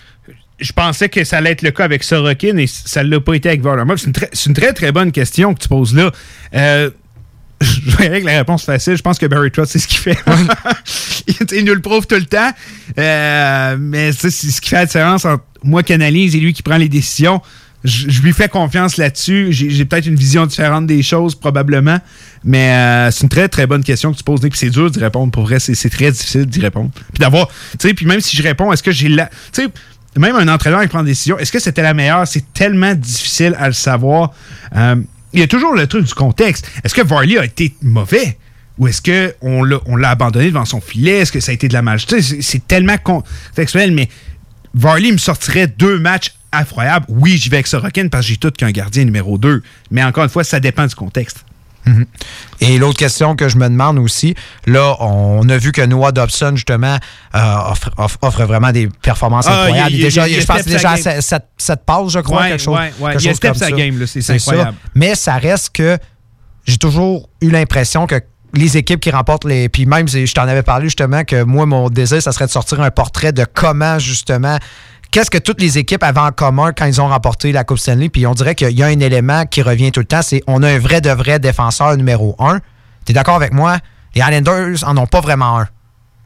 Je pensais que ça allait être le cas avec Sorokin et ça ne l'a pas été avec Varlamov. C'est une, très, c'est une très, très bonne question que tu poses là. Euh, je vais avec la réponse facile. Je pense que Barry Trotz, c'est ce qu'il fait. il, il nous le prouve tout le temps. Euh, mais c'est ce qui fait la différence entre moi qui analyse et lui qui prend les décisions. Je, je lui fais confiance là-dessus. J'ai, j'ai peut-être une vision différente des choses, probablement. Mais euh, c'est une très, très bonne question que tu poses. Puis c'est dur d'y répondre. Pour vrai, c'est, c'est très difficile d'y répondre. Puis d'avoir... Tu sais, puis même si je réponds, est-ce que j'ai la... Tu sais, même un entraîneur qui prend des décisions, est-ce que c'était la meilleure? C'est tellement difficile à le savoir. Euh, il y a toujours le truc du contexte. Est-ce que Varley a été mauvais? Ou est-ce qu'on l'a, on l'a abandonné devant son filet? Est-ce que ça a été de la malchance? C'est, c'est tellement contextuel, mais Varley me sortirait deux matchs effroyables. Oui, j'y vais avec Sorokin parce que j'ai tout qu'un gardien numéro deux. Mais encore une fois, ça dépend du contexte. Mm-hmm. Et l'autre question que je me demande aussi, là, on a vu que Noah Dobson, justement, euh, offre, offre, offre vraiment des performances ah, incroyables. Il, il, déjà, il, il, je pense déjà à sept passes, je crois, ouais, quelque chose, ouais, ouais. quelque il chose comme ça. sa game, là, c'est, c'est incroyable. Ça. Mais ça reste que j'ai toujours eu l'impression que les équipes qui remportent les... Puis même, je t'en avais parlé justement que moi, mon désir, ça serait de sortir un portrait de comment, justement... Qu'est-ce que toutes les équipes avaient en commun quand ils ont remporté la Coupe Stanley? Puis on dirait qu'il y a un élément qui revient tout le temps, c'est on a un vrai de vrai défenseur numéro un. T'es d'accord avec moi? Les Islanders en ont pas vraiment un.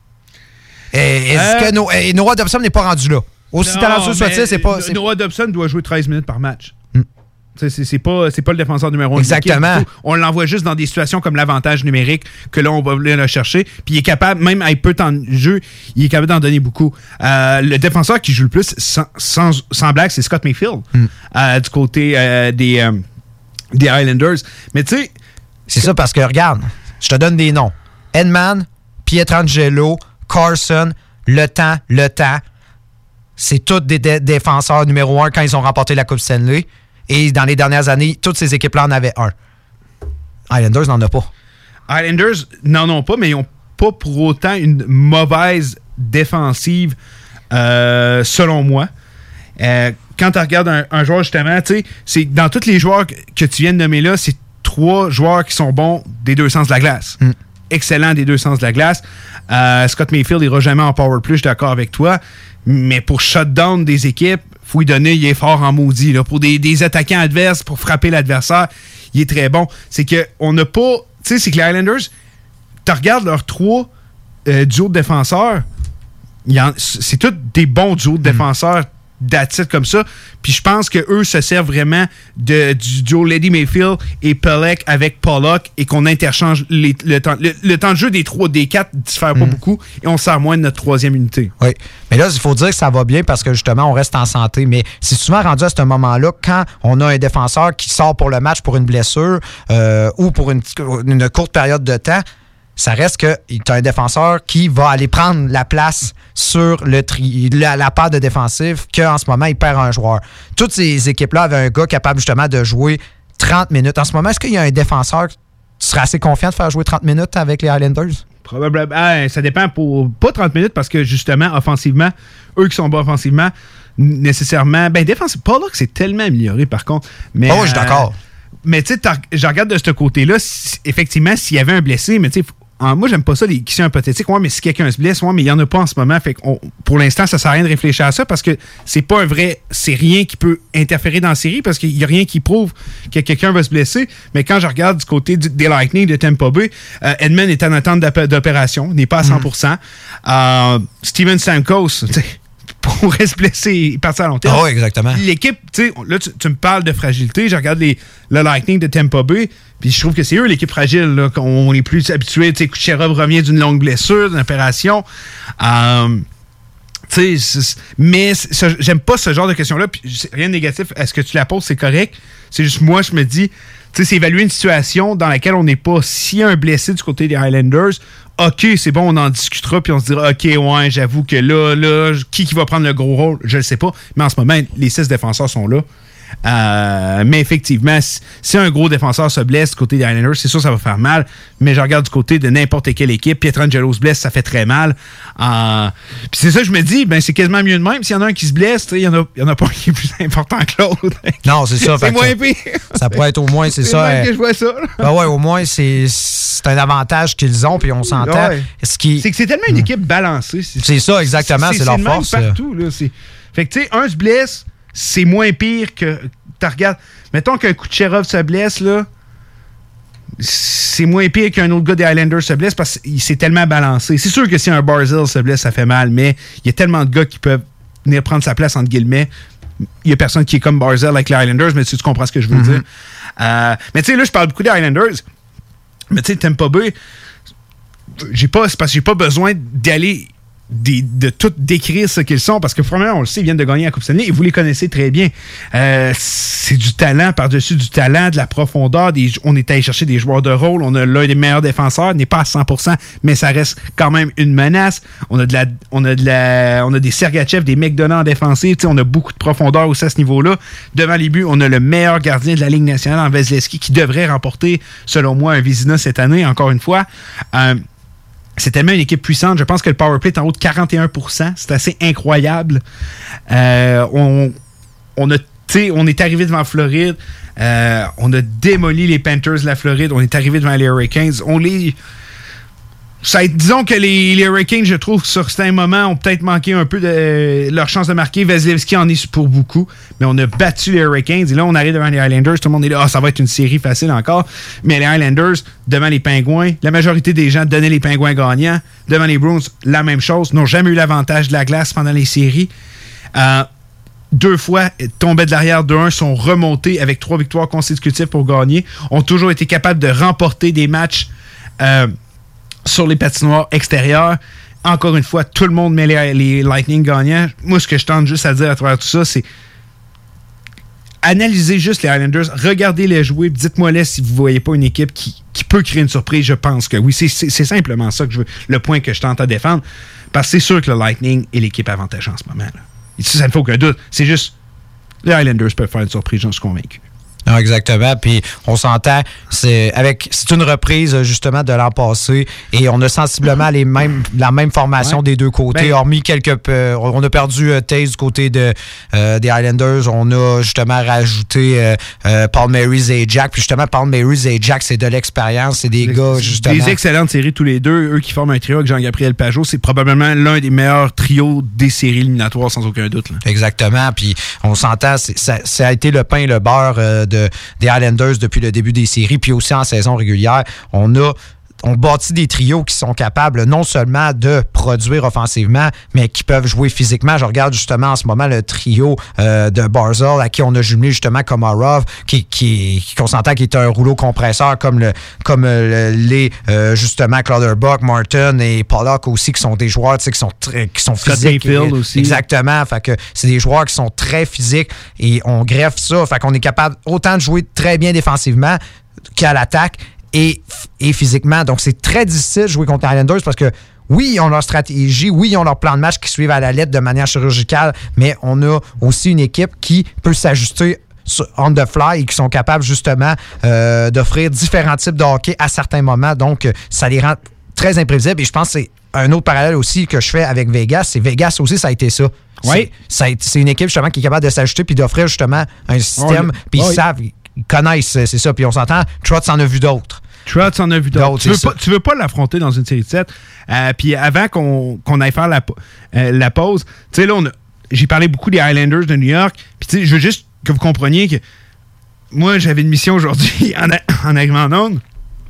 Et, est-ce euh... que no- et Noah Dobson n'est pas rendu là? Aussi talentueux soit-il, c'est pas... C'est... Noah Dobson doit jouer treize minutes par match. Mm. C'est, c'est, pas, c'est pas le défenseur numéro un. Exactement. On l'envoie juste dans des situations comme l'avantage numérique que là, on va venir le chercher. Puis il est capable, même avec peu de temps de jeu, il est capable d'en donner beaucoup. Euh, le défenseur qui joue le plus, sans, sans, sans blague, c'est Scott Mayfield, mm. euh, du côté euh, des, euh, des Highlanders. Mais tu sais... C'est ça parce que, regarde, je te donne des noms. Edman, Pietrangelo, Carson, Le Temps, Le Temps. C'est tous des dé- défenseurs numéro un quand ils ont remporté la Coupe Stanley. Et dans les dernières années, toutes ces équipes-là en avaient un. Islanders n'en ont pas. Islanders n'en ont pas, mais ils n'ont pas pour autant une mauvaise défensive, euh, selon moi. Euh, quand tu regardes un, un joueur, justement, tu sais, c'est dans tous les joueurs que, que tu viens de nommer là, c'est trois joueurs qui sont bons des deux sens de la glace. Mm. Excellents des deux sens de la glace. Euh, Scott Mayfield n'ira jamais en power play, je suis d'accord avec toi. Mais pour shutdown des équipes, il faut lui donner, il est fort en maudit. Là. Pour des, des attaquants adverses, pour frapper l'adversaire, il est très bon. C'est qu'on n'a pas... Tu sais, c'est que les Islanders, tu regardes leurs trois euh, duos de défenseurs, en, c'est tous des bons duos de défenseurs d'attitude comme ça. Puis je pense qu'eux se servent vraiment de, du duo Lady Mayfield et Pelech avec Pollock et qu'on interchange les, le, temps, le, le temps de jeu des trois, des quatre ne diffère pas mm. beaucoup et on sert moins de notre troisième unité. Oui. Mais là, il faut dire que ça va bien parce que justement, on reste en santé. Mais c'est souvent rendu à ce moment-là quand on a un défenseur qui sort pour le match pour une blessure euh, ou pour une, une courte période de temps. Ça reste que tu as un défenseur qui va aller prendre la place sur le tri, la, la paire de défensif qu'en ce moment, il perd un joueur. Toutes ces équipes-là avaient un gars capable justement de jouer trente minutes. En ce moment, est-ce qu'il y a un défenseur, tu serais assez confiant de faire jouer trente minutes avec les Highlanders? Probablement. Ah, ça dépend pour pas trente minutes parce que justement, offensivement, eux qui sont bas offensivement, nécessairement, ben défensivement, pas là que c'est tellement amélioré par contre. Mais, oh, je suis d'accord. Euh, mais tu sais, je regarde de ce côté-là, si, effectivement, s'il y avait un blessé, mais tu sais, Ah, moi, j'aime pas ça, les questions hypothétiques. Ouais, mais si quelqu'un se blesse, ouais, mais il n'y en a pas en ce moment. Fait qu'on, pour l'instant, ça sert à rien de réfléchir à ça parce que c'est pas un vrai. C'est rien qui peut interférer dans la série parce qu'il n'y a rien qui prouve que quelqu'un va se blesser. Mais quand je regarde du côté du, des Lightning de Tampa Bay, euh, Edmund est en attente d'opération, n'est pas à cent pour cent. Mm. Euh, Steven Stamkos, pourrait se blesser et partir à long terme. Ah oui, exactement. L'équipe, tu sais, là, tu, tu me parles de fragilité. Je regarde les, le Lightning de Tampa Bay, puis je trouve que c'est eux l'équipe fragile, là, qu'on est plus habitué. Tu sais, Kucherov revient d'une longue blessure, d'une opération. Euh, tu sais, mais ce, j'aime pas ce genre de questions-là. Puis rien de négatif. Est-ce que tu la poses, c'est correct? C'est juste moi, je me dis, tu sais, c'est évaluer une situation dans laquelle on n'est pas si un blessé du côté des Highlanders. OK, c'est bon, on en discutera, puis on se dira, OK, ouais, j'avoue que là, là, qui, qui va prendre le gros rôle, je le sais pas. Mais en ce moment, les six défenseurs sont là. Euh, mais effectivement, si, si un gros défenseur se blesse du côté des Islanders, c'est sûr que ça va faire mal. Mais je regarde du côté de n'importe quelle équipe. Pietrangelo se blesse, ça fait très mal. Euh, Puis c'est ça que je me dis, ben c'est quasiment mieux de même. S'il y en a un qui se blesse, il n'y en, en a pas un qui est plus important que l'autre. Non, c'est ça. C'est moins pire. Ça pourrait être au moins, c'est, c'est ça. C'est que je vois ça. Ben ouais, au moins, c'est, c'est un avantage qu'ils ont, puis on s'entend. Ouais. Ce qui... C'est que c'est tellement une équipe balancée. C'est, c'est ça, exactement. C'est, c'est, c'est leur force. C'est partout. Là, c'est... Fait que tu sais, un se blesse, c'est moins pire que. Tu regardes. Mettons qu'un Kucherov se blesse, là. C'est moins pire qu'un autre gars des Highlanders se blesse parce qu'il s'est tellement balancé. C'est sûr que si un Barzal se blesse, ça fait mal, mais il y a tellement de gars qui peuvent venir prendre sa place, entre guillemets. Il y a personne qui est comme Barzal avec les Highlanders, mais tu, tu comprends ce que je veux mm-hmm. dire. Euh, mais tu sais, là, je parle beaucoup des Highlanders. Mais tu sais, Tampa Bay, j'ai pas, c'est parce que j'ai pas besoin d'aller. Des, de tout décrire ce qu'ils sont, parce que premièrement, on le sait, ils viennent de gagner la Coupe Stanley et vous les connaissez très bien. Euh, c'est du talent par-dessus du talent, de la profondeur. Des, on est allé chercher des joueurs de rôle. On a l'un des meilleurs défenseurs, n'est pas à cent pour cent, mais ça reste quand même une menace. On a de la, on a de la, on a des Sergachev, des McDonough en défensive. On a beaucoup de profondeur aussi à ce niveau-là. Devant les buts, on a le meilleur gardien de la Ligue nationale en Vasilevskiy qui devrait remporter, selon moi, un Vezina cette année, encore une fois. Euh, C'est tellement une équipe puissante. Je pense que le powerplay est en haut de quarante et un pour cent. C'est assez incroyable. Euh, on, on, a, on est arrivé devant Floride. Euh, on a démoli les Panthers de la Floride. On est arrivé devant les Hurricanes. On les... Ça, disons que les, les Hurricanes, je trouve, sur certains moments, ont peut-être manqué un peu de euh, leur chance de marquer. Vasilevskiy en est pour beaucoup. Mais on a battu les Hurricanes. Et là, on arrive devant les Highlanders. Tout le monde est là. Ah, ça va être une série facile encore. Mais les Highlanders, devant les Pingouins, la majorité des gens donnaient les Pingouins gagnants. Devant les Bruins, la même chose. N'ont jamais eu l'avantage de la glace pendant les séries. Euh, deux fois, tombaient de l'arrière deux un, sont remontés avec trois victoires consécutives pour gagner. Ont toujours été capables de remporter des matchs euh, sur les patinoires extérieures. Encore une fois, tout le monde met les, les Lightning gagnants. Moi, ce que je tente juste à dire à travers tout ça, c'est analysez juste les Highlanders, regardez-les jouer, dites-moi là si vous ne voyez pas une équipe qui, qui peut créer une surprise. Je pense que oui. C'est, c'est, c'est simplement ça que je veux, le point que je tente à défendre. Parce que c'est sûr que le Lightning est l'équipe avantageuse en ce moment. Là. Et ça, ça ne fait aucun doute. C'est juste les Highlanders peuvent faire une surprise, j'en suis convaincu. Non, exactement. Puis on s'entend, c'est avec c'est une reprise justement de l'an passé et on a sensiblement les mêmes, la même formation ouais. des deux côtés, ben, hormis quelques... Euh, on a perdu euh, Taze du côté de, euh, des Islanders. On a justement rajouté euh, euh, Paul Maurice et Jack. Puis justement, Paul Maurice et Jack, c'est de l'expérience. C'est des les, gars, justement... Des excellentes séries tous les deux. Eux qui forment un trio avec Jean-Gabriel Pajot. C'est probablement l'un des meilleurs trios des séries éliminatoires, sans aucun doute. Là. Exactement. Puis on s'entend, c'est, ça, ça a été le pain et le beurre euh, de, des Islanders depuis le début des séries. Puis aussi en saison régulière, on a... On bâtit des trios qui sont capables non seulement de produire offensivement, mais qui peuvent jouer physiquement. Je regarde justement en ce moment le trio euh, de Barzal, à qui on a jumelé justement Komarov, qui, qui, qui qu'on s'entend qui est un rouleau compresseur, comme le comme le, les euh, justement Clutterbuck, Martin et Pollock aussi, qui sont des joueurs qui sont très, qui sont physiques. Scott Mayfield aussi. Exactement. Fait que c'est des joueurs qui sont très physiques et on greffe ça. Fait qu'on est capable autant de jouer très bien défensivement qu'à l'attaque. Et, et physiquement. Donc, c'est très difficile de jouer contre les Islanders parce que, oui, ils ont leur stratégie, oui, ils ont leur plan de match qui suivent à la lettre de manière chirurgicale, mais on a aussi une équipe qui peut s'ajuster on the fly et qui sont capables, justement, euh, d'offrir différents types de hockey à certains moments. Donc, ça les rend très imprévisibles. Et je pense que c'est un autre parallèle aussi que je fais avec Vegas. C'est Vegas aussi, ça a été ça. Oui. C'est, ça a, c'est une équipe, justement, qui est capable de s'ajuster puis d'offrir, justement, un système. Oh, puis oh, ils savent... Ils connaissent, c'est ça. Puis on s'entend, Trotz en a vu d'autres. Trotz en a vu d'autres. Tu veux, pas, tu veux pas l'affronter dans une série de sept. Euh, puis avant qu'on, qu'on aille faire la, euh, la pause, tu sais, là, on a, j'ai parlé beaucoup des Islanders de New York. Puis tu sais, je veux juste que vous compreniez que moi, j'avais une mission aujourd'hui en, en arrivant en onde.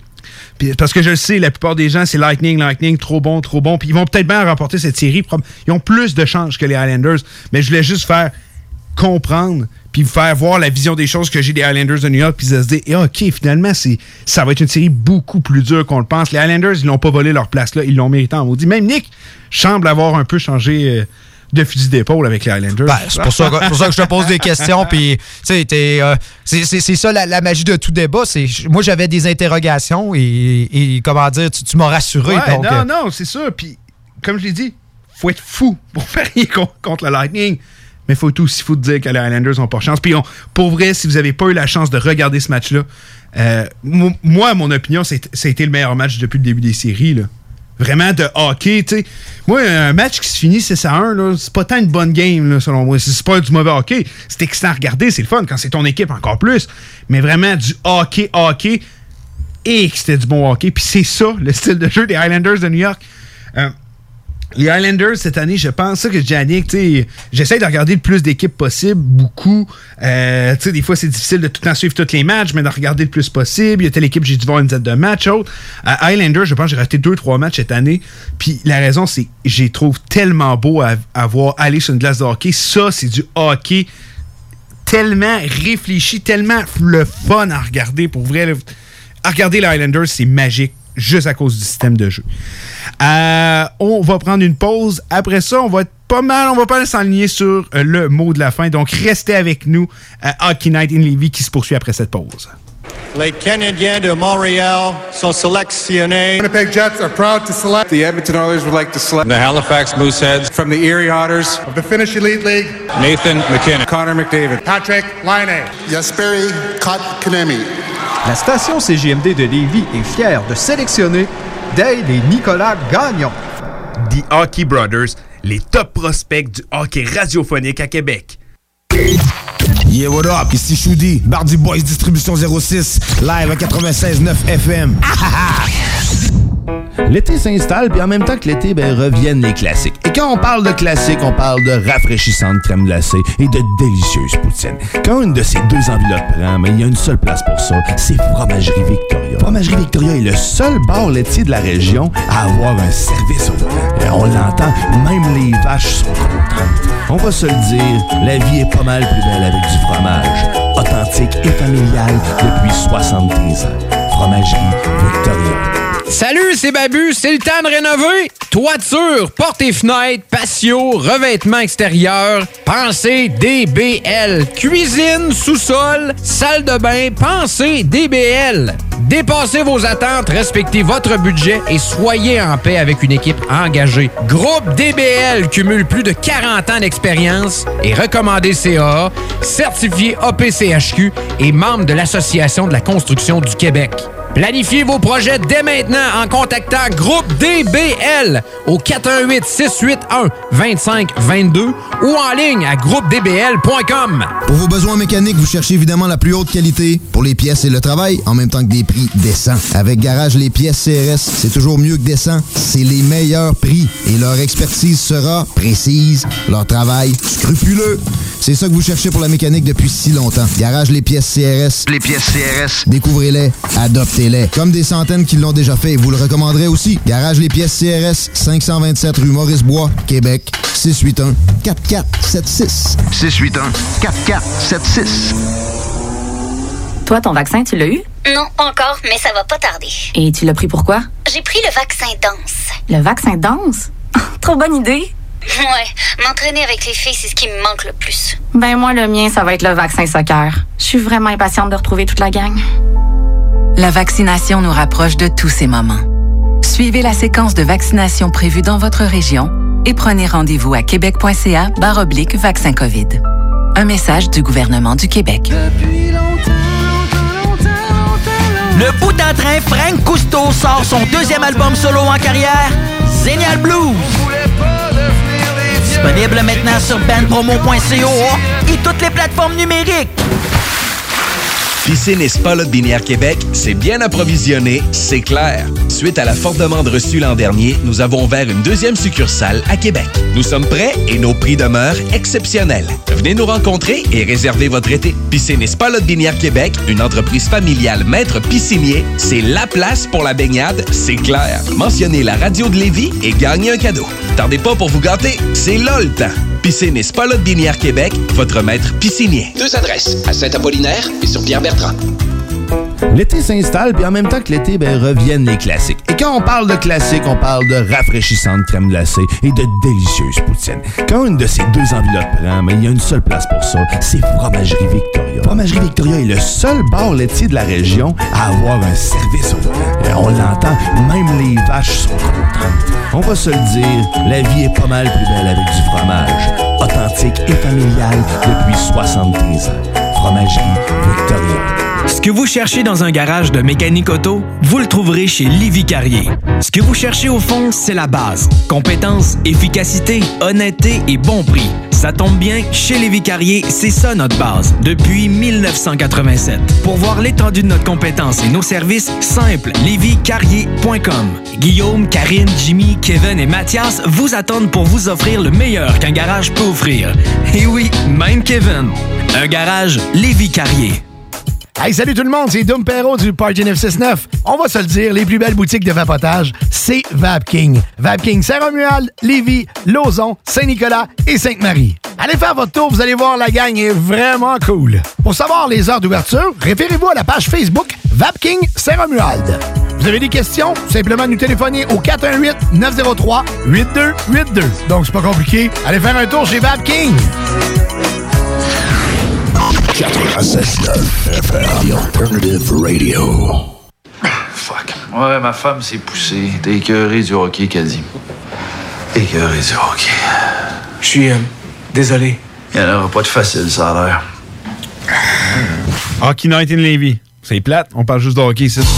Puis parce que je le sais, la plupart des gens, c'est Lightning, Lightning, trop bon, trop bon. Puis ils vont peut-être bien remporter cette série. Ils ont plus de chances que les Islanders. Mais je voulais juste faire comprendre puis vous faire voir la vision des choses que j'ai des Islanders de New York, puis de se dire, eh, OK, finalement, c'est, ça va être une série beaucoup plus dure qu'on le pense. Les Islanders, ils n'ont pas volé leur place là, ils l'ont mérité en maudit. Même Nick semble avoir un peu changé euh, de fusil d'épaule avec les Islanders. Ben, c'est pour ça, que, pour ça que je te pose des questions, puis tu sais, euh, c'est, c'est, c'est ça la, la magie de tout débat. C'est, moi, j'avais des interrogations et, et comment dire, tu, tu m'as rassuré. Ouais, donc, non, euh, non, c'est ça. Puis, comme je l'ai dit, faut être fou pour faire rien contre, contre le Lightning. Mais il faut tout aussi fou de dire que les Islanders n'ont pas de chance. Puis, on, pour vrai, si vous n'avez pas eu la chance de regarder ce match-là, euh, m- moi, à mon opinion, c'est, ça a été le meilleur match depuis le début des séries. Là. Vraiment de hockey, tu sais. Moi, un match qui se finit six à un, là, c'est pas tant une bonne game, là, selon moi. C'est, c'est pas du mauvais hockey. C'est excitant à regarder, c'est le fun. Quand c'est ton équipe, encore plus. Mais vraiment du hockey, hockey. Et que c'était du bon hockey. Puis c'est ça, le style de jeu des Islanders de New York. Euh, Les Islanders, cette année, je pense ça que Yannick, tu sais, j'essaie de regarder le plus d'équipes possible, beaucoup. Euh, tu sais, des fois, c'est difficile de tout le temps suivre tous les matchs, mais de regarder le plus possible. Il y a telle équipe, j'ai dû voir une dizaine de matchs, autres. À Islanders, je pense que j'ai raté deux, trois matchs cette année. Puis la raison, c'est que je les trouve tellement beaux à, à voir aller sur une glace de hockey. Ça, c'est du hockey tellement réfléchi, tellement le fun à regarder. Pour vrai, là, à regarder les Islanders, c'est magique. Juste à cause du système de jeu. Euh, on va prendre une pause. Après ça, on va être pas mal, on va pas s'enligner sur euh, le mot de la fin. Donc, restez avec nous à Hockey Night in Lévis qui se poursuit après cette pause. Les Canadiens de Montréal sont sélectionnés. Winnipeg Jets are proud to select. The Edmonton Oilers would like to select. The Halifax Mooseheads. From the Erie Otters of the Finnish Elite League. Nathan McKinnon. Connor McDavid. Patrick Laine. Jesperi Kotkaniemi. La station C J M D de Lévis est fière de sélectionner Dale et Nicolas Gagnon. The Hockey Brothers, les top prospects du hockey radiophonique à Québec. Yeah, what up? Ici Choudi, Bardi Boys Distribution zéro six, live à quatre-vingt-seize neuf F M. L'été s'installe, puis en même temps que l'été, ben, reviennent les classiques. Et quand on parle de classiques, on parle de rafraîchissante crème glacée et de délicieuses poutines. Quand une de ces deux enveloppes prend, mais il y a une seule place pour ça, c'est Fromagerie Victoria. Fromagerie Victoria est le seul bar laitier de la région à avoir un service au volant. Et on l'entend, même les vaches sont contentes. On va se le dire, la vie est pas mal plus belle avec du fromage. Authentique et familial depuis soixante-treize ans. Fromagerie Victoria. Salut, c'est Babu, c'est le temps de rénover. Toiture, portes et fenêtres, patio, revêtement extérieur, pensez D B L. Cuisine, sous-sol, salle de bain, pensez D B L. Dépassez vos attentes, respectez votre budget et soyez en paix avec une équipe engagée. Groupe D B L cumule plus de quarante ans d'expérience et recommandé C A A, certifié A P C H Q et membre de l'Association de la construction du Québec. Planifiez vos projets dès maintenant en contactant Groupe D B L au quatre un huit, six huit un, deux cinq deux deux ou en ligne à groupe d b l point com. Pour vos besoins mécaniques, vous cherchez évidemment la plus haute qualité pour les pièces et le travail, en même temps que des prix décents. Avec Garage Les Pièces C R S, c'est toujours mieux que décent. C'est les meilleurs prix et leur expertise sera précise, leur travail scrupuleux. C'est ça que vous cherchez pour la mécanique depuis si longtemps. Garage Les Pièces C R S. Les pièces C R S. Découvrez-les, adoptez-les. Comme des centaines qui l'ont déjà fait, vous le recommanderez aussi. Garage Les Pièces C R S, cinq cent vingt-sept rue Maurice-Bois, Québec, six huit un, quatre quatre sept six. six huit un, quatre quatre sept six. Toi, ton vaccin, tu l'as eu? Non, pas encore, mais ça va pas tarder. Et tu l'as pris pourquoi? J'ai pris le vaccin danse. Le vaccin danse? Trop bonne idée! Ouais, m'entraîner avec les filles, c'est ce qui me manque le plus. Ben moi, le mien, ça va être le vaccin soccer. Je suis vraiment impatiente de retrouver toute la gang. La vaccination nous rapproche de tous ces moments. Suivez la séquence de vaccination prévue dans votre région et prenez rendez-vous à québec point c a barre oblique vaccin COVID. Un message du gouvernement du Québec. Le bout en train, Frank Cousteau sort son deuxième album solo en carrière, Zénial Blues. Disponible maintenant sur bandpromo point co et toutes les plateformes numériques. Piscine et Spa Lotbinière Québec, c'est bien approvisionné, c'est clair. Suite à la forte demande reçue l'an dernier, nous avons ouvert une deuxième succursale à Québec. Nous sommes prêts et nos prix demeurent exceptionnels. Venez nous rencontrer et réserver votre été. Piscine et Spa Lotbinière Québec, une entreprise familiale maître piscinier, c'est la place pour la baignade, c'est clair. Mentionnez la radio de Lévis et gagnez un cadeau. Tardez pas pour vous gâter, c'est là le temps. Piscine et Spa Lotbinière Québec, votre maître piscinier. Deux adresses, à Saint-Apollinaire et sur Pierre-Bertrand. L'été s'installe, puis en même temps que l'été, ben, reviennent les classiques. Et quand on parle de classiques, on parle de rafraîchissante crème glacée et de délicieuse poutine. Quand une de ces deux enveloppes prend, mais il y a une seule place pour ça, c'est Fromagerie Victoria. Fromagerie Victoria est le seul bar laitier de la région à avoir un service au volant. Et on l'entend, même les vaches sont contentes. On va se le dire, la vie est pas mal plus belle avec du fromage. Authentique et familial depuis soixante-treize ans. Fromagerie Victoria. Ce que vous cherchez dans un garage de mécanique auto, vous le trouverez chez Lévis Carrier. Ce que vous cherchez au fond, c'est la base. Compétence, efficacité, honnêteté et bon prix. Ça tombe bien, chez Lévis Carrier, c'est ça notre base, depuis mille neuf cent quatre-vingt-sept. Pour voir l'étendue de notre compétence et nos services, simple, lévis carrier point com. Guillaume, Karine, Jimmy, Kevin et Mathias vous attendent pour vous offrir le meilleur qu'un garage peut offrir. Et oui, même Kevin. Un garage Lévis Carrier. Hey, salut tout le monde, c'est Dom Perrault du Party neuf cent soixante-neuf. On va se le dire, les plus belles boutiques de vapotage, c'est Vapking. Vapking Saint-Romuald, Lévis, Lauson, Saint-Nicolas et Sainte-Marie. Allez faire votre tour, vous allez voir, la gang est vraiment cool. Pour savoir les heures d'ouverture, référez-vous à la page Facebook Vapking Saint-Romuald. Vous avez des questions? Simplement nous téléphoner au quatre un huit, neuf zéro trois, huit deux huit deux. Donc c'est pas compliqué, allez faire un tour chez Vapking. quatre-vingt-seize neuf F M, The Alternative Radio. Fuck. Ouais, ma femme s'est poussée. T'es écœuré du hockey, Caddy. Écœuré du hockey. Je suis euh, désolé. Il n'y en aura pas de facile, ça a l'air. Hockey Night in Lévis. C'est plate, on parle juste de hockey ici.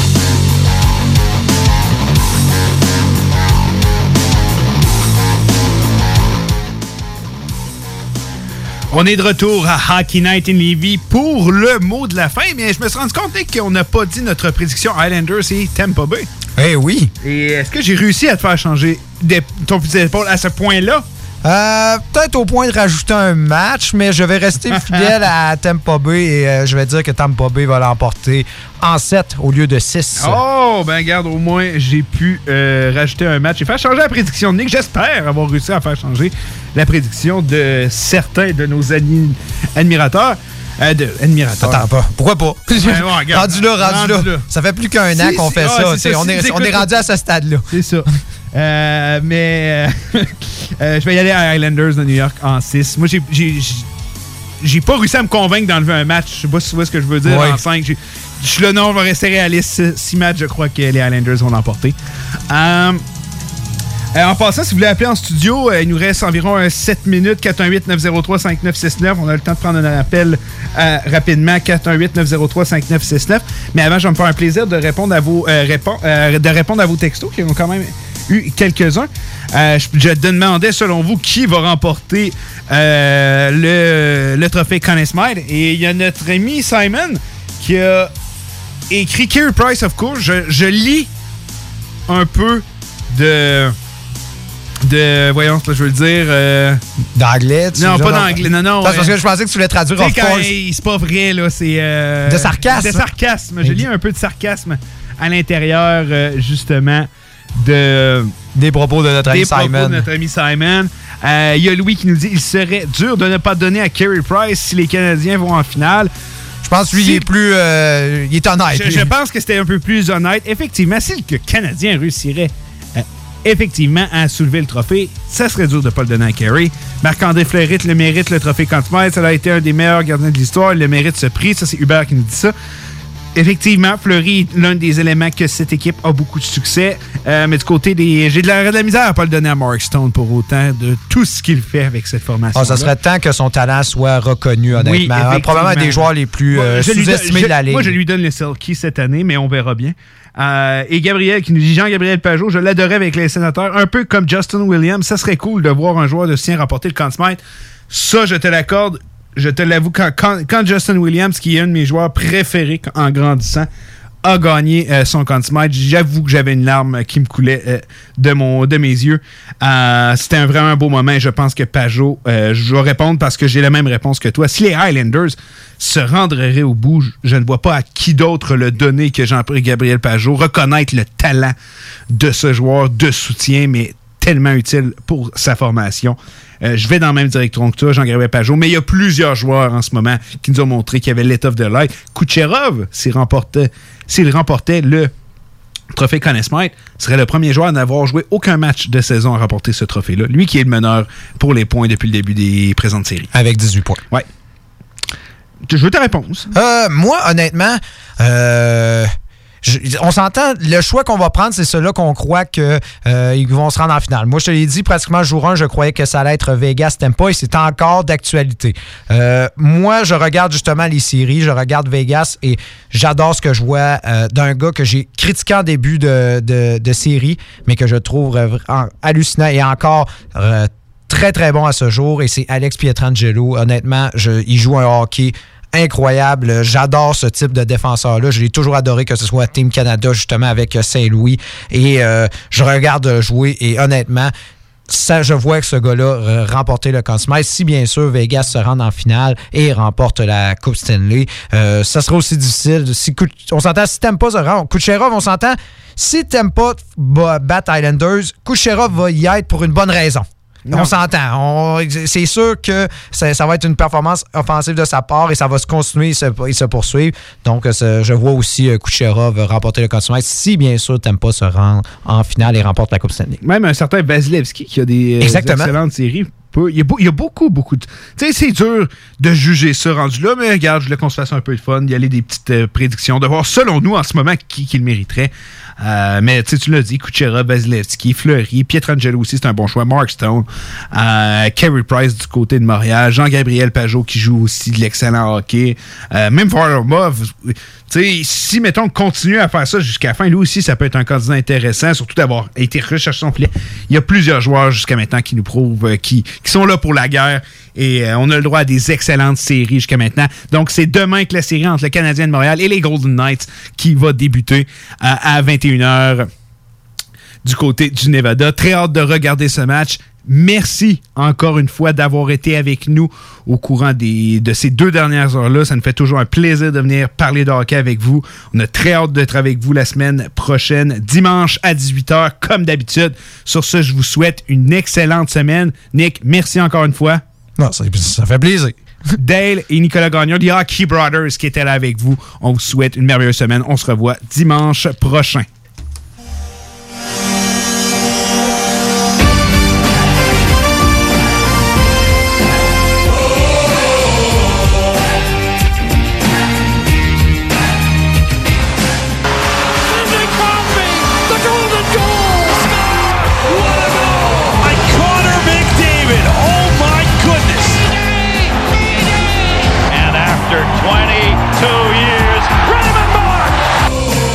On est de retour à Hockey Night in Lévis pour le mot de la fin. Mais je me suis rendu compte qu'on n'a pas dit notre prédiction Islanders et Tampa Bay. Eh oui. Et est-ce que j'ai réussi à te faire changer de ton fusil d'épaule à ce point-là? Euh, peut-être au point de rajouter un match, mais je vais rester fidèle à Tampa Bay et euh, je vais dire que Tampa Bay va l'emporter en sept au lieu de six. Oh, ben regarde, au moins, j'ai pu euh, rajouter un match et faire changer la prédiction de Nick. J'espère avoir réussi à faire changer la prédiction de certains de nos admi- admirateurs. Euh, de admirateur. Attends pas. Pourquoi pas? Ouais, ouais, regarde, rendu là, rendu, rendu là. là. Ça fait plus qu'un an qu'on fait ça. ça. On, est, on est rendu à ce stade-là. C'est ça. euh, mais euh, je vais y aller à Islanders de New York en six. Moi, j'ai, j'ai, j'ai pas réussi à me convaincre d'enlever un match. Je sais pas si tu vois ce que je veux dire. Ouais. En cinq, je suis là, non, je vais rester réaliste. six matchs, je crois que les Islanders vont l'emporter. Euh, Euh, en passant, si vous voulez appeler en studio, euh, il nous reste environ euh, sept minutes. quatre un huit neuf zéro trois cinq neuf six neuf. On a le temps de prendre un appel euh, rapidement. quatre un huit neuf zéro trois cinq neuf six neuf. Mais avant, je vais me faire un plaisir de répondre à vos, euh, répond, euh, de répondre à vos textos, qui ont quand même eu quelques-uns. Euh, je, je te demandais, selon vous, qui va remporter euh, le, le trophée Conn Smythe. Et il y a notre ami Simon qui a écrit Carey Price, of course. Je, je lis un peu de... de voyons, je veux le dire euh... d'anglais, tu non pas d'anglais, non non c'est euh... parce que je pensais que tu voulais traduire en français. C'est pas vrai là, c'est euh... de sarcasme. De sarcasme. Je lis un peu de sarcasme à l'intérieur euh, justement de des propos de notre ami Simon. Des propos de notre ami Simon. Il euh, y a Louis qui nous dit il serait dur de ne pas donner à Carey Price si les Canadiens vont en finale. Je pense que lui, si... il est plus euh, il est honnête. Je, je pense que c'était un peu plus honnête. Effectivement, si le Canadien réussirait effectivement, à soulever le trophée, ça serait dur de ne pas le donner à Carey. Marc-André Fleury le mérite, le trophée Conn Smythe. Ça a été un des meilleurs gardiens de l'histoire. Il le mérite ce prix. Ça, c'est Hubert qui nous dit ça. Effectivement, Fleury est l'un des éléments que cette équipe a beaucoup de succès. Euh, mais du côté des... J'ai de la, de la misère à ne pas le donner à Mark Stone pour autant de tout ce qu'il fait avec cette formation. Oh, ça serait temps que son talent soit reconnu, honnêtement. Oui, probablement un des joueurs les plus euh, sous-estimés de la Ligue. Moi, je lui donne le Selkie cette année, mais on verra bien. Euh, et Gabriel qui nous dit Jean-Gabriel Pageau, je l'adorais avec les Sénateurs, un peu comme Justin Williams. Ça serait cool de voir un joueur de sien remporter le Conn Smythe. Ça, je te l'accorde. Je te l'avoue, quand, quand, quand Justin Williams, qui est un de mes joueurs préférés en grandissant, a gagné euh, son Conn Smythe, j'avoue que j'avais une larme qui me coulait euh, de, mon, de mes yeux. Euh, c'était un vraiment beau moment. Je pense que Pageau, euh, je vais répondre parce que j'ai la même réponse que toi. Si les Highlanders se rendraient au bout, je ne vois pas à qui d'autre le donner que Jean-Gabriel Pageau. Reconnaître le talent de ce joueur de soutien, mais tellement utile pour sa formation. Euh, je vais dans la même direction que toi, Jean-Gabriel Pageau, mais il y a plusieurs joueurs en ce moment qui nous ont montré qu'il y avait l'étoffe de l'aide. Kucherov, s'il remportait, s'il remportait le trophée Conn Smythe, serait le premier joueur à n'avoir joué aucun match de saison à remporter ce trophée-là. Lui qui est le meneur pour les points depuis le début des présentes séries. Avec dix-huit points. Ouais. Je veux ta réponse. Euh, moi, honnêtement, euh... Je, on s'entend, le choix qu'on va prendre, c'est ceux-là qu'on croit qu'ils euh, vont se rendre en finale. Moi, je te l'ai dit, pratiquement jour un, je croyais que ça allait être Vegas-Tampa et c'est encore d'actualité. Euh, moi, je regarde justement les séries, je regarde Vegas et j'adore ce que je vois euh, d'un gars que j'ai critiqué en début de, de, de série, mais que je trouve euh, hallucinant et encore euh, très, très bon à ce jour. Et c'est Alex Pietrangelo. Honnêtement, je, il joue un hockey incroyable. J'adore ce type de défenseur-là. Je l'ai toujours adoré, que ce soit Team Canada, justement, avec Saint-Louis. Et euh, je regarde jouer et honnêtement, ça, je vois que ce gars-là remporter le Conn Smythe. Si, bien sûr, Vegas se rend en finale et remporte la Coupe Stanley, euh, ça sera aussi difficile. Si, on s'entend, si Tampa se rend, Kucherov, on s'entend, si Tampa bat Islanders, Kucherov va y être pour une bonne raison. Non. On s'entend. On, c'est sûr que ça, ça va être une performance offensive de sa part et ça va se continuer et se, et se poursuivre. Donc, ce, je vois aussi Kucherov remporter le Conn Smythe si, bien sûr, Tampa se rend en finale et remporte la Coupe Stanley. Même un certain Vasilevski qui a des euh, excellentes séries. Il y, a, il y a beaucoup, beaucoup de... Tu sais, c'est dur de juger ça rendu là, mais regarde, je voulais qu'on se fasse un peu de fun, y aller des petites euh, prédictions, de voir, selon nous, en ce moment, qui, qui le mériterait. Euh, mais tu l'as dit, Kucherov, Vasilevski, Fleury, Pietrangelo aussi, c'est un bon choix, Mark Stone, euh, Carey Price du côté de Montréal, Jean-Gabriel Pageau qui joue aussi de l'excellent hockey, euh, même Varlamov. Tu sais, si, mettons, continue à faire ça jusqu'à la fin, lui aussi, ça peut être un candidat intéressant, surtout d'avoir été recherché son filet. Il y a plusieurs joueurs jusqu'à maintenant qui nous prouvent, euh, qui, qui sont là pour la guerre et euh, on a le droit à des excellentes séries jusqu'à maintenant. Donc, c'est demain que la série entre le Canadien de Montréal et les Golden Knights qui va débuter euh, à vingt et une heures du côté du Nevada. Très hâte de regarder ce match. Merci encore une fois d'avoir été avec nous au courant des, de ces deux dernières heures-là. Ça nous fait toujours un plaisir de venir parler de hockey avec vous. On a très hâte d'être avec vous la semaine prochaine, dimanche à dix-huit heures, comme d'habitude. Sur ce, je vous souhaite une excellente semaine. Nick, merci encore une fois. Non, ça, ça fait plaisir. Dale et Nicolas Gagnon, les Hockey Brothers qui étaient là avec vous. On vous souhaite une merveilleuse semaine. On se revoit dimanche prochain. twenty-two years, Raymond Mark!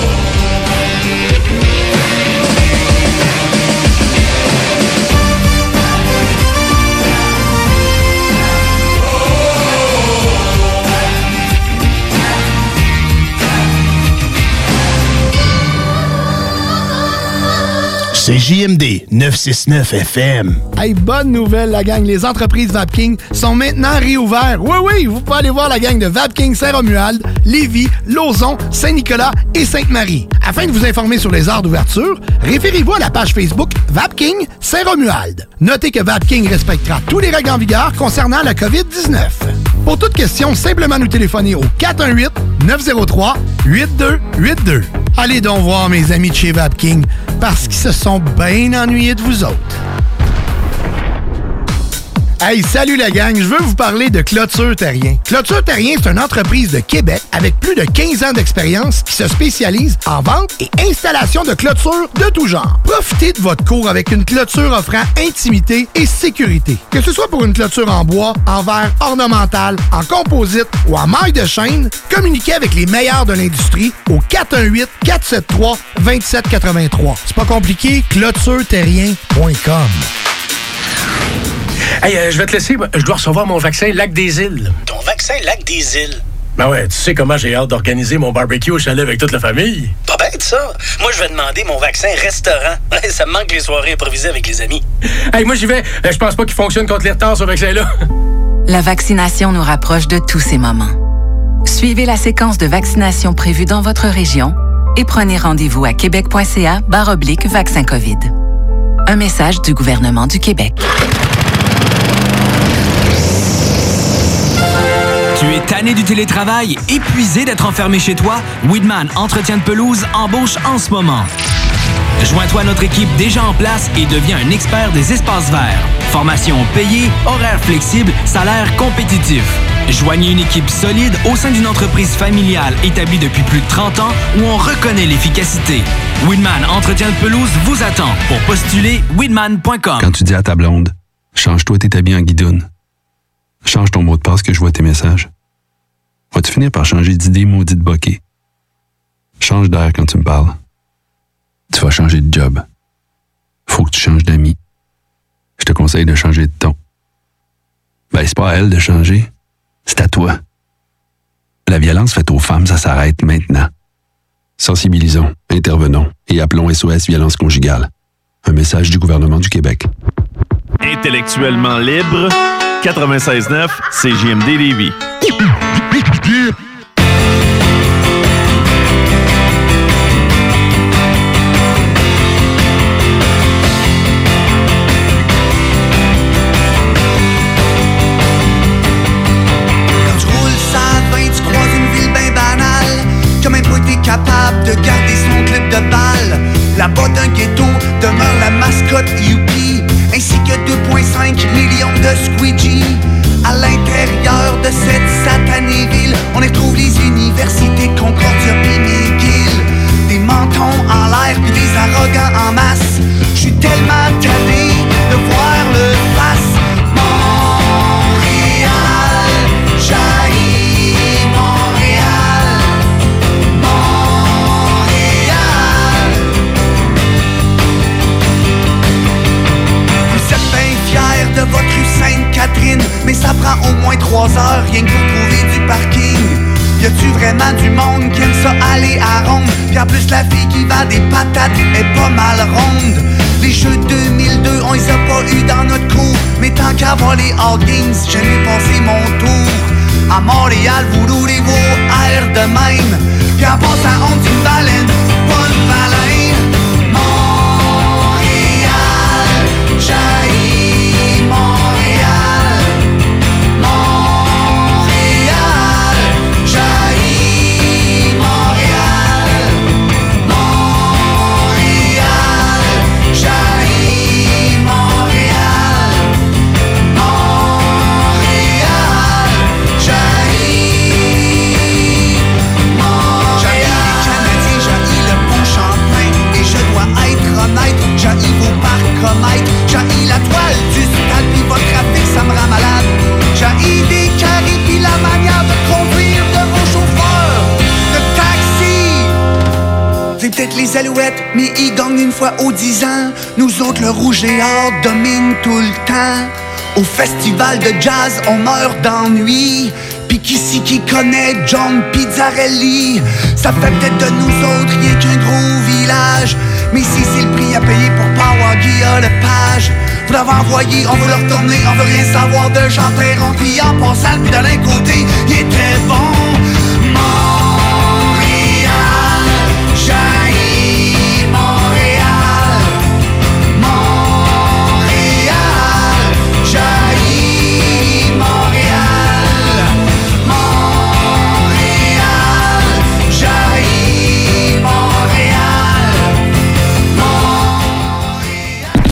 C'est J M D neuf cent soixante-neuf F M. Hey, bonne nouvelle, la gang. Les entreprises Vapking sont maintenant réouvertes. Oui, oui, vous pouvez aller voir la gang de Vapking Saint-Romuald, Lévis, Lauson, Saint-Nicolas et Sainte-Marie. Afin de vous informer sur les heures d'ouverture, référez-vous à la page Facebook Vapking Saint-Romuald. Notez que Vapking respectera tous les règles en vigueur concernant la covid dix-neuf. Pour toute question, simplement nous téléphoner au quatre un huit, neuf zéro trois, huit deux huit deux. Allez donc voir mes amis de chez Vapking, parce qu'ils se sont bien ennuyés de vous autres. Hey, salut la gang, je veux vous parler de Clôture Terrien. Clôture Terrien, c'est une entreprise de Québec avec plus de quinze ans d'expérience qui se spécialise en vente et installation de clôtures de tout genre. Profitez de votre cour avec une clôture offrant intimité et sécurité. Que ce soit pour une clôture en bois, en verre ornemental, en composite ou en maille de chaîne, communiquez avec les meilleurs de l'industrie au quatre un huit, quatre sept trois, deux sept huit trois. C'est pas compliqué, clôture terrien point com. Hey, euh, je vais te laisser. Je dois recevoir mon vaccin Lac des Îles. Ton vaccin Lac des Îles? Ben ouais, tu sais comment j'ai hâte d'organiser mon barbecue au chalet avec toute la famille. Pas bête, ça. Moi, je vais demander mon vaccin restaurant. Ça me manque les soirées improvisées avec les amis. Hey, moi, j'y vais. Je pense pas qu'il fonctionne contre les retards, ce vaccin-là. La vaccination nous rapproche de tous ces moments. Suivez la séquence de vaccination prévue dans votre région et prenez rendez-vous à québec.ca barre oblique vaccin COVID. Un message du gouvernement du Québec. Tu es tanné du télétravail, épuisé d'être enfermé chez toi? Weedman Entretien de pelouse embauche en ce moment. Joins-toi à notre équipe déjà en place et deviens un expert des espaces verts. Formation payée, horaires flexibles, salaire compétitif. Joignez une équipe solide au sein d'une entreprise familiale établie depuis plus de trente ans où on reconnaît l'efficacité. Weedman Entretien de pelouse vous attend. Pour postuler, weedman point com. Quand tu dis à ta blonde, change-toi tes habits en guidoune. Change ton mot de passe que je vois tes messages. Vas-tu finir par changer d'idée maudite bokeh? Change d'air quand tu me parles. Tu vas changer de job. Faut que tu changes d'amis. Je te conseille de changer de ton. Ben, c'est pas à elle de changer. C'est à toi. La violence faite aux femmes, ça s'arrête maintenant. Sensibilisons, intervenons et appelons S O S Violence Conjugale. Un message du gouvernement du Québec. Intellectuellement libre, quatre-vingt-seize neuf C J M D Lévis. Capable de garder son club de balle. Là-bas d'un ghetto demeure la mascotte Youpi, ainsi que deux virgule cinq millions de squeegees. À l'intérieur de cette satanée ville, on y retrouve les universités Concordia pis McGill. Des mentons en l'air pis des arrogants en masse. J'suis tellement tanné de voir le face. Montréal, j'haïs Montréal. De votre rue Sainte-Catherine, mais ça prend au moins trois heures rien que pour trouver du parking. Y a-tu vraiment du monde qui aime ça aller à ronde? Pis en plus la fille qui vend des patates est pas mal ronde. Les jeux deux mille deux, on les a pas eu dans notre cours, mais tant qu'à voir les All Games, j'aime mieux passer mon tour. À Montréal, vous roulez vos airs de même, pis en passant on dit une baleine, pas une baleine. Montréal, j'haïs Montréal, Montréal, les Alouettes, mais ils gagnent une fois aux dix ans. Nous autres, le rouge et or domine tout le temps. Au festival de jazz, on meurt d'ennui. Pis qu'ici qui connaît John Pizzarelli. Ça fait peut-être de nous autres rien qu'un gros village. Mais si c'est le prix à payer pour pas avoir Guillaume Lepage. Vous l'avez envoyé, on veut le retourner. On veut rien savoir de Jean Perron. Puis en passant, puis de l'un côté, il était bon. Mort.